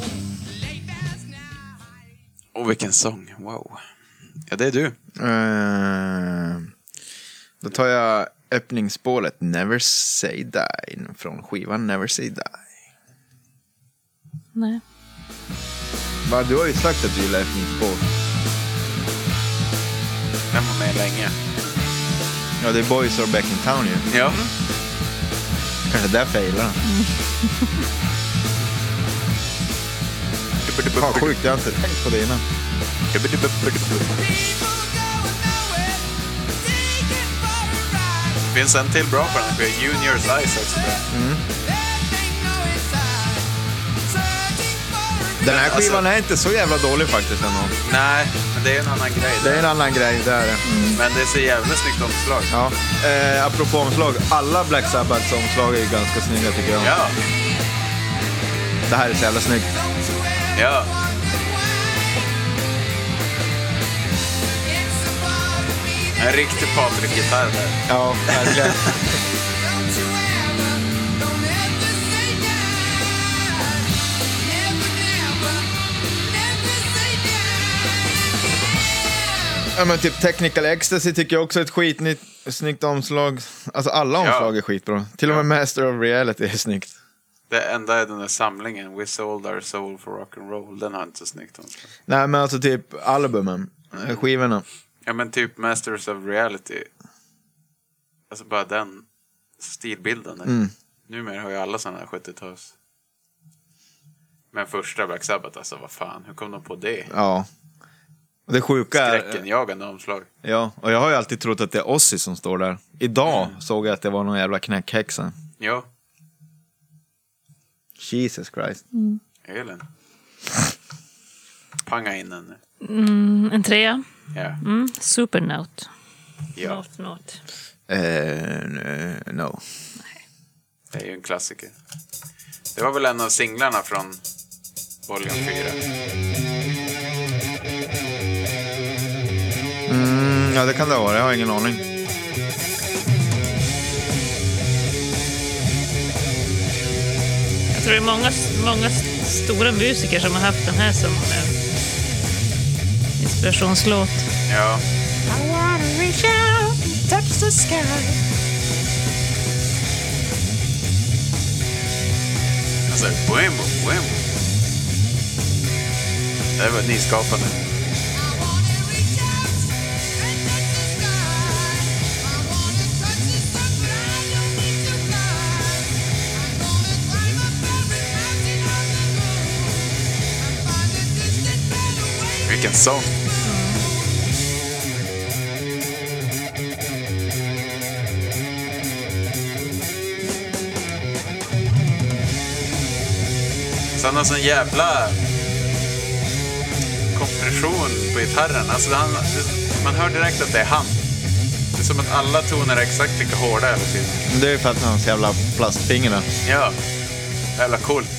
Och vilken sång, wow. Ja, det är du. Uh, då tar jag öppningsspåret Never Say Die från skivan Never Say Die. Nej. Va, du har ju sagt att du gillar öppningsspår. Den var med länge. Ja, det är Boys Are Back in Town ju. Ja. Kanske därför jag gillar den. Fan, sjukt, jag har inte tänkt på det innan. People going nowhere, take it for a ride. Finns en till bra på den här Junior's Eyes också. That ain't no inside. Searching for a Den här Alltså- skivan är inte så jävla dålig faktiskt ändå. Nej, men det är en annan grej. Det är en annan grej, det är det. Men det är så jävligt snyggt omslag. Ja. Eh, apropå omslag, alla Black Sabbaths omslag är ju ganska snygga tycker jag. Ja, Det här är så jävla snyggt. ja. It's a part of me that En riktig Patrik-gitarr där. Ja, verkligen. don't you ever, don't ever say die. Never, never, never say die. Ja, men typ Technical Ecstasy tycker jag också är ett skitnytt, snyggt omslag. Alltså alla omslag Ja. är skitbra. Till och med Master of Reality är snyggt. Det enda är den där samlingen, We Sold Our Soul for Rock and Roll. Den har inte så snyggt omslag. Nej, men alltså typ albumen, eh, skivorna. Ja, men typ Masters of Reality. Alltså bara den stilbilden. Mm. Numera har ju alla sådana här sjuttio-tals. Men första Black Sabbath, alltså vad fan, hur kom de på det? Ja. Och det sjuka är... Skräckenjagande omslag. Ja, och jag har ju alltid trott att det är Ozzy som står där. Idag såg jag att det var någon jävla knäckhäxa. Ja, Jesus Christ. Elin. Panga in den nu. Mm, en trea. Ja. Mm, Supernote. Ja, Note, note. Eh, n- no. det är ju en klassiker. Det var väl en av singlarna från Volume fyra. Mm, ja, det kan det vara. Jag har ingen aning. Jag tror det är många, många stora musiker som har haft den här som eh, inspirationslåt. Ja, I wanna reach out and touch the sky. alltså boom, boom. Det var nyskapande. I wanna reach out and touch the sky. I wanna touch the sun, but I don't need to fly. I'm gonna climb up every mountain on the moon and find a distant better way. Vilken sång. Så han har sån jävla kompression på gitarren. Alltså han, man hör direkt att det är han. Det är som att alla toner är exakt lika hårda hela tiden. Men det är ju för att han har så jävla plastfinger där. Ja, jävla coolt.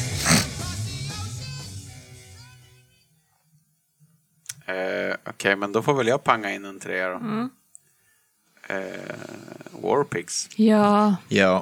Eh, Okej, men då får väl jag panga in en trea då. Mm. Eh, Warpigs. Ja. Ja.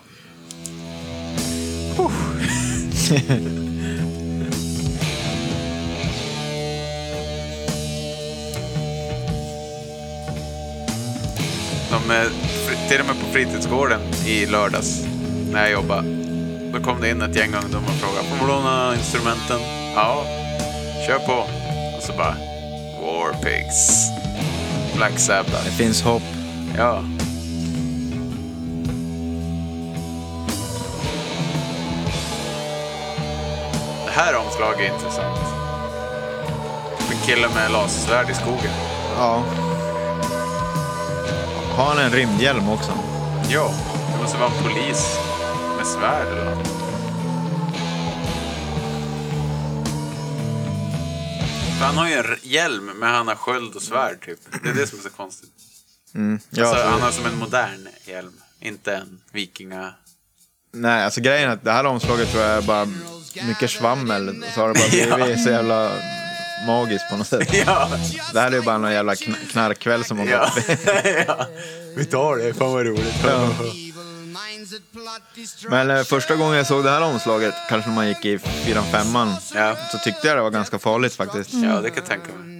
De, eh, fri- till och med på fritidsgården i lördags när jag jobbade. Då kom det in ett gäng ungdomar och frågade: får man låna instrumenten? Ja, kör på. Och så bara Warpigs, Black Sabbath. Det finns hopp. Ja. Det här omslaget är intressant. En kille med lasersvärd i skogen. Ja. Har han en rymdhjälm också? Ja, det måste vara en polis med svärd eller något. För han har ju en r- hjälm med han har sköld och svärd typ. Det är det som är så konstigt. Mm. Ja, Alltså, alltså, han har som en modern hjälm, inte en vikinga. nej, alltså grejen är att det här omslaget tror jag är bara mycket svammel. Så har det bara blivit så jävla magiskt på något sätt. Ja, Det här är ju bara någon jävla kn- knarkkväll som har ja. gått. ja. Vi tar det, fan vad roligt. Ja. Evil minds that plot destruction. Men eh, första gången jag såg det här omslaget, kanske när man gick i fyran, femman, Ja. så tyckte jag det var ganska farligt faktiskt. Ja, det kan jag tänka mig.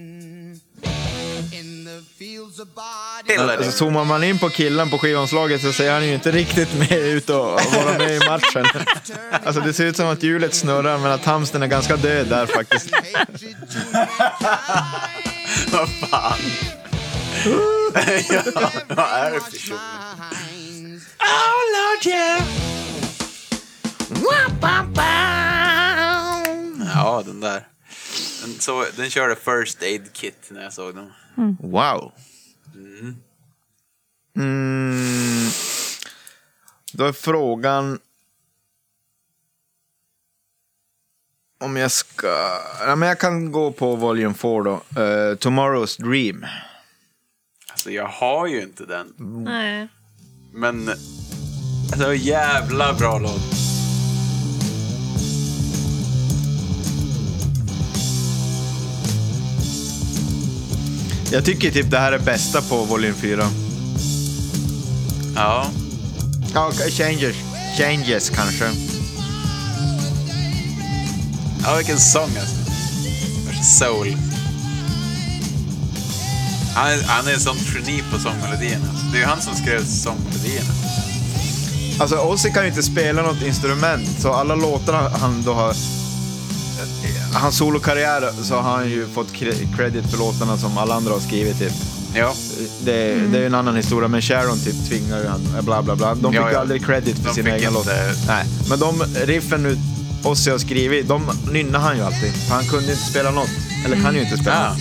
In the fields of body. Gillar Alltså, det. zoomar man in på killen på skivomslaget så ser han ju inte riktigt med ut och och vara med i matchen. Alltså det ser ut som att hjulet snurrar men att hamsten är ganska död där faktiskt. Hatred to mankind. Vad fan? Ja, vad är det för tjock? Minds. Oh Lord yeah! Ja, den där. Den, så, den körde First Aid Kit när jag såg den. Wow. Mm. Då är frågan om jag ska... Ja, men jag kan gå på Volume fyra då. Uh, Tomorrow's Dream. Alltså, jag har ju inte den. Nej. Men alltså, det var jävla bra låt. Jag tycker typ det här är bästa på Volume fyra. Ja. Ja, Changes. Changes kanske. Ja, vilken sång alltså. Soul. Han är, han är en sån geni på sångmelodierna. Det är ju han som skrev sångmelodierna. Alltså Ozzy kan ju inte spela något instrument, så alla låtar han då har... Hans solokarriär så har han ju fått cre- credit för låtarna som alla andra har skrivit typ. Ja. Det, det är ju en annan historia, men Sharon typ tvingar ju han, bla bla bla. De fick Ja, ju ja. aldrig credit för De sina fick egna inte- låtar. Nej, men de riffen nu Ozzy har skrivit, de nynnar han ju alltid. För han kunde inte spela något, eller kan ju inte spela Ja. något.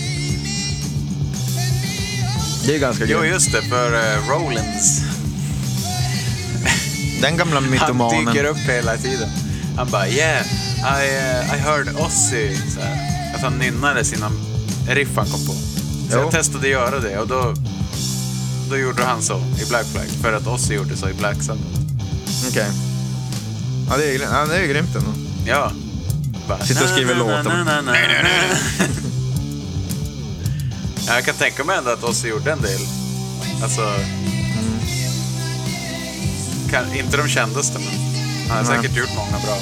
Det är ganska Jo, grymt. just det, för uh, Rollins. Den gamla Han mytomanen. dyker upp hela tiden. Han bara, yeah, I, uh, I heard Ozzy. Så här, att han nynnade sina riff han kom på. Så Jo. jag testade att göra det och då, då gjorde han så i Black Flag. För att Ozzy gjorde så i Black Sabbath. Okej. Ja, det är, ja, det är grymt ändå. Ja. Bara, Sitter och skriver na, na, låtar. na, na, na, na. Ja, jag kan tänka mig ändå att Ozzy gjorde en del. Alltså... Kan, inte de kändaste, men han har Nej. säkert gjort många bra.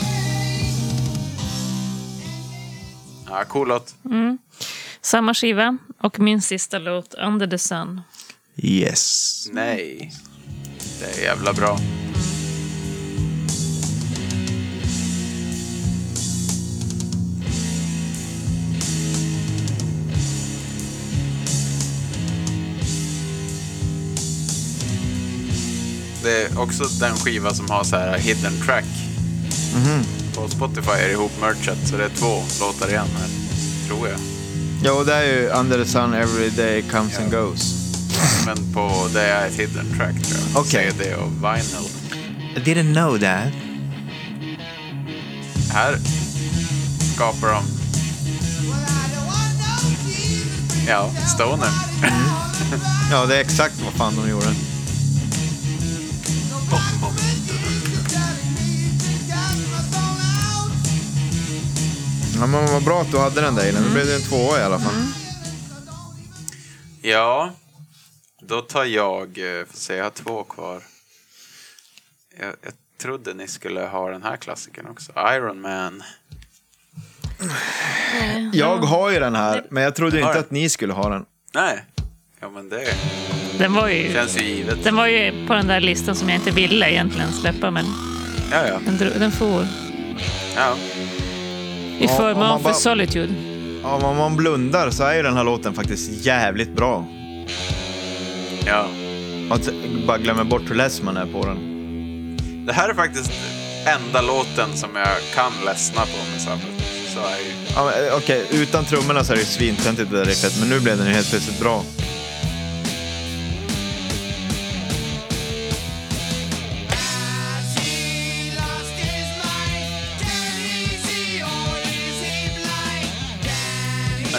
Ja, cool låt. Samma skiva och min sista låt, Under the Sun. Yes. Nej. Det är jävla bra. Det är också den skiva som har så här hidden track. På Spotify är det ihop merchat, så det är två låtar igen här, tror jag. Ja, och det är ju Under the Sun Every Day Comes and Goes. Men på det är ett hidden track, tror jag. Okej. C D och vinyl. I didn't know that. Här skapar de... Ja, Stoner. Ja, det är exakt vad fan de gjorde. Ja, men vad bra att du hade den där innan. Då blev det en tvåa i alla fall. Ja, då tar jag... eh, Får se, jag har två kvar. Jag, jag trodde ni skulle ha den här klassikern också. Iron Man. Jag har ju den här, men jag trodde Har inte den? att ni skulle ha den. Nej. Ja, men det Den var ju, känns ju givet. den var ju på den där listan som jag inte ville egentligen släppa, men Ja, ja. den, dro- den får ja. i Ja, om förmån man för bara- Solitude. Ja, om man blundar så är ju den här låten faktiskt jävligt bra. ja. Att bara glömmer bort hur less man är på den. Det här är faktiskt enda låten som jag kan ledsna på med Sabbath. Så är ju... Ja, men, eh, okej, utan trummorna så är det ju svintöntigt det där riffet, men nu blev den ju helt plötsligt bra.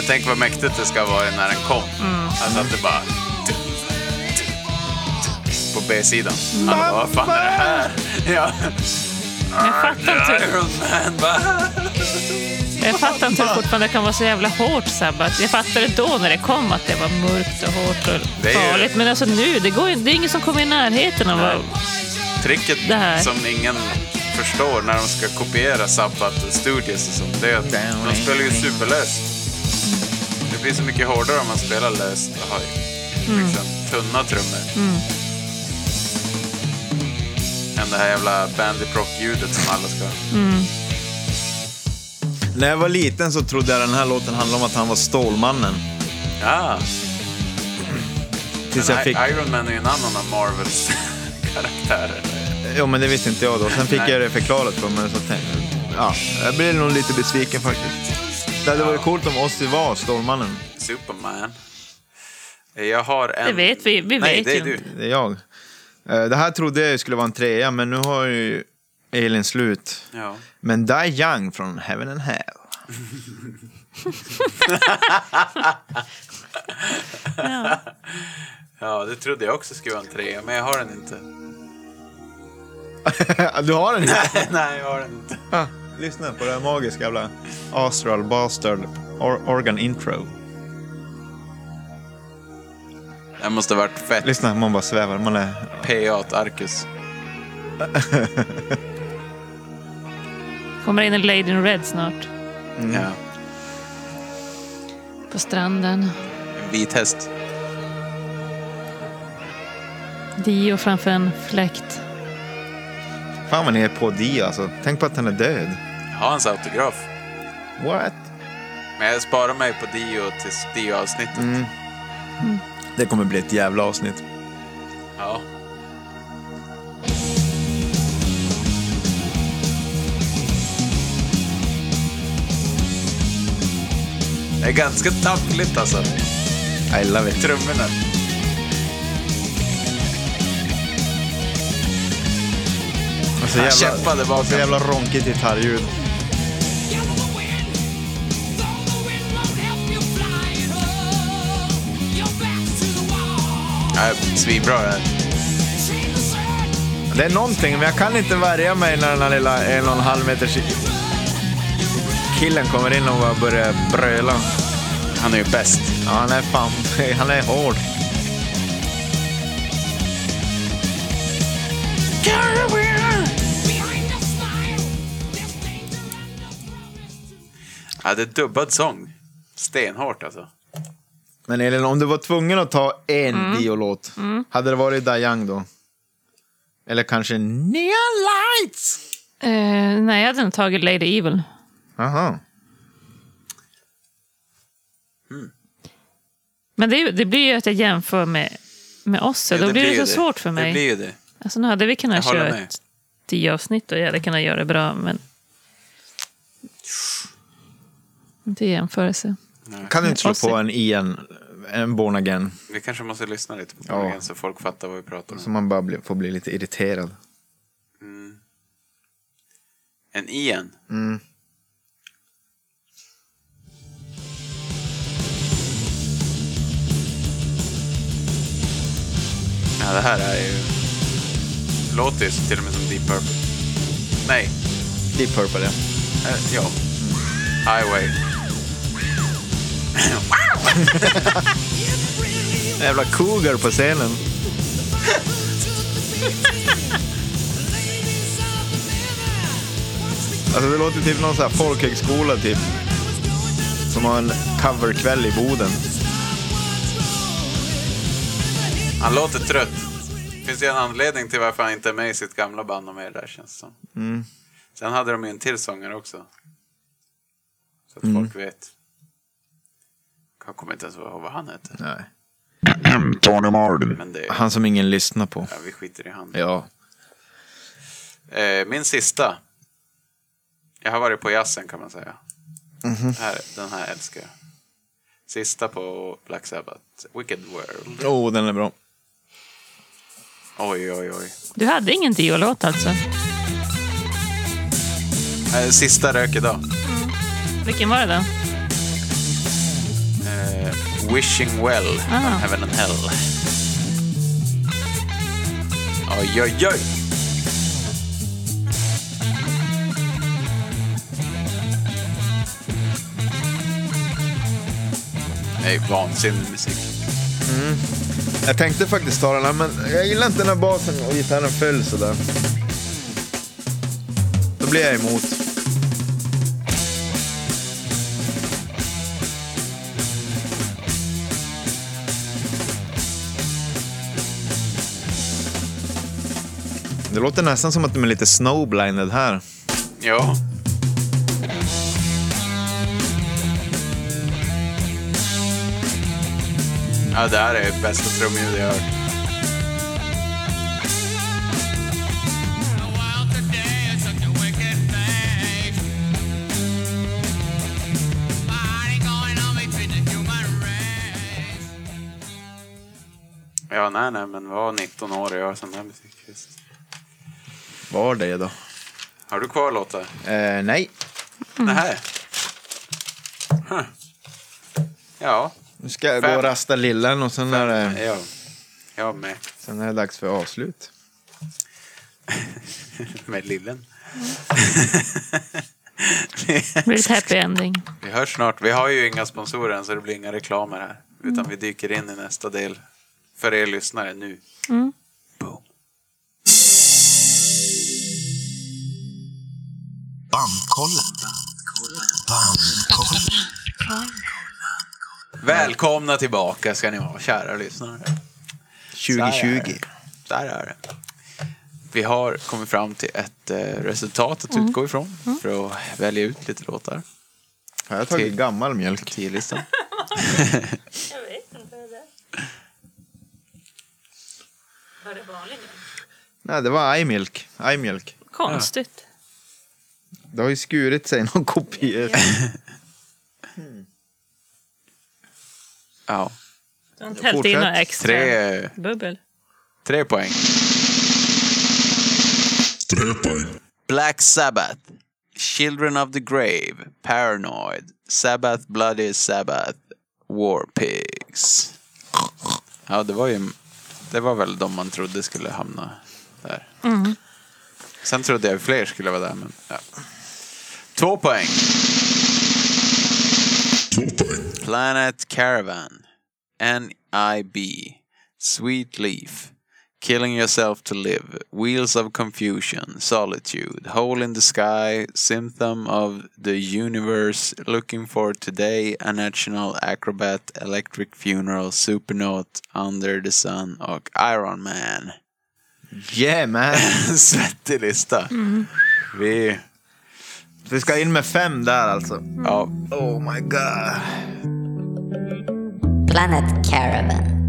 tänk vad mäktigt det ska vara när den kom. Mm. Alltså att det bara... På B-sidan. Mm. Alltså, vad fan är det här? Ja. Jag fattar inte. Iron Man, bara... Jag fattar inte hur fortfarande det kan vara så jävla hårt, Sabbath. Jag fattade då när det kom att det var mörkt och hårt och Det är farligt. ju- Men alltså nu, det, går, det är ingen som kommer i närheten av vad... Tricket Det här. som ingen förstår när de ska kopiera Sabbath och Studios och sånt, det är att de spelar ju superlöst. Det blir så mycket hårdare om man spelar löst och har liksom tunna trummor. Mm. Än det här jävla Bandit Rock-ljudet som alla ska... Mm. När jag var liten så trodde jag den här låten handlade om att han var Stålmannen. Ja, Tills men jag fick... I- Iron Man är ju en annan av Marvels karaktärer. Jo, men det visste inte jag då. Sen fick Nej. jag det förklarat för mig. Så tänkte... Ja, jag blev nog lite besviken faktiskt. Det hade varit coolt om Ozzy var Stålmannen. Superman. Jag har en... Det vet vi, vi Nej, vet det är ju du. inte. Det är jag. Eh, Det här trodde jag skulle vara en trea, men nu har ju Alien slut. Ja. Men Die Young från Heaven and Hell. Ja. Ja, det trodde jag också skulle vara en trea, men jag har den inte. Du har den inte? Nej, jag har den inte. Ah, lyssna på det här magiska jävla Astral Bastard or- Organ Intro. Det måste ha varit fett. Lyssna, man bara svävar. Man är... P A till Arcus. Kommer in en Lady in Red snart. Ja. På stranden. En vit häst. Dio framför en fläkt. Fan vad ni är på Dio alltså. Tänk på att han är död. Jag har hans autograf. What? Men jag sparar mig på Dio till Dio-avsnittet. Mm. Det kommer bli ett jävla avsnitt. Ja. Det är ganska tappligt alltså. I love it. Trummorna. Och så Han jävla, kämpade bakom. och så jävla ronkigt gitarrljud. Ja, svinbra det här. Det är någonting, men jag kan inte värja mig när den här lilla en och en halv meters killen kommer in och bara börjar bröla. Han är ju bäst. Ja, han är fan, han är hård. Ja, det är dubbad sång. Stenhårt alltså. Men Elin, om du var tvungen att ta en mm. Dio-låt, mm. hade det varit Die Young då? Eller kanske Neon Lights? Eh, nej, jag hade nog tagit Lady Evil. Aha. Mm. Men det, det blir ju att jag jämför med, med oss. Så Ja, då det blir det blir så ju det. svårt för mig. Det blir ju det. Alltså, nu hade vi kunnat Jag håller köra med. ett tio avsnitt och jag hade kunnat göra det bra, men inte i jämförelse. Kan du inte slå Ozzy. på en igen, en Born Again, Vi kanske måste lyssna lite på Ja. ja. så folk fattar vad vi pratar om. så man bara blir, får bli lite irriterad. En igen. Mm. Ja, det här är ju... Låter ju till och med som Deep Purple. Nej. Deep Purple, ja. Äh, ja. Highway. Jävla cougar på scenen. Alltså det låter typ någon sån här folkhögskola typ. Som har en coverkväll i Boden. Han låter trött. Finns det en anledning till varför han inte är med i sitt gamla band och med där, känns det som. Mm. Sen hade de ju en till sångare också. Så att Mm. folk vet. Jag kommer inte ens ihåg vad han heter. Nej. Tony Martin. Men det, Han som ingen lyssnar på. ja, vi skiter i han. Ja. Eh, min sista. Jag har varit på jazzen kan man säga. Mhm. Här, den här älskar jag. Sista på Black Sabbath. Wicked World. Åh, oh, den är bra. Oj, oj, oj. Du hade ingen Dio-låt alltså? Eh, sista rök idag. Vilken var det då? Wishing Well Ah. från Heaven and Hell. Oj, oj, oj! Det är vansinnig musik. Jag tänkte faktiskt ta den här, men jag gillar inte den här basen och gitarren föll sådär. Då blir jag emot. Det låter nästan som att de är lite snowblinded här. Ja. Ja, det här är bästa trumljud jag har hört. Ja, nej, nej, men var nitton år och jag har sån här musik. Just. Var det då? Har du kvar låtar? Eh, nej. Mm. Nej. Huh. Ja. Nu ska jag Fem. gå och rasta lillen och sen är det, Ja. Jag med. sen är det dags för avslut. Med lillen. Det blir ett happy ending. Vi hörs snart. Vi har ju inga sponsorer än så det blir inga reklamer här. Utan vi dyker in i nästa del. För er lyssnare nu. Mm. Boom. Bandkollen. Bandkollen. Välkomna tillbaka ska ni vara, kära lyssnare. tjugo tjugo. Där är det. Vi har kommit fram till ett eh, resultat att utgå ifrån. För att välja ut lite låtar. Jag har tagit Till- gammal mjölk. Tio-listan. Jag vet inte det där. Var det vanlig mjölk? Nej, det var i-mjölk. I-mjölk. Konstigt. Det har ju skurit sig någon kopior. Ja. Du har inte hällt in några extra Tre, bubbel. tre poäng. Tre poäng. Black Sabbath, Children of the Grave, Paranoid, Sabbath Bloody Sabbath, War Pigs. Ja, det var ju det var väl de man trodde skulle hamna där. Mm. Sen trodde jag fler skulle vara där, men ja. Två poäng. Två poäng. Planet Caravan, N I B, Sweet Leaf, Killing Yourself to Live, Wheels of Confusion, Solitude, Hole in the Sky, Symptom of the Universe, Looking for Today, A National Acrobat, Electric Funeral, Supernaut, Under the Sun och Iron Man. Yeah man. Svettig lista. Vi, Vi ska in med fem där alltså. ja, Oh my god. Planet Caravan.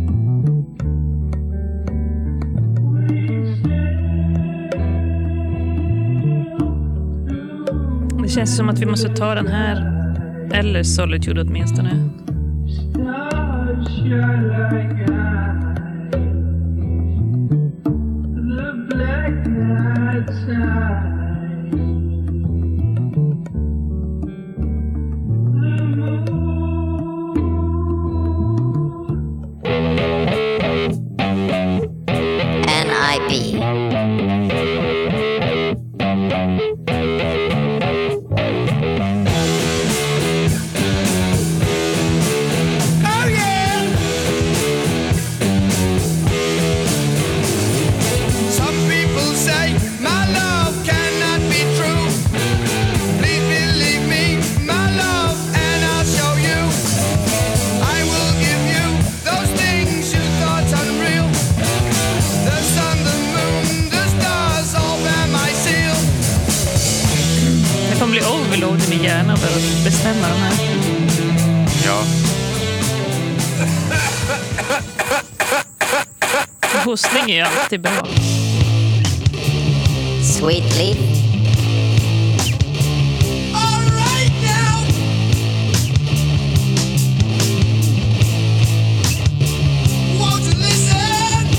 Det känns som att vi måste ta den här. Eller Solitude åtminstone. N I B. Oh yeah! Some people say my love cannot be true. Please believe me, my love, and I'll show you. I will give you those things you thought unreal. The sun, the moon, the stars, all bear my seal. Jag kommer bli overload i min hjärna för att bestämma de här. ja. Hostning är ju alltid bra. Sweet Leaf. All right now. Won't you listen?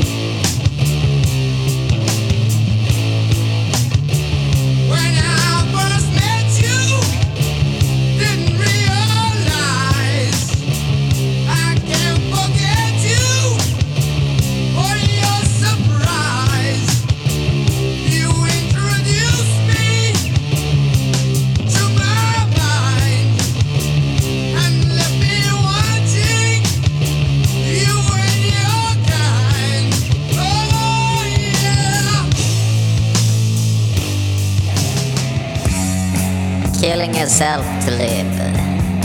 When I first met you, didn't realize killing yourself to live.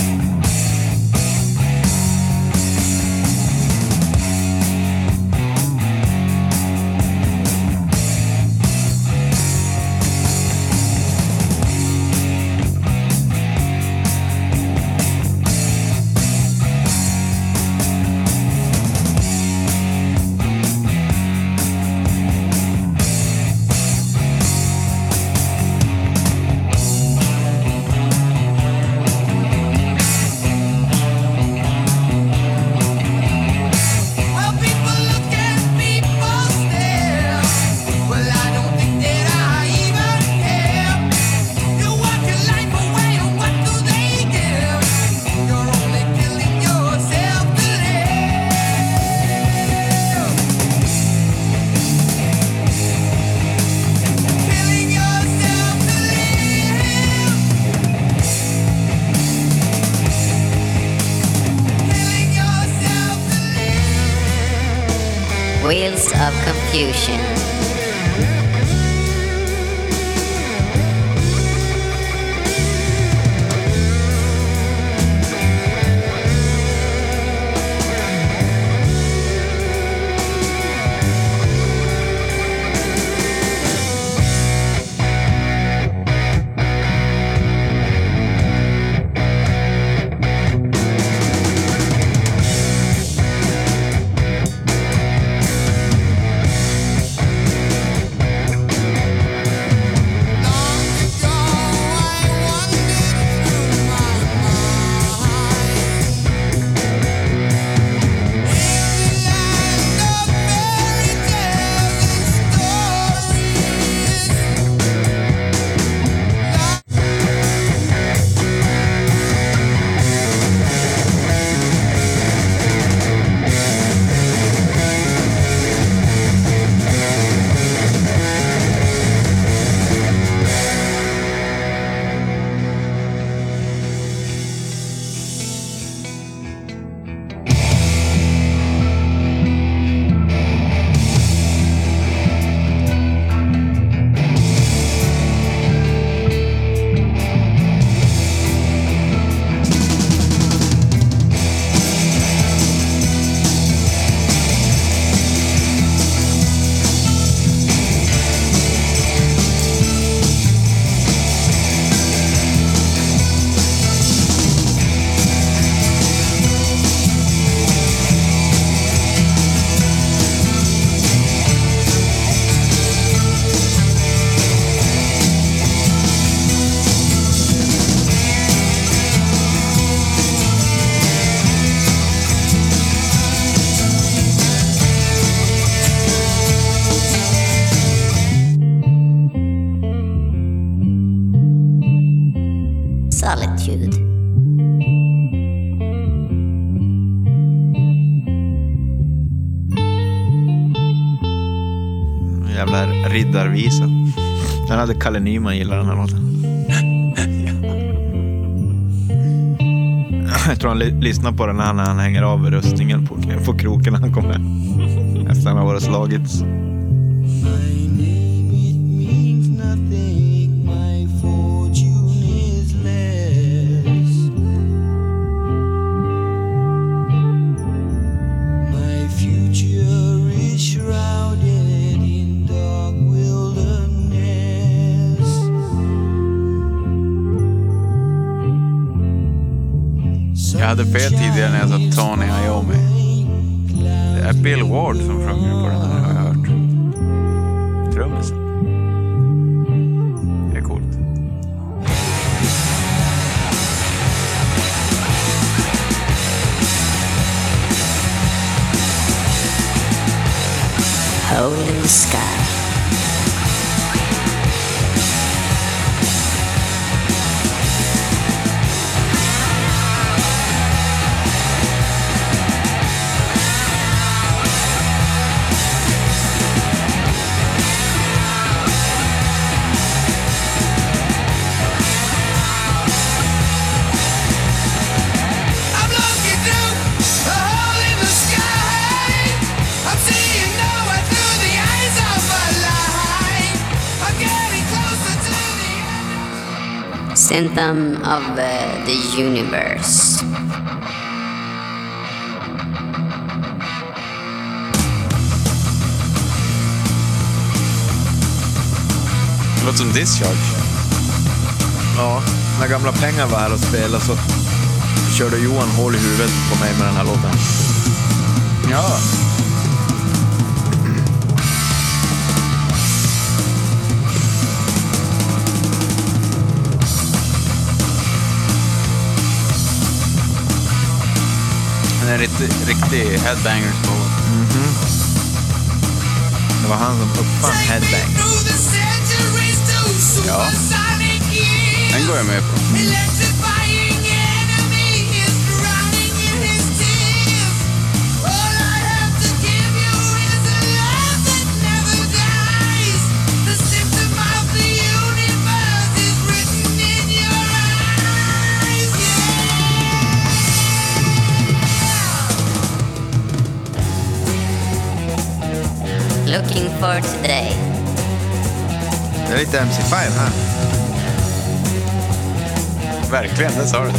Well, people look at people stare. Well, I don't think that I even care. You walk your life away, and what do they give? You're only killing yourself to live. Killing yourself to live. Killing yourself to live. Wheels of Confusion. Solitude. Jävla riddarvisa. Den hade Kalle Nyman gillat den här låten. Jag tror han li- lyssnar på den när han hänger av rustningen på, på kroken när han kommer. Efter han har varit slagits. Jag hade fel tidigare när jag sa Tony Iommi. Det är Bill Ward som sjunger på den här, har jag hört. Trummisen. Det är coolt. Hole in the Sky. I'm looking through a hole in the sky. I'm seeing nowhere through the eyes of my Symptom of uh, the universe. Det låter som Discharge. Ja, när gamla pengar var här och spelade så körde Johan hål i huvudet på mig med den här låten. Ja. Det är en riktig, riktig headbangers på. Det var han som uppfann headbang. Ja. Den går jag med på. Looking for today. Det är lite M C fem här. Verkligen, det sa du.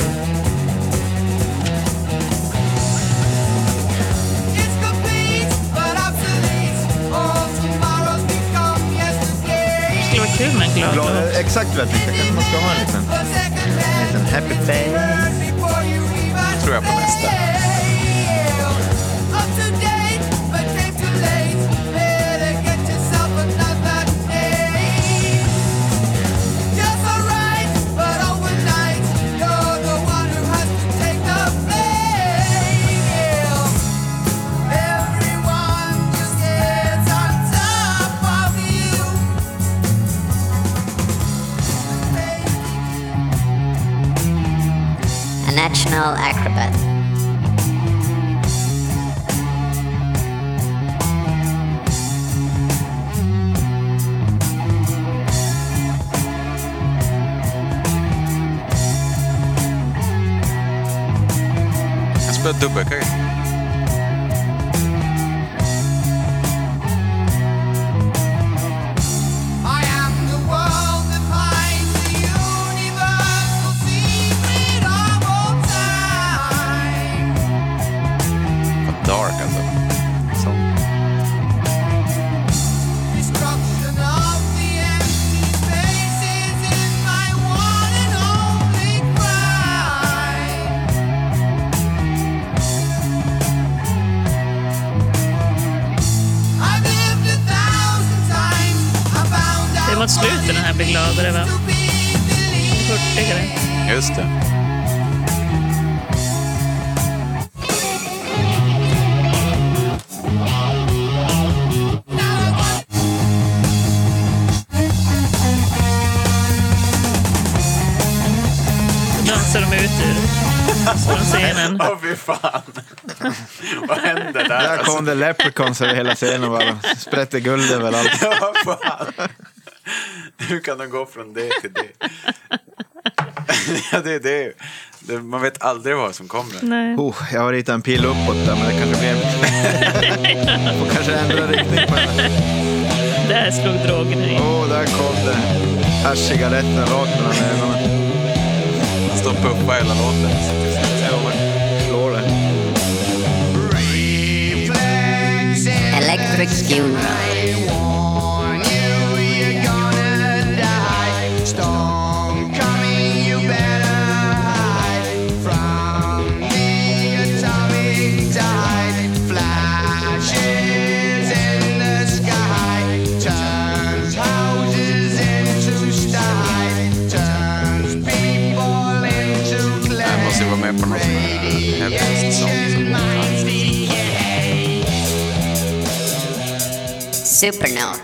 Det skulle vara kul med en glad Glad, låt. exakt vad jag tycker. Kanske man ska ha en liten, en liten happy face. Tror jag på nästa. A national acrobat. Jag spelar dubbelkaj. Dark alltså. Så. Det är mot slutet den här blir gladare, va? Hurtigare. Just det. Dansar de ut ur från scenen. Åh, fy fan. Vad hände där? Där kom det leprechauns över hela scenen bara. Sprätte guld överallt. Ja, vad fan. Hur kan de gå från det till det? Ja, det är det. det. Man vet aldrig vad som kommer. Nej. Oh, jag har ritat en pil uppåt där, men det kanske blir... får kanske ändra riktning på den. Där slog drogen i. Åh, oh, där kom det. Här cigaretten rakt mellan ögonen. Stå och puppa hela låten. Slår det. Electric funeral. Jag måste ju vara med på något sån här häftigt sång. Supernote.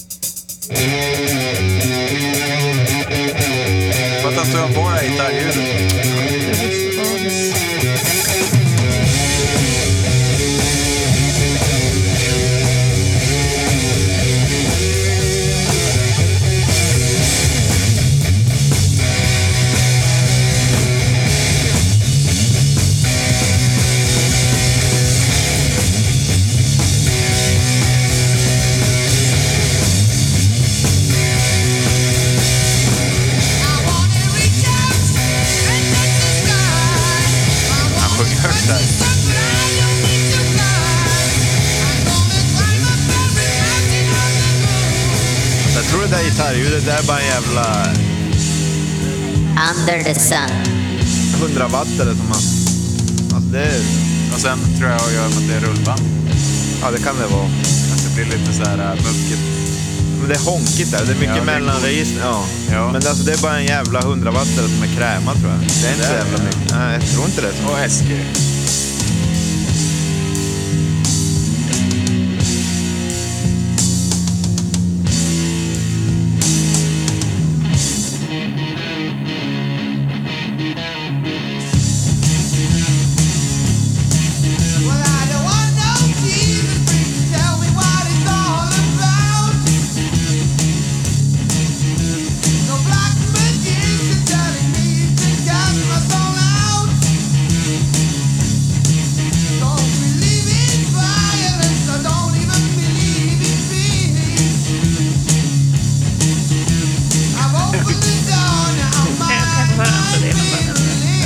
Fattar att du har på dig gitarrljudet. I wanna tror det där gitarrljudet det är bara en jävla Under the sun. hundra wattare som man... Alltså det är... Och sen tror jag att göra med att det är rullband. Ja, det kan det vara. Att det blir lite så här äh, muckigt. Men det är honkigt där. Det är mycket Ja, det är mellanregister. Ja. Ja. Men alltså, det är bara en jävla hundra wattare som är kräma, tror jag. Det är inte Det så är jävla det. mycket. Nej, jag tror inte det. Och S G. Well, I don't want no Jesus to tell me what it's all about. No black magician telling me to cast my soul out. Don't believe in violence, I don't even believe in peace. I've opened the door now, my Jag kan höra andra delen bara.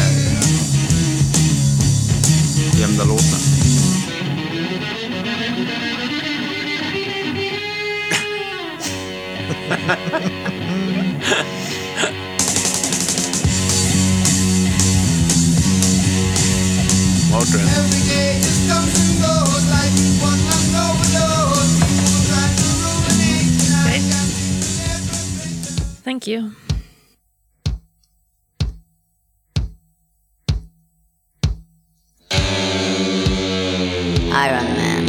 Jämda låten. Motorn. Every day just comes and goes like one long overdose. People try to ruminate and I Okay. can't see their frustration. Thank you. Iron Man.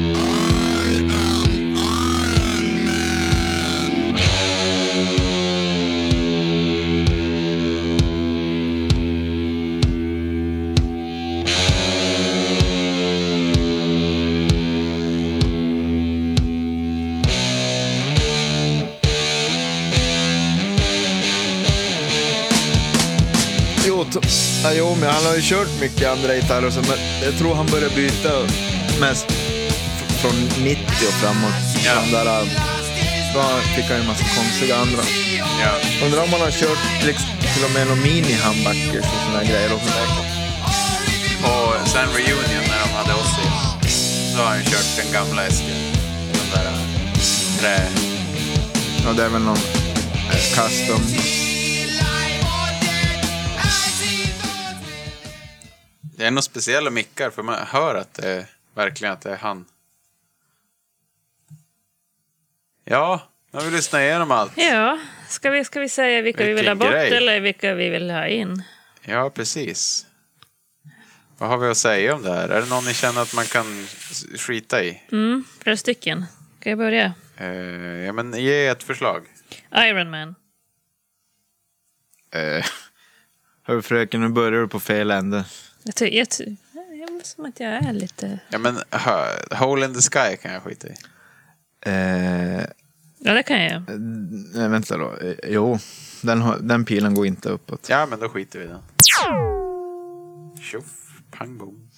Jo, t- ja, jo, men han har ju kört mycket andra gitarrer och så, men jag tror han börjar byta mest f- från nittio och framåt. Ja. De där, då fick han en massa konstiga andra. Ja. Undrar om han har kört till, ex- till och med någon mini-handbackers och såna här grejer också. Och sen reunion när de hade oss i. Då har han ju kört den gamla S G. Den där äh, trä... Ja, det är väl någon eh, custom. Det är nog speciella mickar för man hör att det är verkligen att det är han. Ja, nu har vi lyssnat igenom allt. Ja, ska vi, ska vi säga vilka vi vill ha Vilken bort grej. eller vilka vi vill ha in? Ja, precis. Vad har vi att säga om det här? Är det någon ni känner att man kan s- skita i? Mm, flera stycken. Ska jag börja? Eh, ja, men ge ett förslag. Iron Man. Eh, hör fröken, nu börjar du på fel ände. Jag tycker jag, ty- jag, jag, som att jag är lite... Ja, men hö, Hole in the Sky kan jag skita i. Eh, Ja, det kan jag. nej, vänta då. Eh, jo, den, har- den pilen går inte uppåt. Ja, men då skiter vi i den. Tjoff, pang, bom.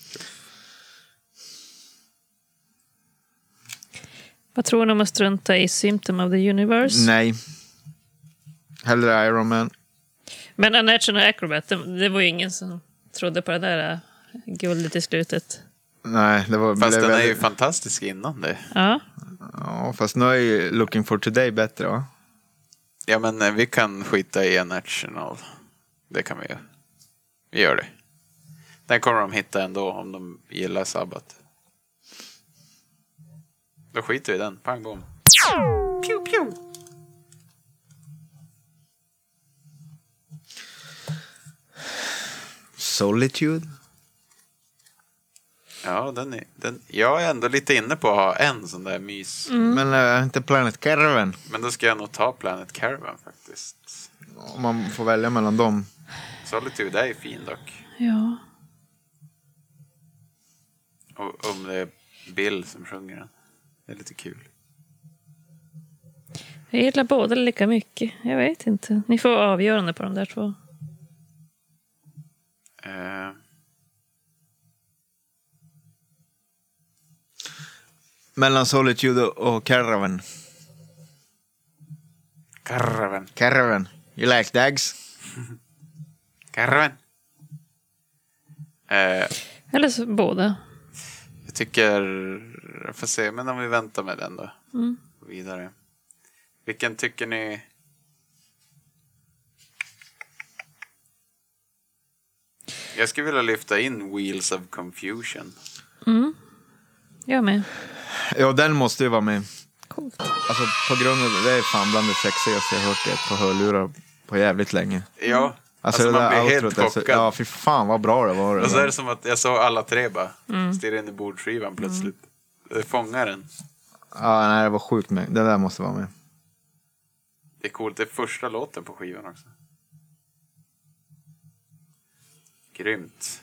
Vad tror ni om att strunta i Symptom of the Universe? Nej. Hellre Iron Man. Men A National Acrobat, det, det var ju ingen som trodde på det där äh, guldet i slutet. Nej, det var... Fast blev den är ju väldigt- fantastisk innan det. Ja, Ja, fast nu är ju Looking for Today bättre, va? Ja, men eh, vi kan skita i en national. Det kan vi göra. Vi gör det. Den kommer de hitta ändå om de gillar Sabbath. Då skiter vi i den. Pang, bom. Pew, pew. Solitude. Ja, den är, den, jag är ändå lite inne på att ha en sån där mys. Men äh, inte Planet Caravan. Men då ska jag nog ta Planet Caravan faktiskt. Om man får välja mellan dem. Solitude är ju fin dock. ja. Och om det är Bill som sjunger den. Det är lite kul. Jag gillar båda lika mycket. Jag vet inte. Ni får avgörande på de där två. Eh, Mellan Solitude och Caravan. Caravan. Caravan. You like dags? Caravan. Eh, Eller så båda. jag tycker... Jag får se, men om vi väntar med den då. Mm. Vidare. Vilken tycker ni... Jag skulle vilja lyfta in Wheels of Confusion. Mm. Jag med. Ja, den måste ju vara med. Coolt. Alltså på grund av det är fan bland det sexigaste jag har hört det på hörlurar på jävligt länge. Ja, Alltså, alltså det man där blir helt outrot, alltså, chockad. ja, fy fan vad bra det var. Det Och så där. är det som att jag såg alla tre bara stirra in i bordskivan plötsligt. Det fångar den. Ja, nej, det var sjukt med. Det där måste vara med. Det är coolt, det är första låten på skivan också. Grymt.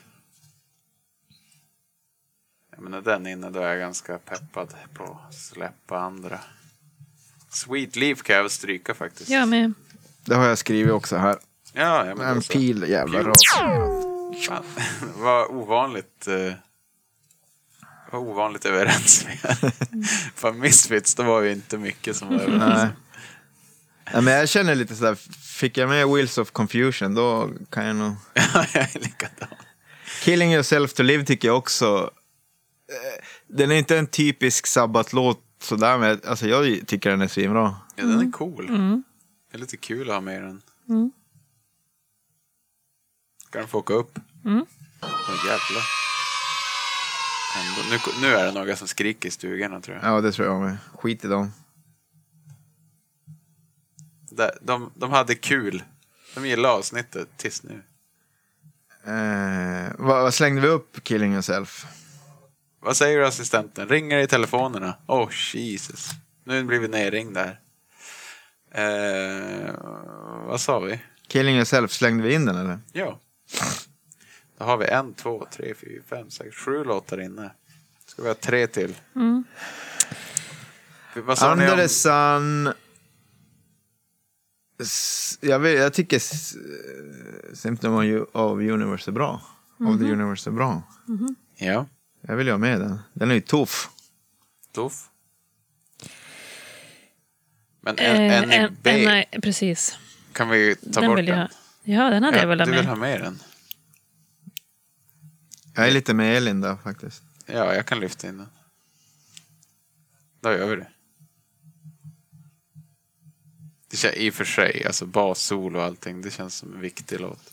Jag menar den inne, då är jag ganska peppad på att släppa andra. Sweet Leaf kan jag väl stryka faktiskt. Jag med. Det har jag skrivit också här. Ja, ja men En då så. pil jävla Pil. rak. Fan, vad ovanligt eh, vad ovanligt överens med. Fan, Misfits, då var vi inte mycket som var överens. Nej. Ja, men jag känner lite sådär, fick jag med Wheels of Confusion, då kan jag nog... Ja, jag är likadan. Killing Yourself to Live tycker jag också... eh, Den är inte en typisk sabbatlåt sådär, men alltså jag tycker den är svinbra. Ja, den är cool. Mm. Det är lite kul att ha med den. Mm. Ska den få åka upp? Mm. Åh jävlar. Ändå, nu, nu är det några som skriker i stugorna, tror jag. Ja, det tror jag med. Skit i dem. De, de, de hade kul. De gillade avsnittet tills nu. Eh, vad, vad slängde vi upp Killing Yourself? Vad säger du, assistenten? Ringer i telefonerna. Oh, Jesus. Nu blir vi nerringda här. Eh, vad sa vi? Killing Yourself, slängde vi in den eller? Ja. Då har vi en, två, tre, fyra, fem, sex, sju låtar inne. Ska vi ha tre till? Mm. Vad sa ni Under om... the Sun... S- Jag, vet, jag tycker s- Symptom of Universe är bra. Of the Universe är bra. Ja, Jag vill ju ha med den. Den är ju tuff. tuff. Men Eh, en, en, en, B en, nej, precis. kan vi ta Den bort vill den? jag. Ja, den hade jag Ja, velat du vill med. ha med den? Jag är lite med Elin där faktiskt. Ja, jag kan lyfta in den. Då gör vi det. Det känns i och för sig, alltså bassol och allting, det känns som en viktig låt.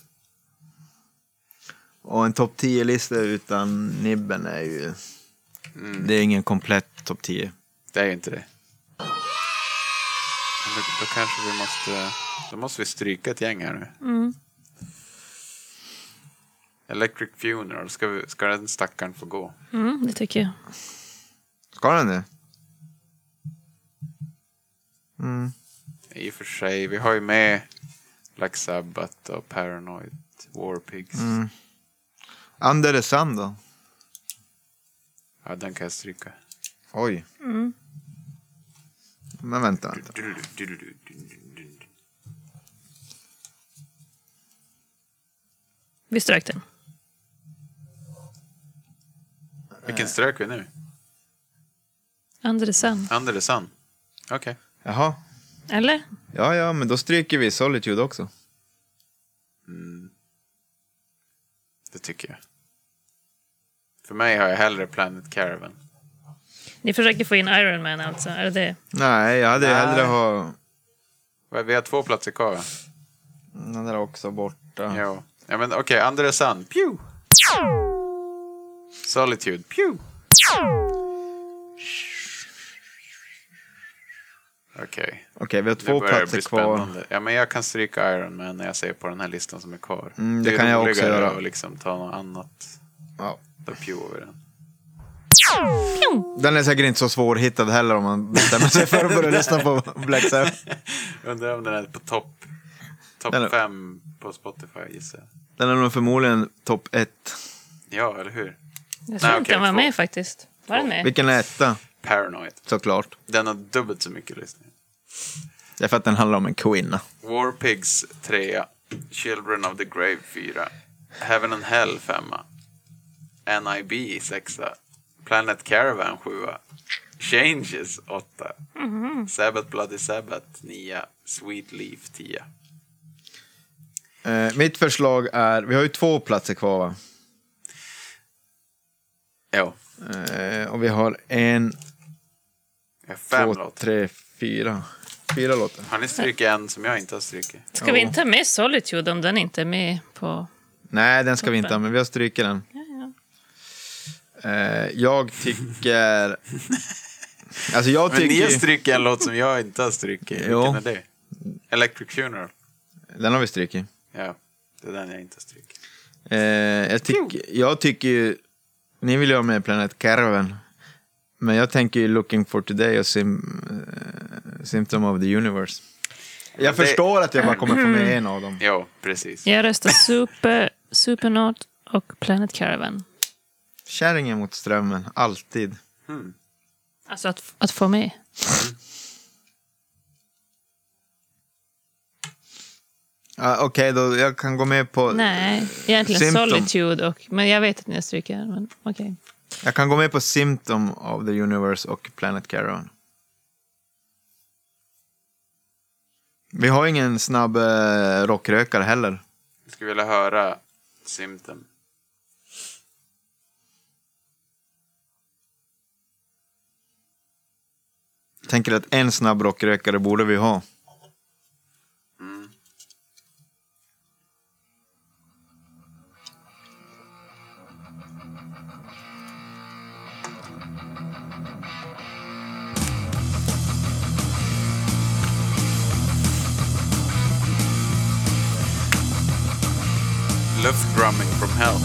Och en topp tio-lista utan Nibben är ju... Mm. Det är ingen komplett topp tio. Det är ju inte det. Men då, då kanske vi måste... Då måste vi stryka ett gäng här nu. Mm. Electric Funeral, ska, vi, ska den stackaren få gå? Mm, det tycker jag. Ska den det? Mm. I och för sig, vi har ju med Black Sabbath och Paranoid, War Pigs. Mm. Under the Sun då? Ja, den kan jag stryka. Oj. Mm. Men vänta, vänta. Vi strök den. Vilken strök vi nu? Under the Sun. Under the Sun. Okej. Okay. Jaha. Eller? Ja, ja, men då stryker vi Solitude också. Mm. Det tycker jag. För mig har jag hellre Planet Caravan. Ni försöker få in Iron Man alltså, är det det? Nej, jag hade Nej. hellre ha... Vi har två platser kvar, va? Den där också borta. Ja. Ja, men okej, okay, Under the Sun. Pew! Solitude. Pew! Okej. Okay. Okej, vi har Nu två börjar det platser bli kvar. spännande. Ja, men jag kan stryka Iron Man när jag ser på den här listan som är kvar. Mm, det är kan jag också roligare göra. att liksom ta något annat. Ja. Då pewer vi den. Den är säkert inte så svårhittad heller om man bestämmer sig för att börja lyssna på Black Sabbath. Undrar om den är på topp topp Den är- fem på Spotify, gissar jag. Den är nog förmodligen topp ett. Ja, eller hur? Jag tror Nej, inte okej, den var två. med faktiskt. Var den med? Vilken är etta? Paranoid. Såklart. Den har dubbelt så mycket lyssning. Det är för att den handlar om en kvinna. War Pigs trea. Children of the Grave fyra. Heaven and Hell femma. N I B sexa. Planet Caravan sjua. Changes åtta. Sabbath Bloody Sabbath nia. Sweet Leaf tio. Eh, mitt förslag är... Vi har ju två platser kvar, va? Jo, Eh, och vi har en, jag har fem två, låtar. tre, fyra. fyra låtar. Har ni strykit en som jag inte har strykit? Ska vi inte ha med Solitude om den inte är med på... Nej, den ska vi inte ha, men vi har strykit den. Ja, ja. Eh, jag tycker... Alltså jag Men ni har tycker... strykit en låt som jag inte har strykit. Jo. Vilken är det? Electric Funeral. Den har vi strykit. Ja, det är den jag inte har strykit. Eh, jag, tyck, jag tycker ju... Ni vill ju ha med Planet Caravan. Men jag tänker ju Looking for Today och sim, uh, Symptom of the Universe. Jag det... förstår att jag bara kommer få med en av dem. Jo, precis. Jag röstar Super, Supernaut och Planet Caravan. Kärringen mot strömmen, alltid. Hmm. Alltså att, att få med. Uh, Okej, okay, då jag kan gå med på... Nej, egentligen Symptom. Solitude och... Men jag vet att ni har strykit den, men okej. Okay. Jag kan gå med på Symptom of the Universe och Planet Caravan. Vi har ingen snabb eh, rockrökare heller. Jag skulle vilja höra Symptom. Tänker att en snabb rockrökare borde vi ha. Mm. Luft drumming from hell.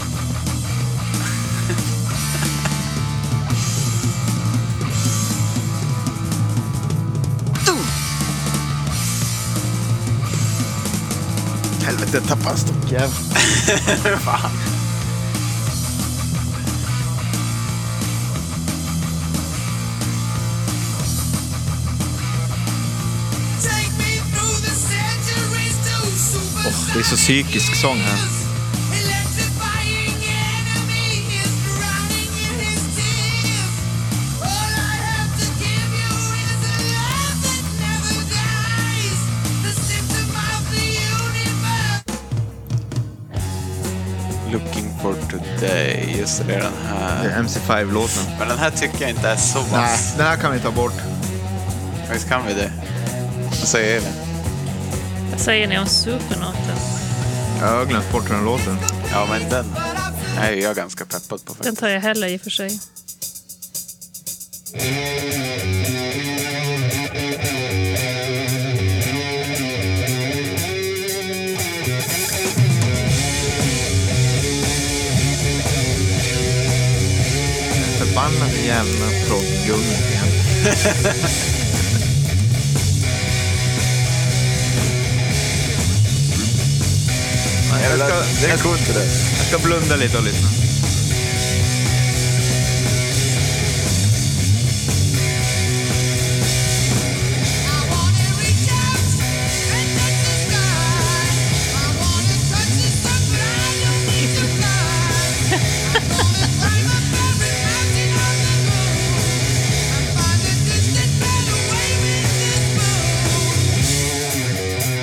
Helvete, jag tappade en stockjävel. Fan. Take me through the centuries to super Åh, det är så psykisk sång här. electrifying enemy is drowning in his tears. All I have to give you is a love that never dies. The symptom of the universe. Looking for Today. Just det, den Det här. är M C fem-låten. Men den här tycker jag inte är så Nej, vass. den här kan vi ta bort. Visst kan vi det? Vad säger ni? Vad säger ni om Supernauten? Jag har glömt bort den låten. Ja, men den är jag ganska peppad på Den faktiskt. tar jag heller i och för sig. Förbannade jävla progggunget igen. Jag ska, Det är jag, coolt det där. jag ska blunda lite och lyssna. I wanna reach out and touch the sky. I wanna touch the sun, but I don't need to fly. I'm gonna climb up every mountain on the moon and find a distant better way with this moon.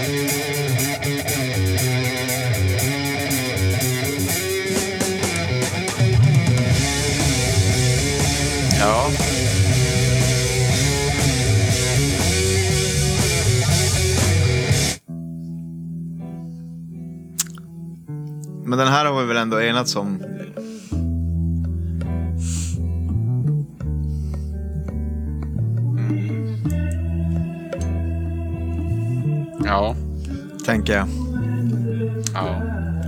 Ja. Men den här har vi väl ändå enats om. Ja. Tänker jag. Ja.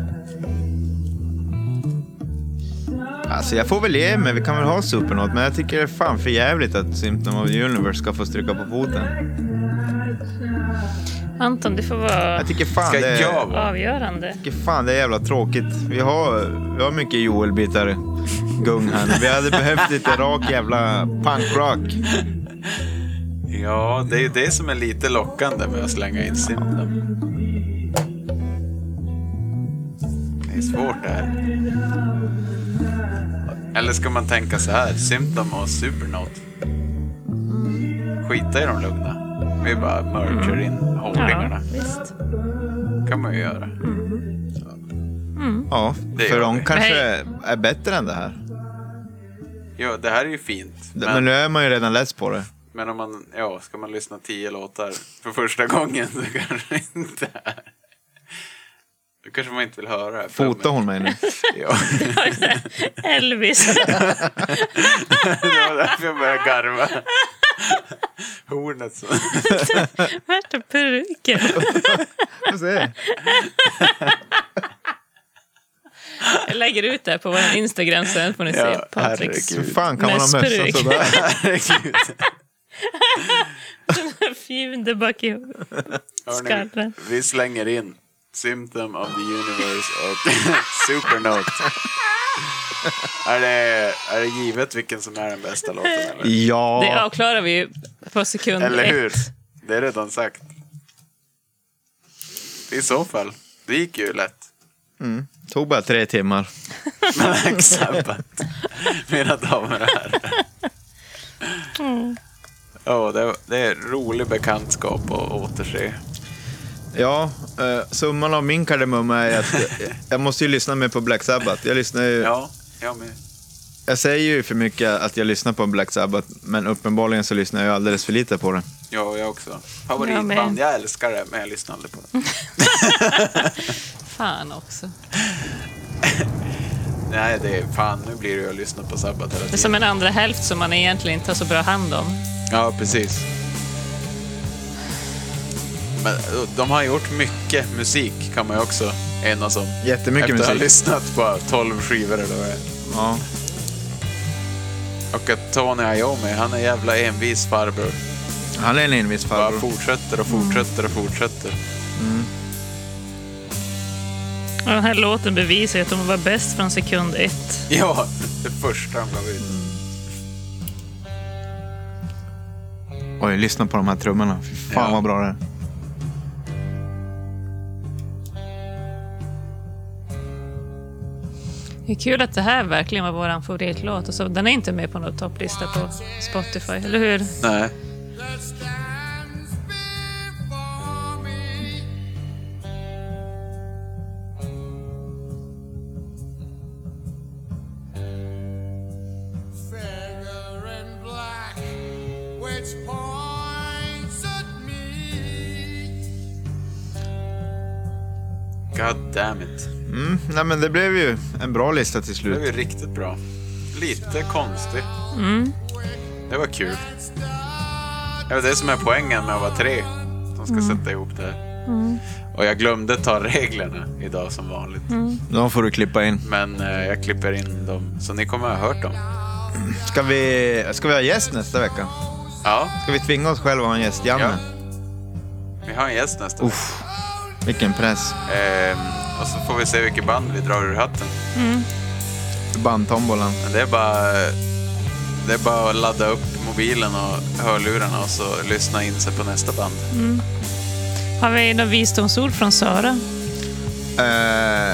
Alltså jag får väl ge mig, vi kan väl ha Supernaut. Men jag tycker det är fan för jävligt att Symptom of the Universe ska få stryka på foten. Anton, du får vara Jag tycker fan Ska det är... jag vara? avgörande. tycker fan det är jävla tråkigt. Vi har, vi har mycket Joel-bitar gung här. Vi hade behövt lite rak jävla punkrock. Ja, det är ju det som är lite lockande med att slänga in Symptom. Det är svårt det här. Eller ska man tänka så här, Symptom och Supernaut. Skita i de lugna. Vi bara merger in hårdingarna. Ja, visst. Kan man ju göra. Ja, Det för gör de vi. kanske är bättre än det här. Jo, det här är ju fint. Men, Men, nu är man ju redan less på det. Men om man, ja, ska man lyssna tio låtar för första gången så kanske inte är. Då kanske man inte vill höra det. Fota hon mig nu? Ja. Elvis. Det var därför jag började garva. Hornet så. Värsta peruken. Får se. Jag lägger ut det på vår Instagram sen får ni se Ja, Patriks Hur fan kan man ha mössa Mest sådär? Herregud. fjunde bak i Hörrni, skallen. vi slänger in Symptom of the Universe och Supernote. Är det, är det givet vilken som är den bästa låten? Eller, Ja. Det avklarar vi ju på sekund eller ett. hur? Det är redan sagt. I så fall. Det gick ju lätt. Tog bara tre timmar. Black Sabbath. Mina damer och herrar. Ja, det, det är rolig bekantskap att återse. Ja, eh, summan av min kardemumma är att jag, jag måste ju lyssna mer på Black Sabbath. Jag lyssnar ju, Ja, jag med. jag säger ju för mycket att jag lyssnar på Black Sabbath, men uppenbarligen så lyssnar jag alldeles för lite på det. Ja, jag också. Jag Favoritband, med. jag älskar det, men jag lyssnar aldrig på det. Fan också. Nej, det är fan, nu blir det ju att lyssna på Sabbath hela Det är tiden. som en andra hälft som man egentligen inte har så bra hand om. Ja, precis. Men de har gjort mycket musik, kan man ju också enas om. Jättemycket Efter att ha musik. lyssnat på tolv skivor eller vad det är. Ja. Och att Tony Iommi, han är jävla envis farbror. Han är en envis Bara farbror. fortsätter och fortsätter och fortsätter. Och den här låten bevisar att de var bäst från sekund ett. Ja, det första de gav ut. Oj, lyssna på de här trummorna. Fy fan Ja. vad bra det är. Det är kul att det här verkligen var vår favoritlåt. Och så, den är inte med på någon topplista på Spotify, eller hur? Nej. Figure in black, which points at me. God damn it. Mm, nej men det blev ju en bra lista till Det slut. var ju riktigt bra. Lite konstigt. Det var kul. Det var det som är poängen med att vara tre. De ska sätta ihop det här. Och jag glömde ta reglerna idag som vanligt. De får du klippa in. Men eh, jag klipper in dem. Så ni kommer att ha hört dem. Ska vi, ska vi ha gäst nästa vecka? Ja, Ska vi tvinga oss själva att ha en gäst? Janne? Ja. vi har en gäst nästa vecka. Uff, vilken press. Ehm, och så får vi se vilket band vi drar ur hatten. Bandtombolan. Men det är bara... Det är bara att ladda upp mobilen och hörlurarna och så lyssna in sig på nästa band. Har vi några visdomsord från Sara? Eh,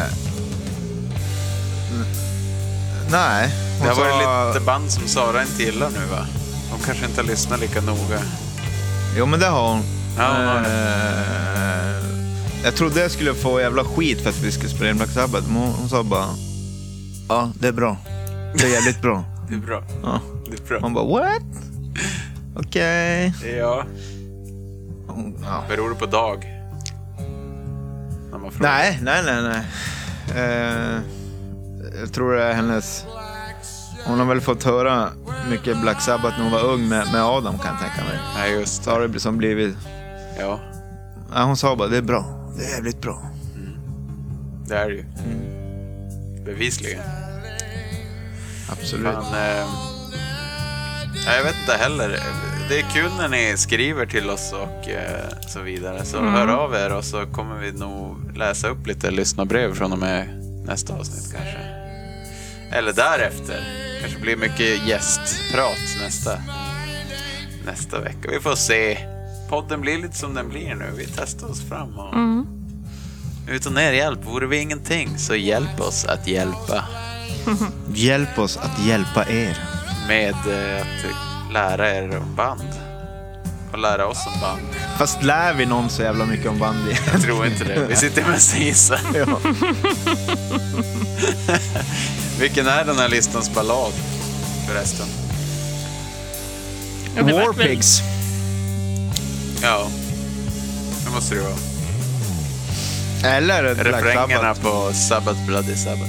n- nej. Det har Hon varit sa- lite band som Sara inte gillar nu, va? Hon kanske inte lyssnar lika noga. Jo, men det har hon. Ja, hon har det. Eh, jag trodde jag skulle få jävla skit för att vi skulle spela in Black Sabbath. Men hon, hon sa bara... Ja, det är bra. Det är jävligt bra. Det är bra. Ja. Det är bra. Man bara, what? Okej. Ja, Ja. beror det på dag? När man frågar. Nej, nej, nej, nej. Eh, jag tror det är hennes... Hon har väl fått höra mycket Black Sabbath när hon var ung med, med Adam, kan jag tänka mig. Nej, just Så har det. det som blivit... Ja, Ja, hon sa bara, det är bra. Det är jävligt bra. det är det ju. Bevisligen. Absolut. Fan, eh, nej, jag vet inte heller. Det är kul när ni skriver till oss och eh, så vidare. Så hör av er och så kommer vi nog läsa upp lite lyssnarbrev från och med nästa avsnitt kanske. Eller därefter. Kanske blir mycket gästprat nästa, nästa vecka. Vi får se. Podden blir lite som den blir nu. Vi testar oss fram. Och utan er hjälp vore vi ingenting. Så hjälp oss att hjälpa. Hjälp oss att hjälpa er. Med eh, att lära er om band. Och lära oss om band. Fast lär vi någon så jävla mycket om band igen? Jag tror inte det. Vi sitter med Sisa. Ja. Vilken är den här listans ballad förresten? Ja, det vart väl- Warpigs. Ja, det måste det vara. Eller Black Refrängerna Sabbath. på Sabbath Bloody Sabbath.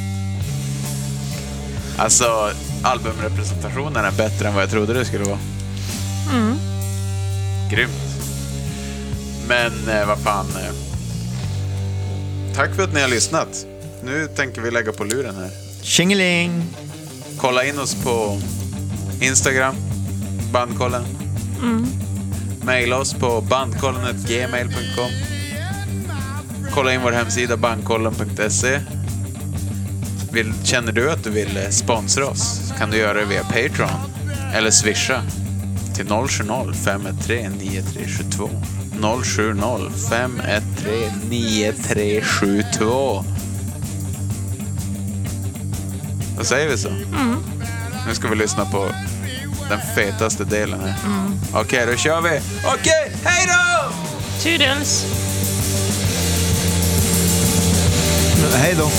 Alltså, albumrepresentationen är bättre än vad jag trodde det skulle vara. Mm. Grymt. Men eh, vad fan. Eh, tack för att ni har lyssnat. Nu tänker vi lägga på luren här. Tjingeling! Kolla in oss på Instagram, Bandkollen. Mm. Maila oss på bandkollen snabel-a gmail punkt com. Kolla in vår hemsida bandkollen punkt se. Vill, känner du att du vill eh, sponsra oss kan du göra det via Patreon eller swisha till noll sju noll fem ett tre nio tre sju två. noll sju noll fem ett tre nio tre sju två. Vad säger vi så? Mm. Nu ska vi lyssna på den fetaste delen här. Mm. Okej, då kör vi. Okej, hej då! Toodles! Hej då!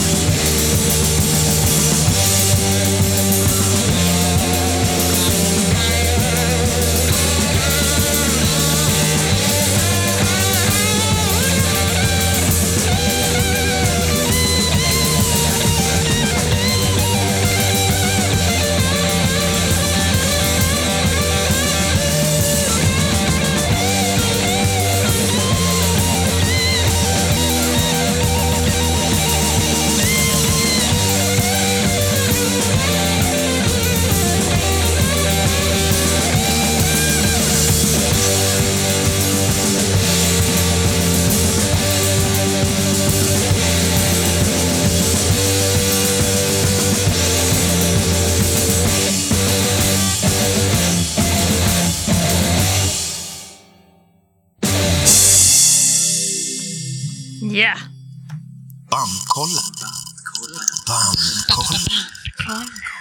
Yeah! Bandkollen. Bandkollen. Kolla.